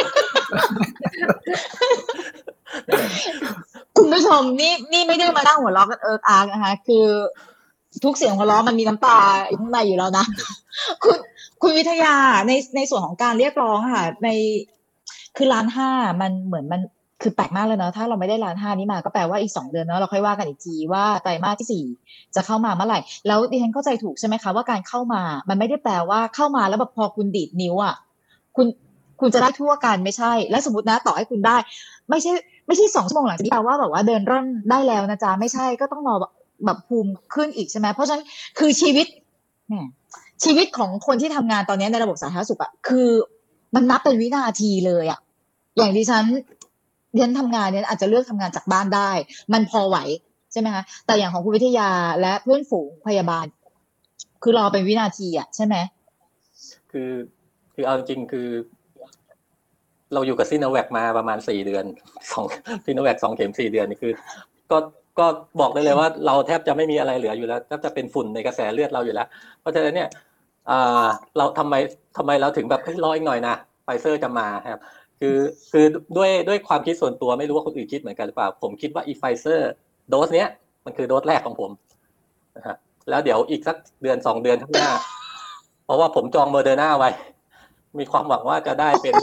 [SPEAKER 2] คุณผู้ชมนี่ไม่ได้มานั่งหัวเราะกันเอิกอาร์กนะคะคือทุกเสียงหัวเราะมันมีน้ำตาอยู่ข้างในอยู่แล้วนะคุณวิทยาในส่วนของการเรียกร้องค่ะในคือ1.5 ล้านมันเหมือนมันคือแปลกมากเลยเนาะถ้าเราไม่ได้1.5 ล้านนี้มาก็แปลว่าอีก2 เดือนเนาะเราค่อยว่ากันอีกทีว่าไตรมาสที่4จะเข้ามาเมื่อไหร่แล้วดิฉันเข้าใจถูกใช่ไหมคะว่าการเข้ามามันไม่ได้แปลว่าเข้ามาแล้วแบบพอคุณดีดนิ้วอ่ะคุณจะได้ทั่วกันไม่ใช่และสมมตินะต่อให้คุณได้ไม่ใช่2 ชั่วโมงหลังจากนี้แปลว่าแบบว่าเดินร่อนได้แล้วนะจ๊ะไม่ใช่ก็ต้องรอแบบภูมิขึ้นอีกใช่ไหมเพราะฉะนั้นคือชีวิตของคนที่ทำงานตอนนี้ในระบบสาธารณสุขอะคือมันนับเป็นวินาทีเลยอะอย่างดิฉันทำงานเนี่ยอาจจะเลือกทำงานจากบ้านได้มันพอไหวใช่ไหมคะแต่อย่างของคุณวิทยาและเพื่อนฝูงพยาบาลคือรอเป็นวินาทีอะใช่ไหม
[SPEAKER 5] คือเอาจริงคือเราอยู่กับซิโนแวคมาประมาณ4 เดือนซิโนแวค2 เข็ม 4 เดือนนี่คือก็บอกได้เลยว่าเราแทบจะไม่มีอะไรเหลืออยู่แล้วแทบจะเป็นฝุ่นในกระแสเลือดเราอยู่แล้วเพราะฉะนั้นเนี่ยเราทำไมเราถึงแบบรออีกหน่อยนะไฟเซอร์จะมาครับคือด้วยความคิดส่วนตัวไม่รู้ว่าคนอื่นคิดเหมือนกันหรือเปล่าผมคิดว่าอีไฟเซอร์โดสเนี้ยมันคือโดสแรกของผมนะฮะแล้วเดี๋ยวอีกสัก1-2 เดือนข้างหน้าเพราะว่าผมจองโมเดอร์นาไว้มีความหวังว่าจะได้เป็น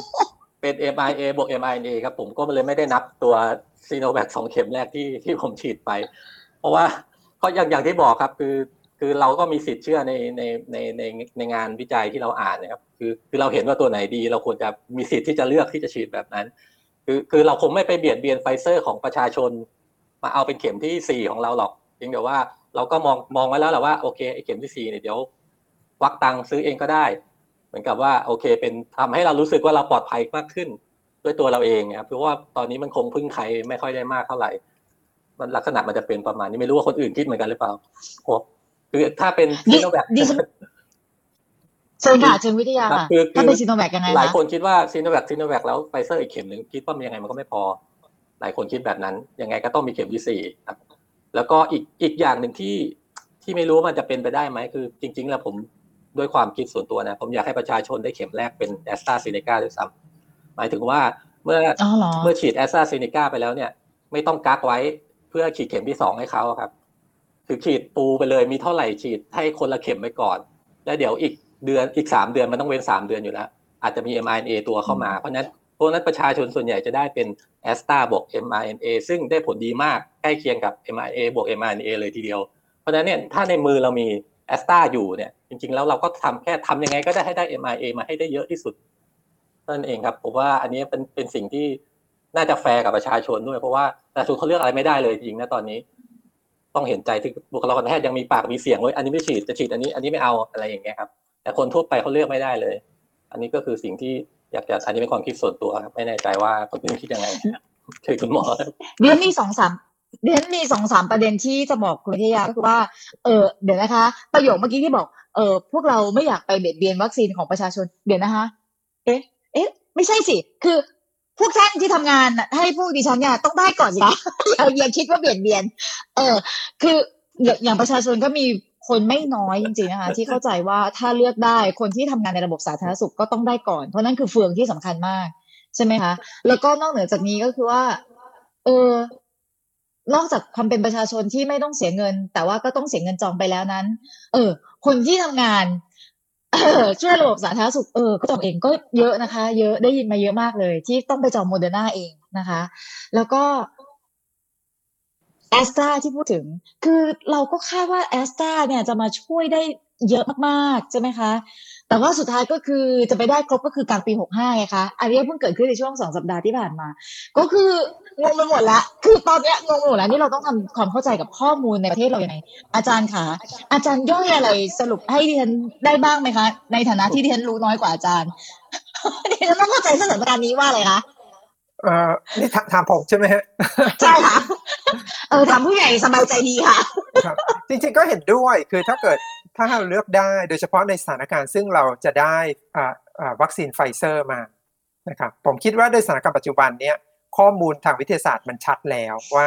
[SPEAKER 5] mRNA บวก mRNA ครับผมก็เลยไม่ได้นับตัวซีโนแวค2 เข็มแรกที่ผมฉีดไปเพราะว่าก็อย่างที่บอกครับคือเราก็มีสิทธิ์เชื่อในงานวิจัยที่เราอ่านนะครับคือเราเห็นว่าตัวไหนดีเราควรจะมีสิทธิ์ที่จะเลือกที่จะฉีดแบบนั้นคือเราคงไม่ไปเบียดเบียนไฟเซอร์ของประชาชนมาเอาเป็นเข็มที่4ของเราหรอกเพียงแต่ว่าเราก็มองไว้แล้วแหละว่าโอเคไอ้เข็มที่4เนี่ยเดี๋ยวควักตังค์ซื้อเองก็ได้เหมือนกับว่าโอเคเป็นทำให้เรารู้สึกว่าเราปลอดภัยมากขึ้นด้วยตัวเราเองครับเพราะว่าตอนนี้มันคงพึ่งใครไม่ค่อยได้มากเท่าไหร่มันลักษณะมันจะเป็นประมาณนี้ไม่รู้ว่าคนอื่นคิดเหมือนกันหรือเปล่าโอ้คือถ้าเป็นซิโนแวค
[SPEAKER 2] เชิญค่ะเชิญวิทยาค่ะถ้าเป็นซิโนแวคยังไงคะ
[SPEAKER 5] หลายคนคิดว่าซิโนแวคแล้วไฟเซอร์อีกเข็มนึงคิดว่ามันยังไงมันก็ไม่พอหลายคนคิดแบบนั้นยังไงก็ต้องมีเข็มที่4ครับแล้วก็อีกอย่างนึงที่ไม่รู้ว่ามันจะเป็นไปได้ไหมคือจริงๆแล้วผมด้วยความคิดส่วนตัวนะผมอยากให้ประชาชนได้เข็มแรกเป็นแอสตราเซเนกาด้วยซ้ำหมายถึงว่าเมื่อฉีดแอสตราเซเนกาไปแล้วเนี่ยไม่ต้องกักไว้เพื่อฉีดเข็มที่2ให้เขาครับคือฉีดปูไปเลยมีเท่าไหร่ฉีดให้คนละเข็มไว้ก่อนแล้วเดี๋ยวอีก3 เดือนมันต้องเว้น3 เดือนอยู่แล้วอาจจะมี mRNA ตัวเข้ามาเพราะนั้นประชาชนส่วนใหญ่จะได้เป็นแอสตราบวก mRNA ซึ่งได้ผลดีมากใกล้เคียงกับ mRNA บวก mRNA เลยทีเดียวเพราะฉะนั้นเนี่ยถ้าในมือเรามีแอสตราอยู่เนี่ยจริงๆแล้วเราก็ทำยังไงก็ได้ให้ได้ mRNA มาให้ได้เยอะที่สุดนั่นเองครับผมว่าอันนี้เป็นสิ่งที่น่าจะแฟร์กับประชาชนด้วยเพราะว่าประชาชนเขาเลือกอะไรไม่ได้เลยจริงๆนะตอนนี้ต้องเห็นใจที่บุคลากรแพทย์ยังมีปากมีเสียงว่าอันนี้ไม่ฉีดจะฉีดอันนี้ไม่เอาอะไรอย่างเงี้ยครับแต่คนทั่วไปเขาเลือกไม่ได้เลยอันนี้ก็คือสิ่งที่อยากจะอันนี้เป็นความคิดส่วนตัวครับไม่แน่ใจว่าคนอื่นคิดยังไงคือคุณหมอ
[SPEAKER 2] เดี๋ยวมี2-3ประเด็นที่จะบอกคุณวิทยาก็คือว่าเดี๋ยวนะคะประโยคเมื่อกี้ที่บอกพวกเราไม่อยากไปเบียดเบียนวัคซีนของประชาชนเดี๋ยวนะคะเอ๊ะไม่ใช่สิคือพวกท่านที่ทำงานให้พวกดิฉันเนี่ยต้องได้ก่อนสิคะอย่าคิดว่าเบียดเบียนคืออย่างประชาชนก็มีคนไม่น้อยจริงๆนะคะที่เข้าใจว่าถ้าเลือกได้คนที่ทำงานในระบบสาธารณสุขก็ต้องได้ก่อนเพราะนั่นคือเฟืองที่สำคัญมากใช่ไหมคะแล้วก็นอกเหนือจากนี้ก็คือว่านอกจากความเป็นประชาชนที่ไม่ต้องเสียเงินแต่ว่าก็ต้องเสียเงินจองไปแล้วนั้นคนที่ทำงานช่วยระบบสาธารณสุขก็จองเองก็เยอะนะคะเยอะได้ยินมาเยอะมากเลยที่ต้องไปจองโมเดอร์นาเองนะคะแล้วก็แอสตราที่พูดถึงคือเราก็คาดว่าแอสตราเนี่ยจะมาช่วยได้เยอะมากๆใช่ไหมคะแต่ว่าสุดท้ายก็คือจะไปได้ครบก็คือกลางปี65ไงคะอันนี้เพิ่งเกิดขึ้นในช่วง2 สัปดาห์ที่ผ่านมาก็คืองงไปหมดแล้วคือตอนนี้งงไปหมดแล้วนี่เราต้องทำความเข้าใจกับข้อมูลในประเทศเราอย่างไรอาจารย์คะอาจารย์ย่อยอะไรสรุปให้ดิฉันได้บ้างไหมคะในฐานะที่ดิฉันรู้น้อยกว่าอาจารย์ดิฉันต้องเข้าใจสถานการณ์นี้ว่าอะไรคะ
[SPEAKER 6] นี่ถามผมใช่ไหมฮะ
[SPEAKER 2] ใช่ค่ะถามผู้ใหญ่สบายใจดีค่ะ
[SPEAKER 6] ครับจริงๆก็เห็นด้วยคือถ้าเกิดถ้าเราเลือกได้โดยเฉพาะในสถานการณ์ซึ่งเราจะได้วัคซีนไฟเซอร์มานะครับผมคิดว่าด้วยสถานการณ์ปัจจุบันเนี้ยข้อมูลทางวิทยาศาสตร์มันชัดแล้วว่า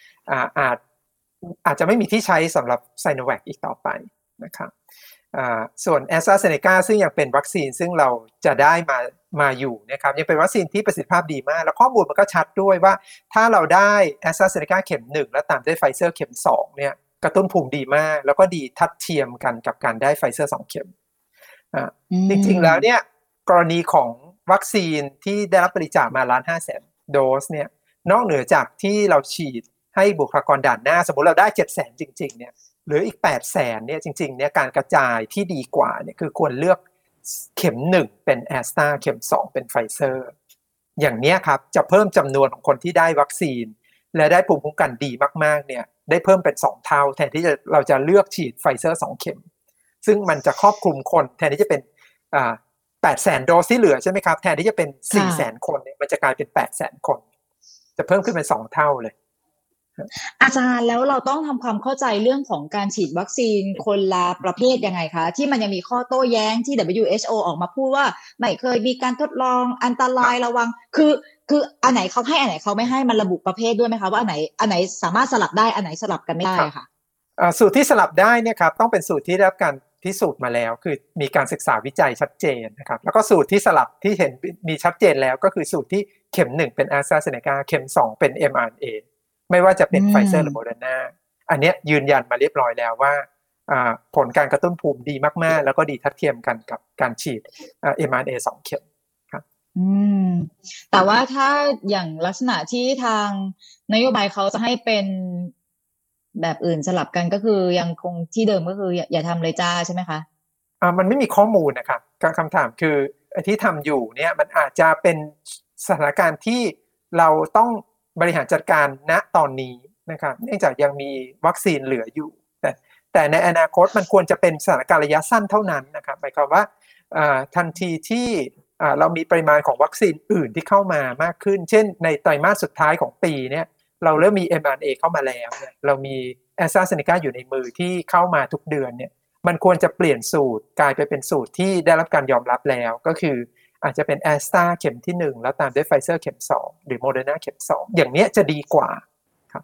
[SPEAKER 6] อาจจะไม่มีที่ใช้สำหรับไซโนแวคอีกต่อไปนะครับส่วน AstraZeneca ซึ่งยังเป็นวัคซีนซึ่งเราจะได้มาอยู่นะครับยังเป็นวัคซีนที่ประสิทธิภาพดีมากแล้วข้อมูลมันก็ชัดด้วยว่าถ้าเราได้ AstraZeneca เข็ม1แล้วตามด้วย Pfizer เข็ม2เนี่ยกระตุ้นภูมิดีมากแล้วก็ดีทัดเทียมกันกับการได้ Pfizer 2 เข็มจริงๆแล้วเนี่ยกรณีของวัคซีนที่ได้รับบริจาคมา1,500,000 โดสเนี่ยนอกเหนือจากที่เราฉีดให้บุคลากรด่านหน้าสมมุติเราได้ 700,000 จริงๆเนี่ยหรืออีก 800,000 เนี่ยจริงๆเนี่ยการกระจายที่ดีกว่าเนี่ยคือควรเลือกเข็ม1เป็นแอสตราเข็ม2เป็นไฟเซอร์อย่างนี้ครับจะเพิ่มจำนวนของคนที่ได้วัคซีนและได้ภูมิคุ้มกันดีมากๆเนี่ยได้เพิ่มเป็น2เท่าแทนที่เราจะเลือกฉีดไฟเซอร์2เข็มซึ่งมันจะครอบคลุมคนแทนที่จะเป็น800,000 โดสที่เหลือใช่ไหมครับแทนที่จะเป็น 400,000 คนเนี่ยมันจะกลายเป็น 800,000 คนจะเพิ่มขึ้นเป็น2เท่าเลย
[SPEAKER 2] อาจารย์แล้วเราต้องทำความเข้าใจเรื่องของการฉีดวัคซีนคนละประเภทยังไงคะที่มันยังมีข้อโต้แย้งที่ WHO ออกมาพูดว่าไม่เคยมีการทดลองอันตรายระวังคืออันไหนเขาให้อันไหนเขาไม่ให้มันระบุประเภทด้วยไหมคะว่าอันไหนสามารถสลับได้อันไหนสลับกันไม่ได้ค่ะ
[SPEAKER 6] สูตรที่สลับได้เนี่ยครับต้องเป็นสูตรที่ได้รับการพิสูจน์มาแล้วคือมีการศึกษาวิจัยชัดเจนนะครับแล้วก็สูตรที่สลับที่เห็นมีชัดเจนแล้วก็คือสูตรที่เข็ม1เป็น AstraZeneca เข็ม2เป็น mRNA ไม่ว่าจะเป็นไฟเซอร์หรือโมเดอร์นาอันนี้ยืนยันมาเรียบร้อยแล้วว่าผลการกระตุ้นภูมิดีมากๆแล้วก็ดีทัดเทียมกันกับการฉีดmRNA 2 เข็มครับ
[SPEAKER 2] แต่ว่าถ้าอย่างลักษณะที่ทางนโยบายเขาจะให้เป็นแบบอื่นสลับกันก็คือยังคงที่เดิมก็คืออย่าทำเลยจ้าใช่ไหมคะ
[SPEAKER 6] มันไม่มีข้อมูลนะครับคำถามคือที่ทำอยู่เนี่ยมันอาจจะเป็นสถานการณ์ที่เราต้องบริหารจัดการณตอนนี้นะครับเนื่องจากยังมีวัคซีนเหลืออยู่แต่ในอนาคตมันควรจะเป็นสถานการณ์ระยะสั้นเท่านั้นนะครับหมายความว่าทันทีที่เรามีปริมาณของวัคซีนอื่นที่เข้ามามากขึ้นเช่นในไตรมาสสุดท้ายของปีเนี่ยเราเริ่มมี mRNA เข้ามาแล้วเนี่ยเรามี AstraZeneca อยู่ในมือที่เข้ามาทุกเดือนเนี่ยมันควรจะเปลี่ยนสูตรกลายไปเป็นสูตรที่ได้รับการยอมรับแล้วก็คืออาจจะเป็น Astra เข็มที่1แล้วตามด้วย Pfizer เข็ม2หรือ Moderna เข็ม2อย่างนี้จะดีกว่าครับ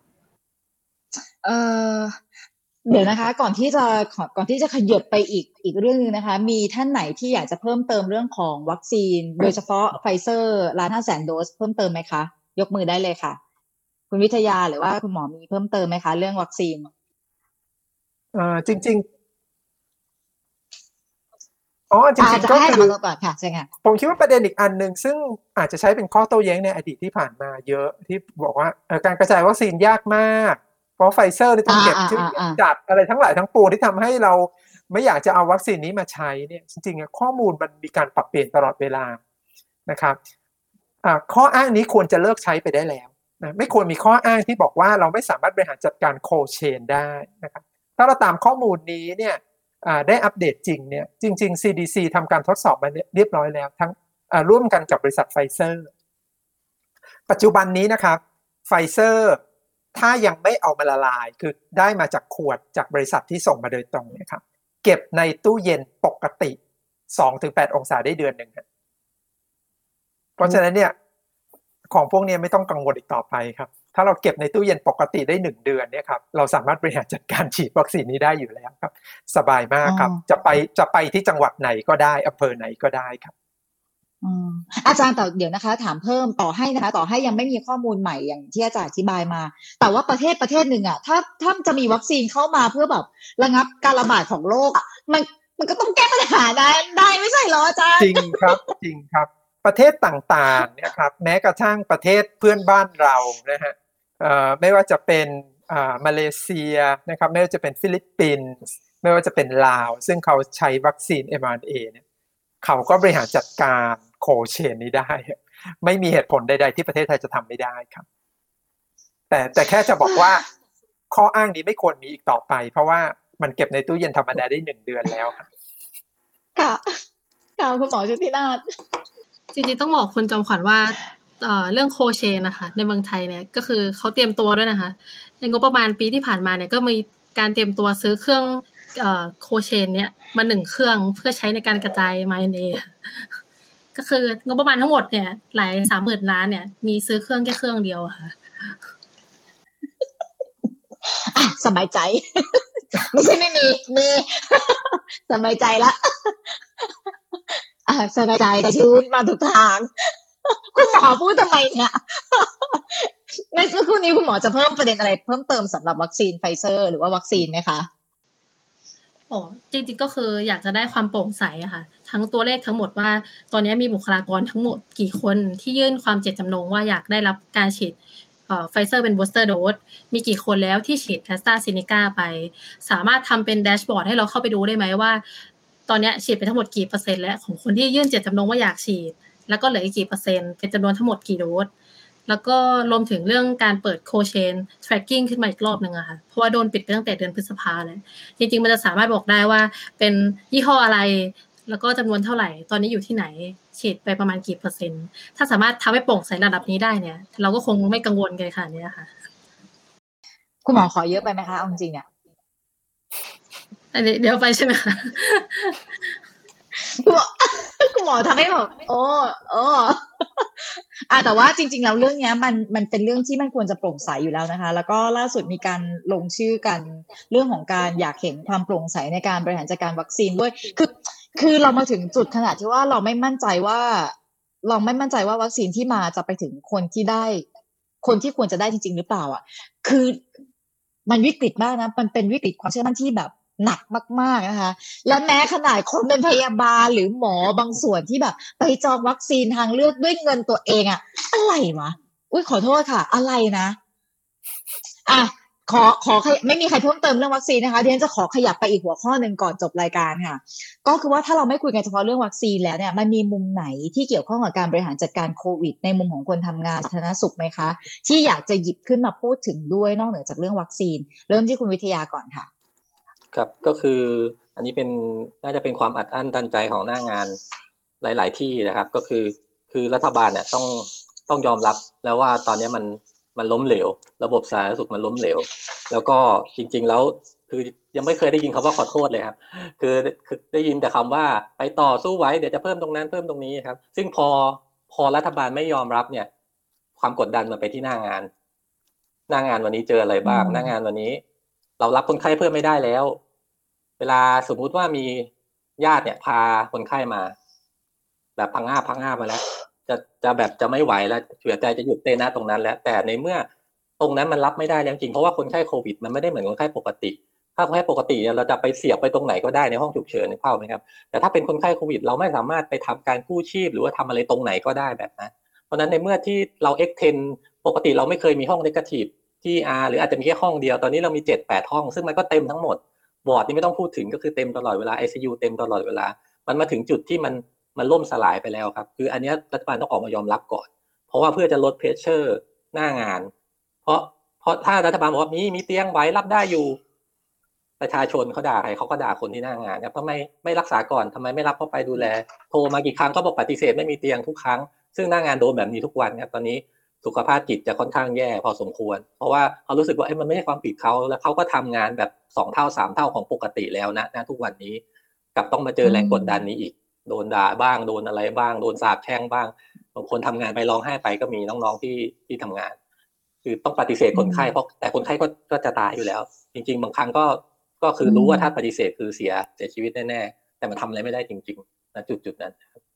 [SPEAKER 2] เดี๋ยวนะคะก่อนที่จะขยับไปอีกเรื่องนึงนะคะมีท่านไหนที่อยากจะเพิ่มเติมเรื่องของวัคซีนโดยเฉพาะ Pfizer 1,500,000 โดสเพิ่มเติมไหมคะยกมือได้เลยค่ะคุณวิทยาหรือว่าคุณหมอมีเพิ่มเติมไหมคะเรื่องวัคซีน
[SPEAKER 6] จริงๆจริงๆก็คือผมคิดว่าประเด็นอีกอันนึงซึ่งอาจจะใช้เป็นข้อโต้แย้งในอดีตที่ผ่านมาเยอะที่บอกว่าการกระจายวัคซีนยากมากเพราะไฟเซอร์ต้องเก็บชื่อจัดอะไรทั้งหลายทั้งปวงที่ทำให้เราไม่อยากจะเอาวัคซีนนี้มาใช้เนี่ยจริงๆข้อมูลมันมีการปรับเปลี่ยนตลอดเวลานะครับข้ออ้างนี้ควรจะเลิกใช้ไปได้แล้วนะไม่ควรมีข้ออ้างที่บอกว่าเราไม่สามารถบริหารจัดการโคเชนได้นะครับถ้าเราตามข้อมูลนี้เนี่ยได้อัปเดตจริงเนี่ยจริงๆ CDC ทำการทดสอบมาเรียบร้อยแล้วทั้งร่วมกันกับบริษัทไฟเซอร์ปัจจุบันนี้นะครับไฟเซอร์ถ้ายังไม่เอามาละลายคือได้มาจากขวดจากบริษัทที่ส่งมาโดยตรงนะครับเก็บในตู้เย็นปกติ 2-8 องศาได้เดือนนึงเพราะฉะนั้นเนี่ยของพวกนี้ไม่ต้องกังวลอีกต่อไปครับถ้าเราเก็บในตู้เย็นปกติได้1เดือนเนี่ยครับเราสามารถบริหารจัดการฉีดวัคซีนนี้ได้อยู่แล้วครับสบายมากครับจะไปที่จังหวัดไหนก็ได้อำเภอไหนก็ได้ครับ
[SPEAKER 2] อาจารย์แต่เดี๋ยวนะคะถามเพิ่มต่อให้ยังไม่มีข้อมูลใหม่อย่างที่อาจารย์อธิบายมาแต่ว่าประเทศหนึ่งอ่ะถ้าจะมีวัคซีนเข้ามาเพื่อแบบระงับการระบาดของโรคอ่ะมันก็ต้องแก้ปัญหาได้ไม่ใช่เหรออาจารย์
[SPEAKER 6] จริงครับประเทศต่างๆเนี่ยครับแม้กระทั่งประเทศเพื่อนบ้านเรานะฮะไม่ว่าจะเป็นมาเลเซียนะครับไม่ว่าจะเป็นฟิลิปปินส์ไม่ว่าจะเป็นลาวซึ่งเขาใช้วัคซีน mRNA เนี่ยเขาก็บริหารจัดการโคเชนนี้ได้ไม่มีเหตุผลใดๆที่ประเทศไทยจะทำไม่ได้ครับแต่แค่จะบอกว่าข้ออ้างนี้ไม่ควรมีอีกต่อไปเพราะว่ามันเก็บในตู้เย็นธรรมดาได้1เดือนแล้วครับ
[SPEAKER 2] ค่ะคุณหมอชุตินาถ
[SPEAKER 4] จริงๆต้องบอกคุณจอมขวัญว่าเรื่องโคเชนนะคะในเมืองไทยเนี่ยก็คือเขาเตรียมตัวด้วยนะคะในงบประมาณปีที่ผ่านมาเนี่ยก็มีการเตรียมตัวซื้อเครื่องโคเชนเนี้ยมา1เครื่องเพื่อใช้ในการกระจาย mRNA ก็คืองบประมาณทั้งหมดเนี่ยหลาย 30,000 ล้านเนี่ยมีซื้อเครื่องแค่เครื่องเดียวอะค่ะ
[SPEAKER 2] สบายใจ ไม่ใช่ไม่มีสบายใจละสบายใจแต่ชีวิตมาถูกทาง คุณหมอพูดทำไมเนี่ยในสักครู่นี้คุณหมอจะเพิ่มประเด็นอะไรเพิ่มเติมสำหรับวัคซีนไฟเซอร์หรือว่าวัคซีนไหมคะ
[SPEAKER 4] โอ้จริงๆก็คืออยากจะได้ความโปร่งใสอะค่ะทั้งตัวเลขทั้งหมดว่าตอนนี้มีบุคลากรทั้งหมดกี่คนที่ยื่นความเจตจำนงว่าอยากได้รับการฉีดไฟเซอร์เป็นบูสเตอร์โดสมีกี่คนแล้วที่ฉีดแอสตราเซเนกาไปสามารถทำเป็นแดชบอร์ดให้เราเข้าไปดูได้ไหมว่าตอนนี้ฉีดไปทั้งหมดกี่เปอร์เซ็นต์แล้วของคนที่ยื่นเจตจำนงว่าอยากฉีดแล้วก็เหลืออีกกี่เปอร์เซ็นต์เป็นจำนวนทั้งหมดกี่โดสแล้วก็รวมถึงเรื่องการเปิดโคเชน tracking ขึ้นมาอีกรอบนึงอะค่ะเพราะว่าโดนปิดไปตั้งแต่เดือนพฤษภาเลยจริงๆมันจะสามารถบอกได้ว่าเป็นยี่ห้ออะไรแล้วก็จำนวนเท่าไหร่ตอนนี้อยู่ที่ไหนฉีดไปประมาณกี่เปอร์เซ็นต์ถ้าสามารถทำให้โปร่งใสระดับนี้ได้เนี่ยเราก็คงไม่กังวลกันค่ะเนี่ยค่ะ
[SPEAKER 2] คุณหมอขอเยอะไปไหมคะเอาจริงๆเนี่ย
[SPEAKER 4] อันนี้เดี๋ยวไปใช่ไหมคะ
[SPEAKER 2] คุณหมอทำให้แบบโอ้แต่ว่าจริงๆแล้วเรื่องนี้มันเป็นเรื่องที่มันควรจะโปร่งใสอยู่แล้วนะคะแล้วก็ล่าสุดมีการลงชื่อกันเรื่องของการอยากเห็นความโปร่งใสในการบริหารจัดการวัคซีนด้วยคือเรามาถึงจุดขนาดที่ว่าเราไม่มั่นใจว่าวัคซีนที่มาจะไปถึงคนที่ได้คนที่ควรจะได้จริงๆหรือเปล่าคือมันวิกฤตมากนะมันเป็นวิกฤตความเชื่อมั่นที่แบบหนักมากๆนะคะและแม้ขนาดคนเป็นพยาบาลหรือหมอบางส่วนที่แบบไปจองวัคซีนทางเลือกด้วยเงินตัวเองอะไรวะขอโทษค่ะอะไรนะขอไม่มีใครเพิ่มเติมเรื่องวัคซีนนะคะเดี๋ยวจะขอขยับไปอีกหัวข้อหนึ่งก่อนจบรายการค่ะก็คือว่าถ้าเราไม่คุยกันเฉพาะเรื่องวัคซีนแล้วเนี่ยมันมีมุมไหนที่เกี่ยวข้องกับการบริหารจัดการโควิดในมุมของคนทำงานสาธารณสุขไหมคะที่อยากจะหยิบขึ้นมาพูดถึงด้วยนอกเหนือจากเรื่องวัคซีนเริ่มที่คุณวิทยาก่อนค่ะ
[SPEAKER 5] ครับก็คืออันนี้น่าจะเป็นความอัดอั้นตันใจของหน้างานหลายๆที่นะครับก็คือรัฐบาลเนี่ยต้องยอมรับแล้วว่าตอนนี้มันล้มเหลวระบบสาธารณสุขมันล้มเหลวแล้วก็จริงๆแล้วคือยังไม่เคยได้ยินคำว่าขอโทษเลยครับคือได้ยินแต่คำว่าไปต่อสู้ไว้เดี๋ยวจะเพิ่มตรงนั้นเพิ่มตรงนี้ครับซึ่งพอรัฐบาลไม่ยอมรับเนี่ยความกดดันมันไปที่หน้างานวันนี้เจออะไรบ้างหน้างานวันนี้เรารับคนไข้เพิ่มไม่ได้แล้วเวลาสมมุติว่ามีญาติเนี่ยพาคนไข้มาแบบพังงาบมาแล้วจะแบบจะไม่ไหวแล้วเสียใจจะหยุดเต้นหน้าตรงนั้นแล้วแต่ในเมื่อตรงนั้นมันรับไม่ได้แล้วจริงเพราะว่าคนไข้โควิดมันไม่ได้เหมือนคนไข้ปกติถ้าคนไข้ปกติเราจะไปเสียบไปตรงไหนก็ได้ในห้องฉุกเฉินเข้าไหมครับแต่ถ้าเป็นคนไข้โควิดเราไม่สามารถไปทำการกู้ชีพหรือว่าทำอะไรตรงไหนก็ได้แบบนั้นเพราะนั้นในเมื่อที่เราเอ็กเทนปกติเราไม่เคยมีห้องเนกาทีฟที่หรืออาจจะมีแค่ห้องเดียวตอนนี้เรามี 7-8 ห้องซึ่งมันก็เต็มทั้งหมดวอร์ดนี่ไม่ต้องพูดถึงก็คือเต็มตลอดเวลา ICU เต็มตลอดเวลามันมาถึงจุดที่มันล่มสลายไปแล้วครับคืออันนี้รัฐบาลต้องออกมายอมรับก่อนเพราะว่าเพื่อจะลดเพรสเชอร์หน้างานเพราะถ้ารัฐบาลบอกว่ามีเตียงไว้รับได้อยู่ประชาชนเขาด่าใครเขาก็ด่าคนที่หน้างานครับทำไมไม่รักษาก่อนทำไมไม่รับเข้าไปดูแลโทรมากี่ครั้งก็บอกปฏิเสธไม่มีเตียงทุกครั้งซึ่งหน้างานโดนแบบนี้ทุกวันครับตอนนี้สุขภาพจิตจะค่อนข้างแย่พอสมควรเพราะว่าเขารู้สึกว่ามันไม่ใช่ความผิดเขาแล้วเขาก็ทำงานแบบ2 เท่า 3 เท่าของปกติแล้วนะทุกวันนี้กับต้องมาเจอแรงกดดันนี้อีกโดนด่าบ้างโดนอะไรบ้างโดนสาปแช่งบ้างบางคนทำงานไปร้องไห้ไปก็มีน้องๆที่ทำงานคือต้องปฏิเสธคนไข้เพราะแต่คนไข้ก็จะตายอยู่แล้วจริงๆบางครั้งก็คือรู้ว่าถ้าปฏิเสธคือเสียชีวิตแน่ๆแต่มันทำอะไรไม่ได้จริงๆณจุดนั้น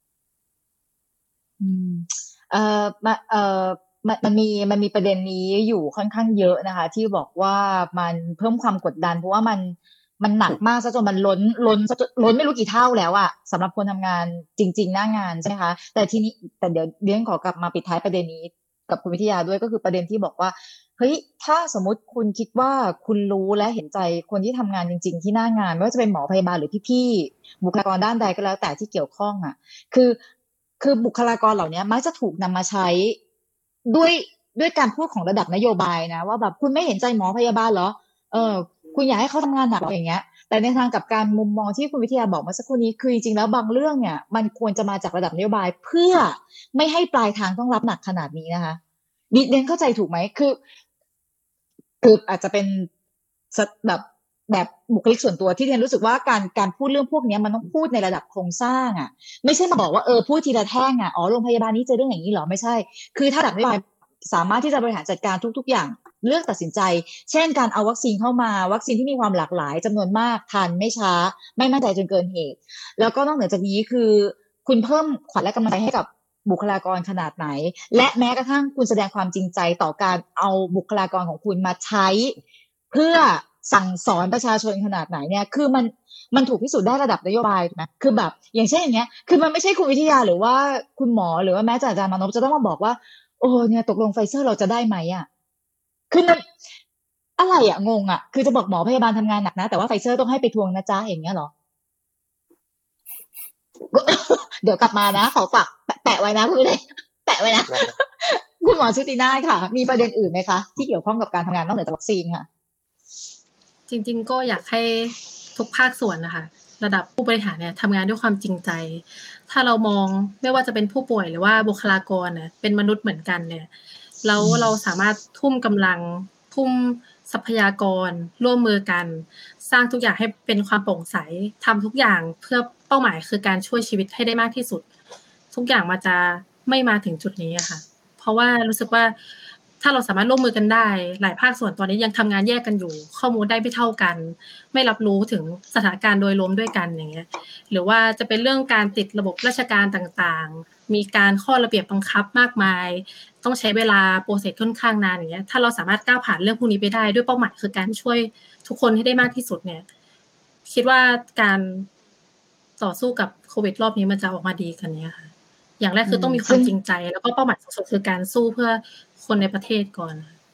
[SPEAKER 2] มันมีประเด็นนี้อยู่ค่อนข้างเยอะนะคะที่บอกว่ามันเพิ่มความกดดันเพราะว่ามันหนักมากซะจนมันล้นไม่รู้กี่เท่าแล้วสำหรับคนทำงานจริงๆหน้างานใช่ไหมคะแต่เดี๋ยวเรียนขอกลับมาปิดท้ายประเด็นนี้กับคุณวิทยาด้วยก็คือประเด็นที่บอกว่าเฮ้ยถ้าสมมติคุณคิดว่าคุณรู้และเห็นใจคนที่ทำงานจริงๆที่หน้างานไม่ว่าจะเป็นหมอพยาบาลหรือพี่ๆบุคลากรด้านใดก็แล้วแต่ที่เกี่ยวข้องคือบุคลากรเหล่านี้มักจะถูกนำมาใช้ด้วยการพูดของระดับนโยบายนะว่าแบบคุณไม่เห็นใจหมอพยาบาลเหรอคุณอยากให้เขาทำงานหนักอย่างเงี้ยแต่ในทางกับการมุมมองที่คุณวิทยาบอกเมื่อสักครู่นี้คือจริงๆแล้วบางเรื่องเนี่ยมันควรจะมาจากระดับนโยบายเพื่อไม่ให้ปลายทางต้องรับหนักขนาดนี้นะคะดิฉันเข้าใจถูกไหมคืออาจจะเป็นแบบแบบบุคลิกส่วนตัวที่เรียนรู้สึกว่าการพูดเรื่องพวกนี้มันต้องพูดในระดับโครงสร้างอ่ะไม่ใช่มาบอกว่าพูดทีละแท่งอ่ะอ๋อโรงพยาบาลนี้เจอเรื่องอย่างนี้เหรอไม่ใช่คือถ้าระดับนโยบายสามารถที่จะบริหารจัดการทุกๆอย่างเลือกตัดสินใจเช่นการเอาวัคซีนเข้ามาวัคซีนที่มีความหลากหลายจำนวนมากทันไม่ช้าไม่มั่นใจจนเกินเหตุแล้วก็นอกเหนือจากนี้คือคุณเพิ่มขวัญและกำลังใจให้กับบุคลากรขนาดไหนและแม้กระทั่งคุณแสดงความจริงใจต่อการเอาบุคลากรของคุณมาใช้เพื่อสั่งสอนประชาชนขนาดไหนเนี่ยคือมันถูกพิสูจน์ได้ระดับนโยบายถูกไหมคือแบบอย่างเช่นอย่างเงี้ยคือมันไม่ใช่คุณวิทยาหรือว่าคุณหมอหรือว่าแม้แต่อาจารย์มานพจะต้องมาบอกว่าโอ้เนี่ยตกลงไฟเซอร์เราจะได้ไหมอ่ะคือมันอะไรอ่ะงงอ่ะคือจะบอกหมอพยาบาลทำงานหนักนะแต่ว่าไฟเซอร์ต้องให้ไปทวงนะจ๊ะอย่างเงี้ยเหรอ เดี๋ยวกลับมานะขอฝากแปะไว้นะคุณเลยแปะไว้นะคุณหมอชุตินาค่ะมีประเด็นอื่นไหมคะที่เกี่ยวข้องกับการทำงานนอกเหนือจากวัคซีนค่ะ
[SPEAKER 4] จริงๆก็อยากให้ทุกภาคส่วนนะคะระดับผู้บริหารเนี่ยทำงานด้วยความจริงใจถ้าเรามองไม่ว่าจะเป็นผู้ป่วยหรือว่าบุคลากรเนี่ยเป็นมนุษย์เหมือนกันเนี่ยแล้วเราสามารถทุ่มกำลังทุ่มทรัพยากรร่วมมือกันสร้างทุกอย่างให้เป็นความโปร่งใสทำทุกอย่างเพื่อเป้าหมายคือการช่วยชีวิตให้ได้มากที่สุดทุกอย่างมันจะไม่มาถึงจุดนี้อะค่ะเพราะว่ารู้สึกว่าถ้าเราสามารถร่วมมือกันได้หลายภาคส่วนตอนนี้ยังทำงานแยกกันอยู่ข้อมูลได้ไม่เท่ากันไม่รับรู้ถึงสถานการณ์โดยรวมด้วยกันอย่างเงี้ยหรือว่าจะเป็นเรื่องการติดระบบราชการต่างๆมีการข้อระเบียบบังคับมากมายต้องใช้เวลาโปรเซสค่อนข้างนานอย่างเงี้ยถ้าเราสามารถก้าวผ่านเรื่องพวกนี้ไปได้ด้วยเป้าหมายคือการช่วยทุกคนให้ได้มากที่สุดเนี่ยคิดว่าการต่อสู้กับโควิดรอบนี้มันจะออกมาดีกันเนี่ยค่ะอย่างแรกคือต้องมีความจริงใจแล้วก็เป้าหมายสูงสุดคือการสู้เพื่อคนในประเทศก่อน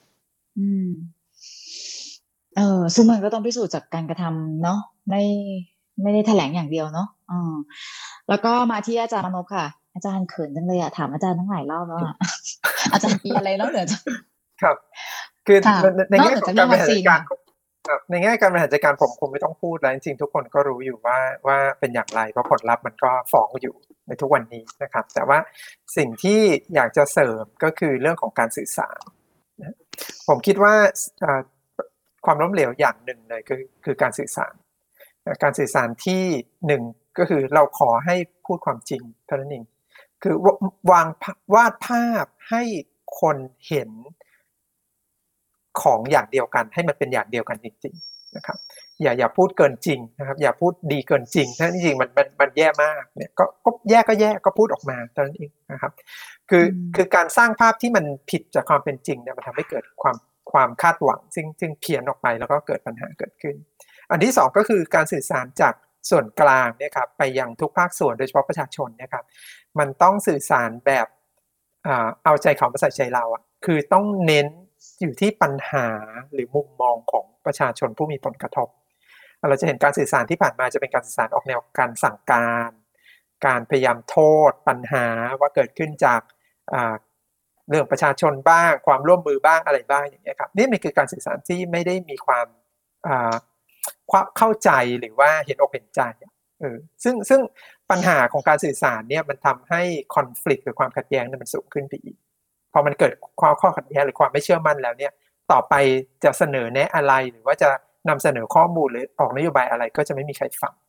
[SPEAKER 2] ซึ่งมันก็ต้องพิสูจน์จากการกระทำเนาะไม่ได้แถลงอย่างเดียวเนาะแล้วก็มาที่อาจารย์มนพค่ะอาจารย์เขินจังเลยอะถามอาจารย์ทั้งหลายรอบแล้วอะ อาจารย์มีอะไรนอกเหนือจาก
[SPEAKER 6] ครับคือในแง่ของการบริหารจัดการในแง่การบริหารจัดการผมคงไม่ต้องพูดแล้วจริงๆทุกคนก็รู้อยู่ว่าเป็นอย่างไรเพราะผลลัพธ์มันก็ฟ้องอยู่ในทุกวันนี้นะครับแต่ว่าสิ่งที่อยากจะเสริมก็คือเรื่องของการสื่อสารผมคิดว่าความล้มเหลวอย่างหนึ่งเลยคือการสื่อสารที่หนึ่งก็คือเราขอให้พูดความจริงเท่านั้นเองคือวาดภาพให้คนเห็นของอย่างเดียวกันให้มันเป็นอย่างเดียวกันจริงๆนะครับอย่าพูดเกินจริงนะครับอย่าพูดดีเกินจริงถ้าจริงมันแย่มากเนี่ยก็แย่ก็พูดออกมาเท่านั้นเองนะครับคือการสร้างภาพที่มันผิดจากความเป็นจริงเนี่ยมันทำให้เกิดความคาดหวังซึ่งเพี้ยนออกไปแล้วก็เกิดปัญหาเกิดขึ้นอันที่สองก็คือการสื่อสารจากส่วนกลางเนี่ยครับไปยังทุกภาคส่วนโดยเฉพาะประชาชนเนี่ยครับมันต้องสื่อสารแบบเอาใจเขามาใส่ใจเราอ่ะคือต้องเน้นอยู่ที่ปัญหาหรือมุมมองของประชาชนผู้มีผลกระทบเราจะเห็นการสื่อสารที่ผ่านมาจะเป็นการสื่อสารออกแนวการสั่งการพยายามโทษปัญหาว่าเกิดขึ้นจากเรื่องประชาชนบ้างความร่วมมือบ้างอะไรบ้างอย่างเงี้ยครับนี่มันคือการสื่อสารที่ไม่ได้มีความเข้าใจหรือว่าเห็นอกเห็นใจซึ่งปัญหาของการสื่อสารเนี่ยมันทำให้คอนฟลิกต์หรือความขัดแย้งมันสูงขึ้นไปอีกพอมันเกิดข้อขัดแย้งหรือความไม่เชื่อมั่นแล้วเนี่ยต่อไปจะเสนอแนะอะไรหรือว่าจะนำเสนอข้อมูลหรือออกนโยบายอะไรก็จะไม่มีใครฟัง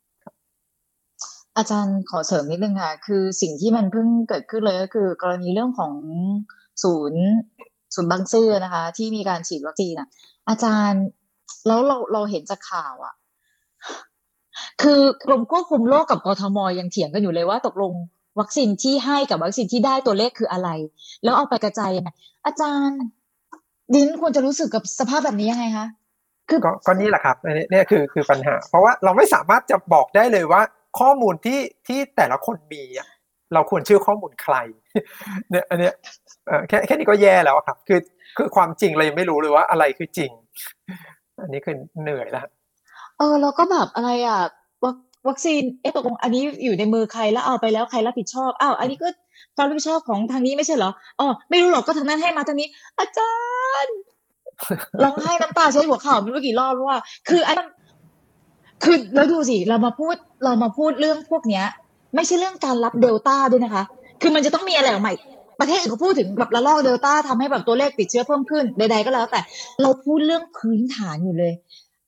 [SPEAKER 2] อาจารย์ขอเสริมนิดนึงค่ะคือสิ่งที่มันเพิ่งเกิดขึ้นเลยก็คือกรณีเรื่องของศูนย์บางซื่อนะคะที่มีการฉีดวัคซีนอาจารย์แล้วเราเห็นจากข่าวคือกรมควบคุมโรคกับกทมยังเถียงกันอยู่เลยว่าตกลงวัคซีนที่ให้กับวัคซีนที่ได้ตัวเลขคืออะไรแล้วเอาไปกระจายยังไงอาจารย์ดิฉันควรจะรู้สึกกับสภาพแบบนี้ยังไงคะ
[SPEAKER 6] ก็นี่แหละครับนี่คือปัญหาเพราะว่าเราไม่สามารถจะบอกได้เลยว่าข้อมูลที่แต่ละคนมีเราควรเชื่อข้อมูลใครเนี่ยอันเนี้ยแค่นี้ก็แย่แล้วครับคือความจริงเรายังไม่รู้เลยว่าอะไรคือจริงอันนี้คือเหนื่อยแล้ว
[SPEAKER 2] แล้วก็แบบอะไรวัคซีนตกลงอันนี้อยู่ในมือใครแล้วเอาไปแล้วใครรับผิดชอบอันนี้ก็ความรับผิดชอบของทางนี้ไม่ใช่เหรอไม่รู้หรอกก็ทางนั้นให้มาทางนี้อาจารย์ร้องไห้น้ำตาใช้หัวเข่าไม่รู้กี่รอบว่าคือแล้วดูสิเรามาพูดเรื่องพวกเนี้ยไม่ใช่เรื่องการรับเดลต้าด้วยนะคะคือมันจะต้องมีอะไรออกมาประเทศอื่นเขาพูดถึงแบบระลอกเดลต้าทำให้แบบตัวเลขติดเชื้อเพิ่มขึ้นใดๆก็แล้วแต่เราพูดเรื่องพื้นฐานอยู่เลย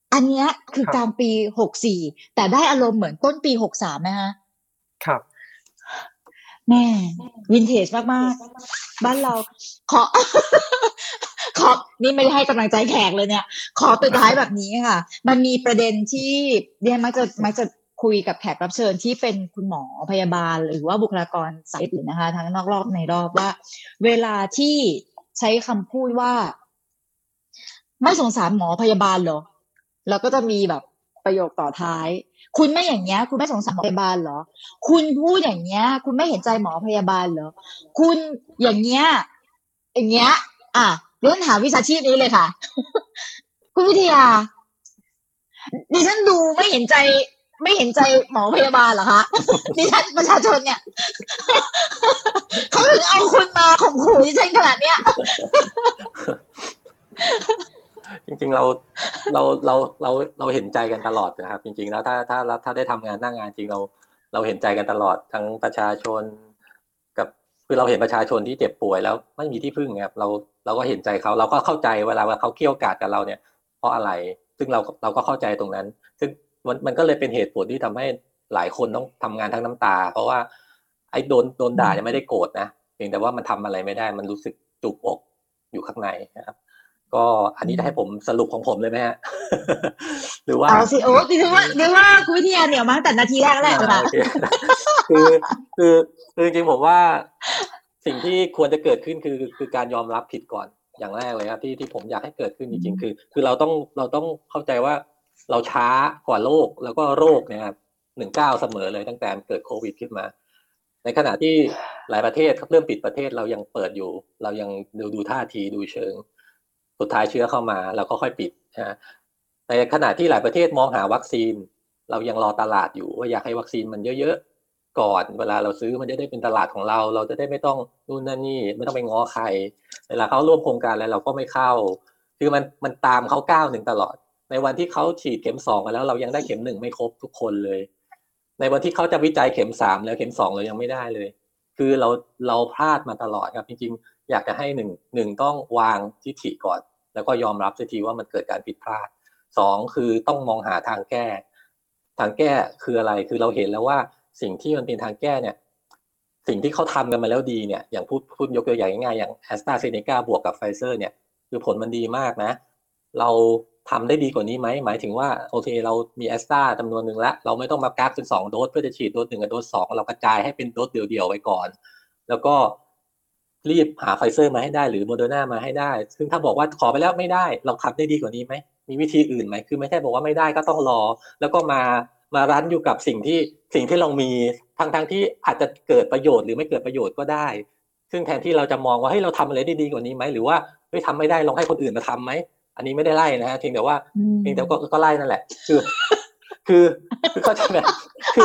[SPEAKER 2] อันเนี้ยคือกลางปี64แต่ได้อารมณ์เหมือนต้นปี63นะคะ
[SPEAKER 6] ครับ
[SPEAKER 2] แม่วินเทจมากๆบ้านเราขอ ขอนี่ไม่ได้ให้กำลังใจแขกเลยเนี่ยขอปิดท้ายแบบนี้ค่ะมันมีประเด็นที่เรียนมักจะคุยกับแขกรับเชิญที่เป็นคุณหมอพยาบาลหรือว่าบุคลากรสายอื่นนะคะทั้งนอกรอบในรอบว่าเวลาที่ใช้คำพูดว่าไม่สงสารหมอพยาบาลเหรอแล้วก็จะมีแบบประโยคต่อท้ายคุณไม่อย่างเงี้ยคุณไม่สงสารหมอพยาบาลเหรอคุณพูดอย่างเงี้ยคุณไม่เห็นใจหมอพยาบาลเหรอคุณอย่างเงี้ยอ่ะเรื่องหาวิชาชีพนี้เลยค่ะ คุณวิทยาดิฉันดูไม่เห็นใจหมอพยาบาลเหรอคะ ดิฉันประชาชนเนี่ย เขาถึงเอาคุณมาข่มขู่ดิฉันขนาดเนี้ย
[SPEAKER 5] จริงๆเราเห็นใจกันตลอดนะครับจริงๆแล้วถ้าได้ทำงานหน้างานจริงเราเห็นใจกันตลอดทั้งประชาชนกับคือเราเห็นประชาชนที่เจ็บป่วยแล้วไม่มีที่พึ่งครับเราก็เห็นใจเขาเราก็เข้าใจเวลาเขาเคี่ยวกาดกับเราเนี่ยเพราะอะไรซึ่งเราก็เข้าใจตรงนั้นซึ่งมันก็เลยเป็นเหตุผลที่ทำให้หลายคนต้องทำงานทั้งน้ำตาเพราะว่าไอ้โดนด่ายังไม่ได้โกรธนะเพียงแต่ว่ามันทำอะไรไม่ได้มันรู้สึกจุกอกอยู่ข้างในนะครับก็อันนี้จะให้ผมสรุปของผมเลยไหมฮะ หรือว่า
[SPEAKER 2] เอาสิโอ้ดิฉันว่าคุณวิทยาเหนียวมาตั้งแต่นาทีแรกแล้วค่ะ
[SPEAKER 5] คือจริงๆผมว่าสิ่งที่ควรจะเกิดขึ้นคือการยอมรับผิดก่อนอย่างแรกเลยครับที่ผมอยากให้เกิดขึ้นจริงๆคือเราต้องเข้าใจว่าเราช้ากว่าโลกแล้วก็โรคเนี่ยครับ19เสมอเลยตั้งแต่เกิดโควิดขึ้นมาในขณะที่หลายประเทศเริ่มปิดประเทศเรายังเปิดอยู่เรายังดูท่าทีดูเชิงสุดท้ายเชื้อเข้ามาเราก็ค่อยปิดนะในขณะที่หลายประเทศมองหาวัคซีนเรายังรอตลาดอยู่ว่าอยากให้วัคซีนมันเยอะๆก่อนเวลาเราซื้อมันจะได้เป็นตลาดของเราจะได้ไม่ต้องนู่นนั่นนี่ไม่ต้องไปง้อใครเวลาเขาร่วมโครงการอะไรเราก็ไม่เข้าคือมันตามเขา9-1ตลอดในวันที่เขาฉีดเข็ม2กันแล้วเรายังได้เข็ม1ไม่ครบทุกคนเลยในวันที่เขาจะวิจัยเข็ม3แล้วเข็ม2เรายังไม่ได้เลยคือเราพลาดมาตลอดครับจริงๆอยากจะให้หนึ่งต้องวางทิฐิก่อนแล้วก็ยอมรับสักทีว่ามันเกิดการผิดพลาด2คือต้องมองหาทางแก้คืออะไรคือเราเห็นแล้วว่าสิ่งที่มันเป็นทางแก้เนี่ยสิ่งที่เขาทำกันมาแล้วดีเนี่ยอย่างพูดยกตัวอย่างง่ายๆอย่าง AstraZeneca บวกกับ Pfizer เนี่ยคือผลมันดีมากนะเราทำได้ดีกว่านี้ไหมหมายถึงว่าโอเคเรามี Astra จำนวนหนึ่งแล้วเราไม่ต้องมากักเป็น2โดสเพื่อจะฉีดโดส1กับโดส2เรากระจายให้เป็นโดสเดี่ยวๆไว้ก่อนแล้วก็รีบหา Pfizer มาให้ได้หรือ Moderna มาให้ได้ซึ่งถ้าบอกว่าขอไปแล้วไม่ได้เราทำได้ดีกว่านี้ไหมมีวิธีอื่นไหมคือไม่ใช่บอกว่าไม่ได้ก็ต้องรอแล้วก็มารันอยู่กับสิ่งที่เรามีทั้งที่อาจจะเกิดประโยชน์หรือไม่เกิดประโยชน์ก็ได้ซึ่งแทนที่เราจะมองว่าเฮ้ยเราทำอะไรได้ดีกว่านี้ไหมหรือว่าเฮ้ยทำไม่ได้ลองให้คนอื่นมาทำไหมอันนี้ไม่ได้ไล่นะฮะเพียงแต่ว่าก็ไล่นั่นแหละคือเข้าใจไหมคือ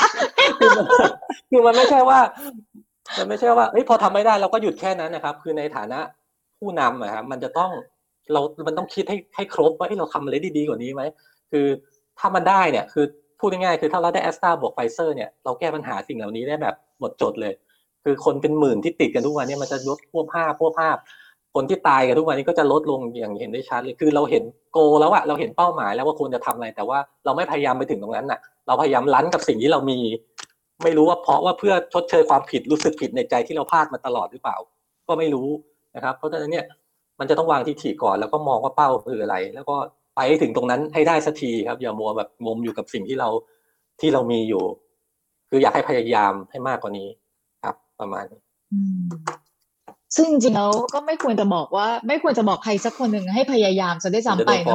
[SPEAKER 5] มันไม่ใช่ว่าเฮ้ยพอทำไม่ได้เราก็หยุดแค่นั้นนะครับคือในฐานะผู้นำอะครับมันต้องคิดให้ครบว่าเราทำอะไรได้ดีกว่านี้ไหมคือถ้ามันได้เนี่ยคือพูดง่ายๆคือถ้าเราได้ Astra บวก Pfizer เนี่ยเราแก้ปัญหาสิ่งเหล่านี้ได้แบบหมดจดเลยคือคนเป็นหมื่นที่ติดกันทุกวันนี้มันจะลดพวกภาพคนที่ตายกันทุกวันนี้ก็จะลดลงอย่างเห็นได้ชัดเลยคือเราเห็นโกแล้วอะเราเห็นเป้าหมายแล้วว่าควรจะทำอะไรแต่ว่าเราไม่พยายามไปถึงตรงนั้นน่ะเราพยายามลั้นกับสิ่งที่เรามีไม่รู้ว่าเพราะว่าเพื่อชดเชยความผิดรู้สึกผิดในใจที่เราพลาดมาตลอดหรือเปล่าก็ไม่รู้นะครับเพราะฉะนั้นเนี่ยมันจะต้องวางทิฐิก่อนแล้วก็มองว่าเป้าคืออะไรแล้วก็ไปถึงตรงนั้นให้ได้สักทีครับอย่ามัวแบบงมอยู่กับสิ่งที่เรามีอยู่คืออยากให้พยายามให้มากกว่านี้ครับประมาณนี้
[SPEAKER 2] ซึ่งจริงๆแล้วก็ไม่ควรจะบอกใครสักคนหนึ่งให้พยายามจะได้ซ้ำไปนะ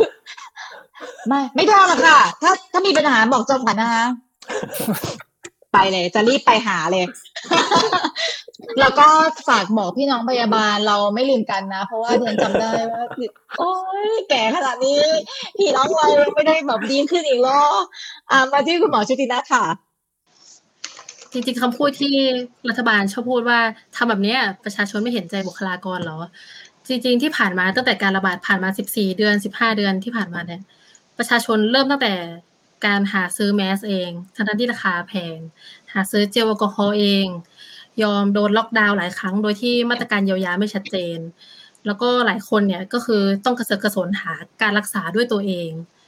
[SPEAKER 2] ไม่ได้หรอกค่ะถ้ามีปัญหาบอกจอมขวัญนะคะไปเลยจะรีบไปหาเลย แล้วก็ฝากบอกพี่น้องพยาบาลเราไม่ลืมกันนะเพราะว่าเดือนจำได้ว่าโอ๊ยแก่ขนาดนี้พี่น้องวัยไม่ได้แบบดีขึ้นอีกหรอมาที่คุณหมอชุตินัทค่ะ
[SPEAKER 4] จริงๆคำพูดที่รัฐบาลชอบพูดว่าทำแบบนี้ประชาชนไม่เห็นใจบุคลากรหรอจริงๆที่ผ่านมาตั้งแต่การระบาดผ่านมา14 เดือน15 เดือนที่ผ่านมาเนี่ยประชาชนเริ่มตั้งแต่การหาซื้อแมสเองทั้งที่ราคาแพงหาซื้อเจลแอลกอฮอล์เองยอมโดนล็อกดาวน์หลายครั้งโดยที่มาตรการเยียวยาไม่ชัดเจนแล้วก็หลายคนเนี่ยก็คือต้องกระเสือกกระสนหาการรักษาด้วยตัวเอง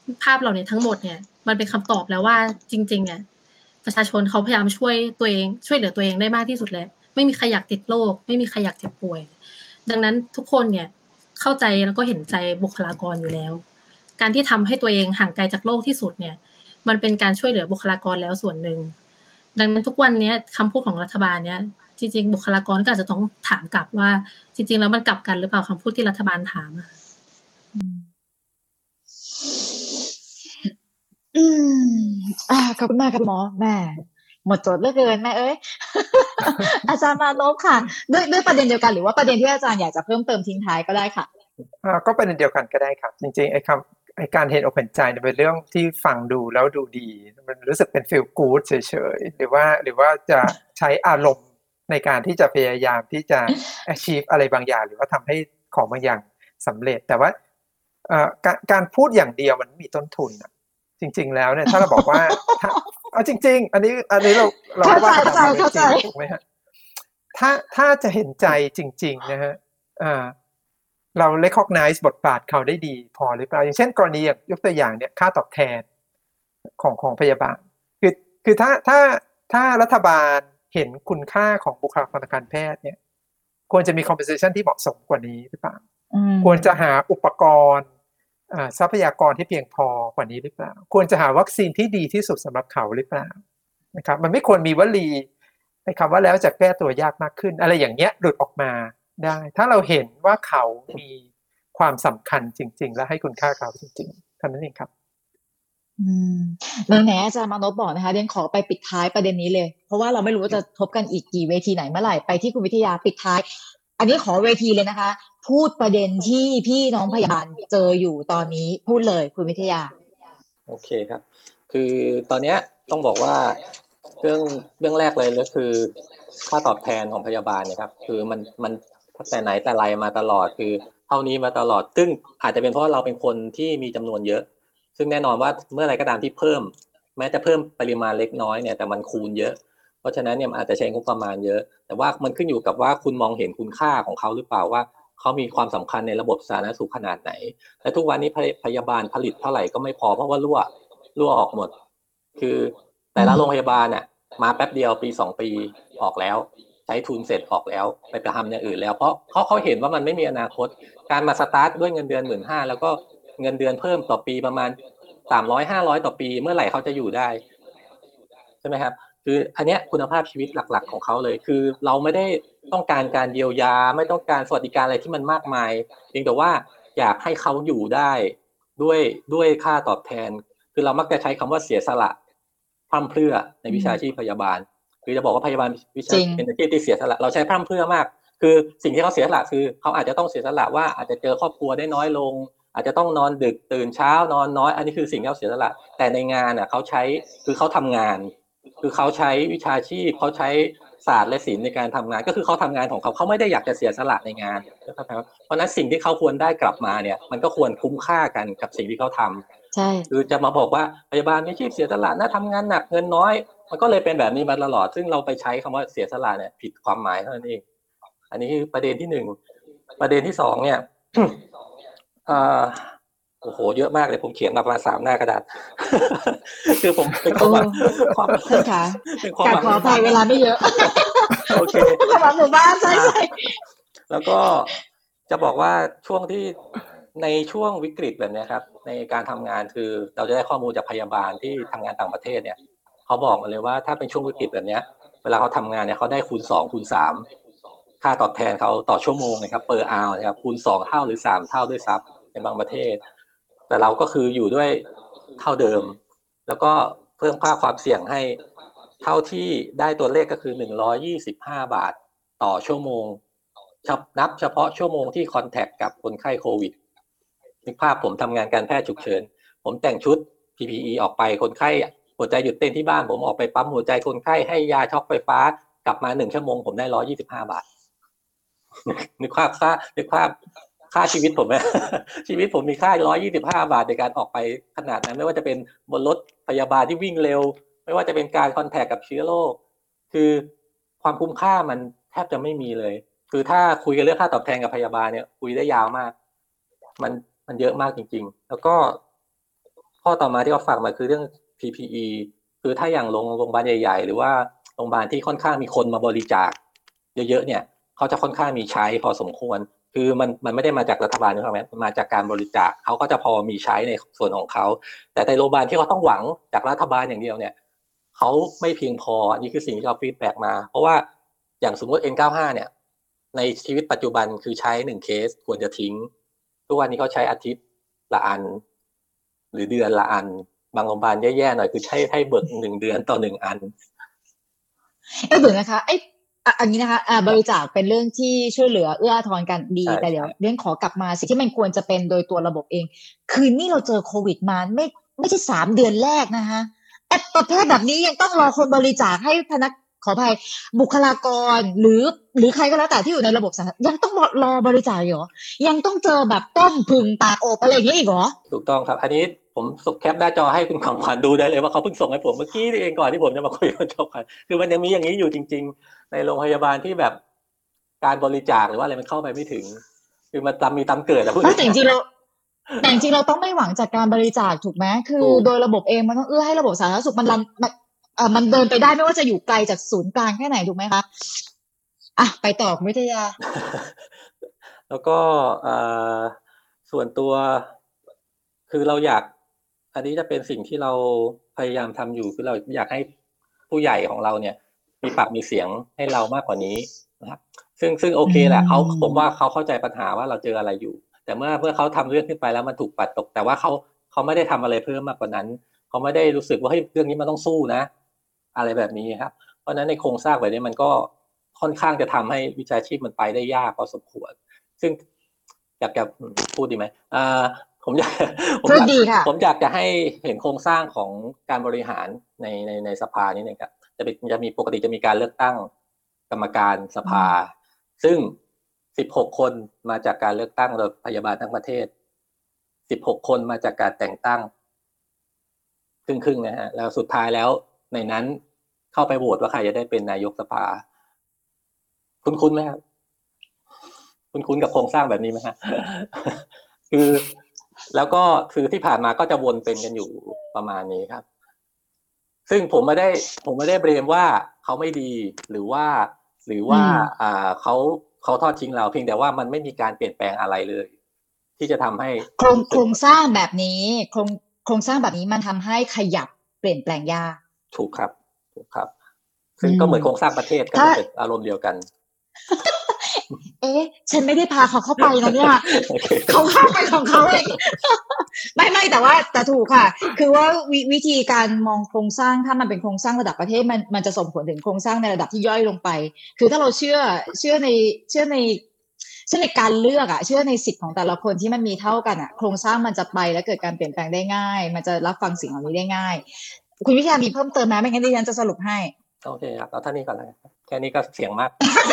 [SPEAKER 4] ภาพเหล่านี้ทั้งหมดเนี่ยมันเป็นคำตอบแล้วว่าจริงๆเนี่ยประชาชนเขาพยายามช่วยตัวเองช่วยเหลือตัวเองได้มากที่สุดแล้วไม่มีใครอยากติดโรคไม่มีใครอยากเจ็บป่วยดังนั้นทุกคนเนี่ยเข้าใจแล้วก็เห็นใจบุคลากรอยู่แล้วการที่ทำให้ตัวเองห่างไกลจากโรคที่สุดเนี่ยมันเป็นการช่วยเหลือบุคลากรแล้วส่วนหนึ่งดังนั้นทุกวันนี้คำพูดของรัฐบาลเนี่ยจริงๆบุคลากรก็อาจจะต้องถามกลับว่าจริงๆแล้วมันกลับกันหรือเปล่าคำพูดที่รัฐบาลถาม
[SPEAKER 2] ขอบคุณมากครับหมอแม่หมดโจทย์เหลือเกินแม่เอ้ย อาจารย์มานพค่ะด้วยประเด็นเดียวกันหรือว่าประเด็นที่อาจารย์อยากจะเพิ่มเติมทิ้งท้ายก็ได้ค่ะ
[SPEAKER 6] ก็เป็นเดียวกันก็ได้ครับจริงๆไอ้การเห็นอกเห็นใจเนี่ยเป็นเรื่องที่ฟังดูแล้วดูดีมันรู้สึกเป็น feel good เฉยๆหรือว่าจะใช้อารมณ์ในการที่จะพยายามที่จะ achieve อะไรบางอย่างหรือว่าทำให้ของบางอย่างสำเร็จแต่ว่าการพูดอย่างเดียวมันมีต้นทุนจริงๆแล้วเนี่ยถ้าเราบอกว่าเอาจริงๆอันนี้เราว่ากันตามจริงถูกไหมฮะถ้าจะเห็นใจจริงๆนะฮะเรา recognize บทบาทเขาได้ดีพอหรือเปล่าอย่างเช่นกรณียกตัวอย่างเนี่ยค่าตอบแทนของพยาบาลคือถ้ารัฐบาลเห็นคุณค่าของบุคลากรทางการแพทย์เนี่ยควรจะมี compensation ที่เหมาะสมกว่านี้หรือเปล่าควรจะหาอุปกรณ์ทรัพยากรที่เพียงพอกว่านี้หรือเปล่าควรจะหาวัคซีนที่ดีที่สุดสำหรับเขาหรือเปล่านะครับมันไม่ควรมีวลีในคำว่าแล้วจะแก้ตัวยากมากขึ้นอะไรอย่างเงี้ยหลุดออกมาได้ถ้าเราเห็นว่าเขามีความสำคัญจริงๆและให้คุณค่าเขาจริงๆเท่านั้นเองครับ
[SPEAKER 2] ไหนอาจารย์มานพบอกนะคะเรียนขอไปปิดท้ายประเด็นนี้เลยเพราะว่าเราไม่รู้ว่าจะพบกันอีกกี่เวทีไหนเมื่อไหร่ไปที่คุณวิทยาปิดท้ายอันนี้ขอเวทีเลยนะคะพูดประเด็นที่พี่น้องพยาบาลเจออยู่ตอนนี้พูดเลยคุณวิทยา
[SPEAKER 5] โอเคครับคือตอนนี้ต้องบอกว่าเรื่องแรกเลยก็คือค่าตอบแทนของพยาบาลเนี่ยครับคือมันแต่ไหนแต่ไรมาตลอดคือเท่านี้มาตลอดซึ่งอาจจะเป็นเพราะเราเป็นคนที่มีจำนวนเยอะซึ่งแน่นอนว่าเมื่อไรก็ตามที่เพิ่มแม้จะเพิ่มปริมาณเล็กน้อยเนี่ยแต่มันคูณเยอะเพราะฉะนั้นเนี่ยอาจจะใช้งบประมาณเยอะแต่ว่ามันขึ้นอยู่กับว่าคุณมองเห็นคุณค่าของเขาหรือเปล่าว่าเขามีความสำคัญในระบบสาธารณสุขขนาดไหนและทุกวันนี้พยาบาลผลิตเท่าไหร่ก็ไม่พอเพราะว่ารั่วออกหมดคือแต่ละโรงพยาบาลเนี่ยมาแป๊บเดียวปี2ปีออกแล้วใช้ทุนเสร็จออกแล้วไปทำอย่างอื่นแล้วเพราะเขาเห็นว่ามันไม่มีอนาคตการมาสตาร์ทด้วยเงินเดือน 15,000 แล้วก็เงินเดือนเพิ่มต่อปีประมาณ300-500ต่อปีเมื่อไหร่เขาจะอยู่ได้ใช่ไหมครับคืออันเนี้ยคุณภาพชีวิตหลักๆของเขาเลยคือเราไม่ได้ต้องการการเยียวยาไม่ต้องการสวัสดิการอะไรที่มันมากมายเพียงแต่ว่าอยากให้เขาอยู่ได้ด้วยค่าตอบแทนคือเรามักจะใช้คำว่าเสียสละพร่ำเพรื่อในวิชาชีพพยาบาลคือจะบอกว่าพยาบาลวิชาเป็นอาชีพที่เสียสละเราใช้พร่ำเพรื่อมากคือสิ่งที่เขาเสียสละคือเขาอาจจะต้องเสียสละว่าอาจจะเจอครอบครัวได้น้อยลงอาจจะต้องนอนดึกตื่นเช้านอนน้อยอันนี้คือสิ่งที่เขาเสียสละแต่ในงานเขาใช้คือเขาทำงานคือเขาใช้วิชาชีพเขาใช้ศาสตร์และศิลป์ในการทำงานก็คือเขาทำงานของเขาไม่ได้อยากจะเสียสละในงานนะครับเพราะนั้นสิ่งที่เขาควรได้กลับมาเนี่ยมันก็ควรคุ้มค่ากันกับสิ่งที่เขาทำ
[SPEAKER 2] ใช่
[SPEAKER 5] คือจะมาบอกว่าพยาบาลมีอาชีพเสียสละนะทำงานหนักเงินน้อยมันก็เลยเป็นแบบนี้มาตลอดซึ่งเราไปใช้คำว่าเสียสละเนี่ยผิดความหมายเท่านั้นเองอันนี้คือประเด็นที่1ประเด็นที่2เนี่ยโอ้โหเยอะมากเลยผมเขียนมาประมาณ3 หน้ากระดาษคือผมเป็นความ
[SPEAKER 2] ท่านคะการขออภัยเวลาไม่เยอะ
[SPEAKER 5] โอเค
[SPEAKER 2] สำหรับหมู่บ้านใช่
[SPEAKER 5] แล้วก็จะบอกว่าช่วงที่ในช่วงวิกฤตแบบนี้ครับในการทำงานคือเราจะได้ข้อมูลจากพยาบาลที่ทำงานต่างประเทศเนี่ยเขาบอกมาเลยว่าถ้าเป็นช่วงวิกฤตแบบนี้เวลาเขาทำงานเนี่ยเขาได้คูณ2คูณ3ค่าตอบแทนเขาต่อชั่วโมงนะครับper hour นะครับคูณ2เท่าหรือ3เท่าด้วยซ้ำในบางประเทศแต่เราก็คืออยู่ด้วยเท่าเดิมแล้วก็เพิ่มค่าความเสี่ยงให้เท่าที่ได้ตัวเลขก็คือ125 บาทต่อชั่วโมงนับเฉพาะชั่วโมงที่คอนแทคกับคนไข้โควิดนึกภาพผมทำงานการแพทย์ฉุกเฉินผมแต่งชุด PPE ออกไปคนไข้หัวใจหยุดเต้นที่บ้านผมออกไปปั๊มหัวใจคนไข้ให้ยาช็อกไฟฟ้ากลับมา1 ชั่วโมงผมได้125 บาทนึกภาพค่าชีวิตผมไหมชีวิตผมมีค่า125 บาทในการออกไปขนาดนั้นไม่ว่าจะเป็นบนรถพยาบาลที่วิ่งเร็วไม่ว่าจะเป็นการคอนแทคกับเชื้อโรคคือความคุ้มค่ามันแทบจะไม่มีเลยคือถ้าคุยกันเรื่องค่าตอบแทนกับพยาบาลเนี่ยคุยได้ยาวมากมันเยอะมากจริงๆแล้วก็ข้ข้อต่อมาที่เขาฝากมาคือเรื่อง PPE คือถ้าอย่างโรงพยาบาลใหญ่ๆหรือว่าโรงพยาบาลที่ค่อนข้างมีคนมาบริจาคเยอะๆเนี่ยเขาจะค่อนข้างมีใช้พอสมควรคือมันไม่ได้มาจากรัฐบาลนะครับมันมาจากการบริจาคเขาก็จะพอมีใช้ในส่วนของเขาแต่ในโรงพยาบาลที่เขาต้องหวังจากรัฐบาลอย่างเดียวเนี่ยเขาไม่เพียงพออันนี้คือสิ่งที่เราฟีดแบ็กมาเพราะว่าอย่างสมมติ N95 เนี่ยในชีวิตปัจจุบันคือใช้1เคสควรจะทิ้งทุกวันนี้เขาใช้อาทิตย์ละอันหรือเดือนละอันบางโรงพยาบาลแย่ๆหน่อยคือให้เบิก1 เดือนต่อ1 อัน
[SPEAKER 2] เดี๋ยวนะคะอันนี้นะคะบริจาคเป็นเรื่องที่ช่วยเหลือเอื้ออาทรกันดีแต่เดี๋ยวเรื่องขอกลับมาสิ่งที่มันควรจะเป็นโดยตัวระบบเองคือนี่เราเจอโควิดมาไม่ใช่3 เดือนแรกนะคะประเภทแบบนี้ยังต้องรอคนบริจาคให้ขออภัยบุคลากรหรือใครก็แล้วแต่ที่อยู่ในระบบสาธารณยังต้องรอบริจาคอยู่ยังต้องเจอแบบต้มผึ่งปากอบอะไรอย่างเงี้ยอีกเหรอ
[SPEAKER 5] ถูกต้องครับอันนี้ผมแคปหน้าจอให้คุณของขวัญดูได้เลยว่าเขาเพิ่งส่งให้ผมเมื่อกี้นี่เองก่อนที่ผมจะมาคุยกับคุณขวัญคือมันยังมีอย่างนี้อยู่จริงๆในโรงพยาบาลที่แบบการบริจาคหรือว่าอะไรมันเข้าไปไม่ถึงคือมันมีตามเกิดอะพูด
[SPEAKER 2] แต่จริงๆเราต้องไม่หวังจากการบริจาคถูกไหมคือโดยระบบเองมันต้องเอื้อให้ระบบสาธารณสุขมันเดินไปได้ไม่ว่าจะอยู่ไกลจากศูนย์กลางแค่ไหนถูกไหมคะไปต่อวิทยา
[SPEAKER 5] แล้วก็ส่วนตัวคือเราอยากอันนี้จะเป็นสิ่งที่เราพยายามทำอยู่คือเราอยากให้ผู้ใหญ่ของเราเนี่ยมีปากมีเสียงให้เรามากกว่านี้นะครับซึ่งโอเคแหละผมว่าเขาเข้าใจปัญหาว่าเราเจออะไรอยู่แต่เมื่อเขาทำเรื่องขึ้นไปแล้วมันถูกปัดตกแต่ว่าเขาไม่ได้ทำอะไรเพิ่มมากกว่านั้นเขาไม่ได้รู้สึกว่าเฮ้ยเรื่องนี้มันต้องสู้นะอะไรแบบนี้ครับเพราะฉะนั้นในโครงสร้างแบบนี้มันก็ค่อนข้างจะทำให้วิชาชีพมันไปได้ยากพอสมควรซึ่งอยากจะพูดดีไหมผมอยากจะให้เห็นโครงสร้างของการบริหารในสภานี้นะครับจะมีปกติจะมีการเลือกตั้งกรรมการสภาซึ่ง16 คนมาจากการเลือกตั้งโดยพยาบาลทั้งประเทศ16 คนมาจากการแต่งตั้งครึ่งๆนะฮะแล้วสุดท้ายแล้วในนั้นเข้าไปโหวตว่าใครจะได้เป็นนายกสภาคุ้นไหมครับคุ้นกับโครงสร้างแบบนี้ไหมฮะคือแล้วก็คือที่ผ่านมาก็จะวนเป็นกันอยู่ประมาณนี้ครับซึ่งผมไม่ได้เบรมว่าเขาไม่ดีหรือว่าเขาทอดทิ้งเราเพียงแต่ว่ามันไม่มีการเปลี่ยนแปลงอะไรเลยที่จะทำให้
[SPEAKER 2] โครงสร้างแบบนี้โครงสร้างแบบนี้มันทำให้ขยับเปลี่ยนแปลงยาก
[SPEAKER 5] ถูกครับซึ่งก็เหมือนโครงสร้างประเทศก็จะเป็นอารมณ์เดียวกัน
[SPEAKER 2] ฉันไม่ได้พาเขาเข้าไปนะเนี่ย เขาเข้าไปของเขาเอง ไม่แต่ถูกค่ะคือว่าวิธีการมองโครงสร้างถ้ามันเป็นโครงสร้างระดับประเทศมันจะส่งผลถึงโครงสร้างในระดับที่ย่อยลงไปคือถ้าเราเชื่อในการเลือกเชื่อในสิทธิ์ของแต่ละคนที่มันมีเท่ากันโครงสร้างมันจะไปและเกิดการเปลี่ยนแปลงได้ง่ายมันจะรับฟังสิ่งเหล่านี้ได้ง่ายคุณวิทยามีเพิ่มเติมไหมไม่งั้นดิฉันจะสรุปให้
[SPEAKER 5] โอเคครับเอาเท่านี้ก่อนเลยแค่นี้ก็เสียงมาก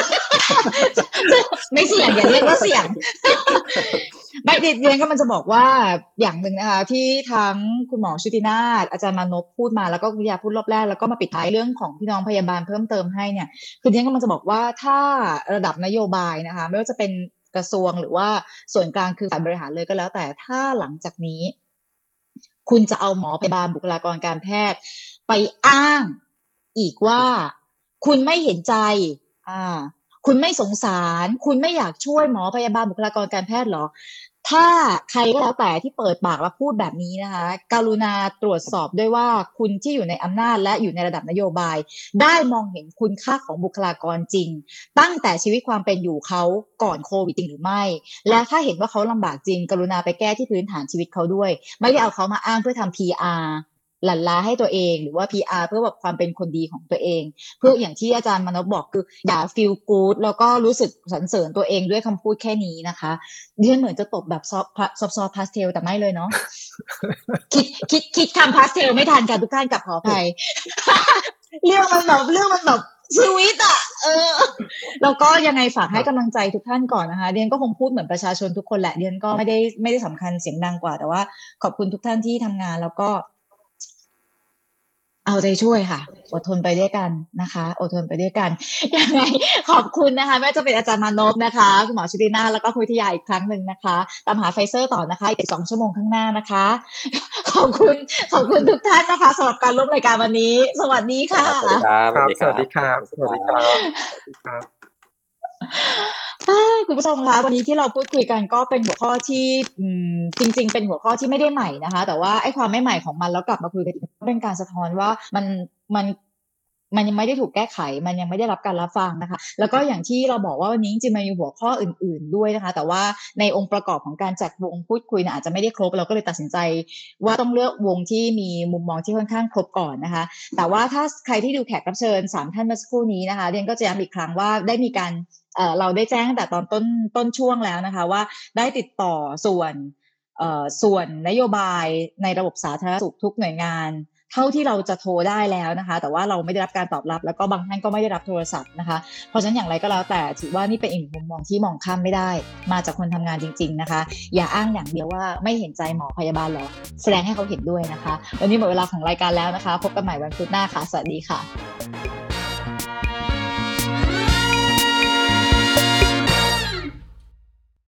[SPEAKER 2] ไม่เสียงอย่าเรียกว่าเสียง ไม่เรียนก็มันจะบอกว่าอย่างหนึ่งนะคะที่ทั้งคุณหมอชุตินาถอาจารย์มานพพูดมาแล้วก็วิทยาพูดรอบแรกแล้วก็มาปิดท้ายเรื่องของพี่น้องพยาบาลเพิ่มเติมให้เนี่ยคือเรียนก็มันจะบอกว่าถ้าระดับนโยบายนะคะไม่ว่าจะเป็นกระทรวงหรือว่าส่วนกลางคือฝ่ายบริหารเลยก็แล้วแต่ถ้าหลังจากนี้คุณจะเอาหมอพยาบาลบุคลากรการแพทย์ไปอ้างอีกว่าคุณไม่เห็นใจคุณไม่สงสารคุณไม่อยากช่วยหมอพยาบาลบุคลากรการแพทย์หรอถ้าใครก็แล้วแต่ที่เปิดปากแล้วพูดแบบนี้นะคะกรุณาตรวจสอบด้วยว่าคุณที่อยู่ในอำนาจและอยู่ในระดับนโยบายได้มองเห็นคุณค่าของบุคลากรจริงตั้งแต่ชีวิตความเป็นอยู่เขาก่อนโควิดจริงหรือไม่และถ้าเห็นว่าเขาลำบากจริงกรุณาไปแก้ที่พื้นฐานชีวิตเขาด้วยไม่ได้เอาเขามาอ้างเพื่อทำ PRหลั่นล้าให้ตัวเองหรือว่า PR เพื่อแบบความเป็นคนดีของตัวเองเพื่ออย่างที่อาจารย์มนพบอกคืออย่า feel good แล้วก็รู้สึกสรรเสริญตัวเองด้วยคำพูดแค่นี้นะคะดิฉันเหมือนจะตบแบบซอฟต์พาสเทลแต่ไม่เลยเนาะ คิดคำพาสเทลไม่ทันกันทุกท่านกับขออภัย เรื่องมันแบบชีวิตแล้วก็ยังไงฝากให้กำลังใจทุกท่านก่อนนะคะเดียนก็คงพูดเหมือนประชาชนทุกคนแหละเดียนก็ไม่ได้สำคัญเสียงดังกว่าแต่ว่าขอบคุณทุกท่านที่ทำงานแล้วก็เอาใจช่วยค่ะอดทนไปด้วยกันนะคะอดทนไปด้วยกันยังไงขอบคุณนะคะไม่ว่าจะเป็นอาจารย์มานพนะคะคุณหมอชุตินาแล้วก็คุณวิทยาอีกครั้งหนึ่งนะคะตามหาไฟเซอร์ต่อนะคะอีก2 ชั่วโมงข้างหน้านะคะขอบคุณทุกท่านนะคะสำหรับการร่วมรายการวันนี้ สวัสดีค่ะ
[SPEAKER 5] สวัสดีครับ
[SPEAKER 6] สวัสดีครับสวัสดีครับ
[SPEAKER 2] คุณผู้ชมคะวันนี้ที่เราพูดคุยกันก็เป็นหัวข้อที่จริงๆเป็นหัวข้อที่ไม่ได้ใหม่นะคะแต่ว่าไอ้ความไม่ใหม่ของมันแล้วกลับมาคุยกันอีกเป็นการสะท้อนว่ามันยังไม่ได้ถูกแก้ไขมันยังไม่ได้รับการรับฟังนะคะแล้วก็อย่างที่เราบอกว่าวันนี้จริงๆมันมีหัวข้ออื่นๆด้วยนะคะแต่ว่าในองค์ประกอบของการจัดวงพูดคุยอาจจะไม่ได้ครบเราก็เลยตัดสินใจว่าต้องเลือกวงที่มีมุมมองที่ค่อนข้างครบก่อนนะคะแต่ว่าถ้าใครที่ดูแขกรับเชิญ3 ท่านเมื่อสักครู่นี้นะคะเรียนก็จะย้ำอีกครั้งว่าได้มีการเราได้แจ้งตั้งแต่ตอนต้นช่วงแล้วนะคะว่าได้ติดต่อส่วนนโยบายในระบบสาธารณสุขทุกหน่วยงานเท่าที่เราจะโทรได้แล้วนะคะแต่ว่าเราไม่ได้รับการตอบรับแล้วก็บางท่านก็ไม่ได้รับโทรศัพท์นะคะเพราะฉะนั้นอย่างไรก็แล้วแต่ถือว่านี่เป็นอีกมุมมองที่มองข้ามไม่ได้มาจากคนทำงานจริงๆนะคะอย่าอ้างอย่างเดียวว่าไม่เห็นใจหมอพยาบาลหรอแสดงให้เขาเห็นด้วยนะคะวันนี้หมดเวลาของรายการแล้วนะคะพบกันใหม่วันพุธหน้าค่ะสวัสดีค่ะ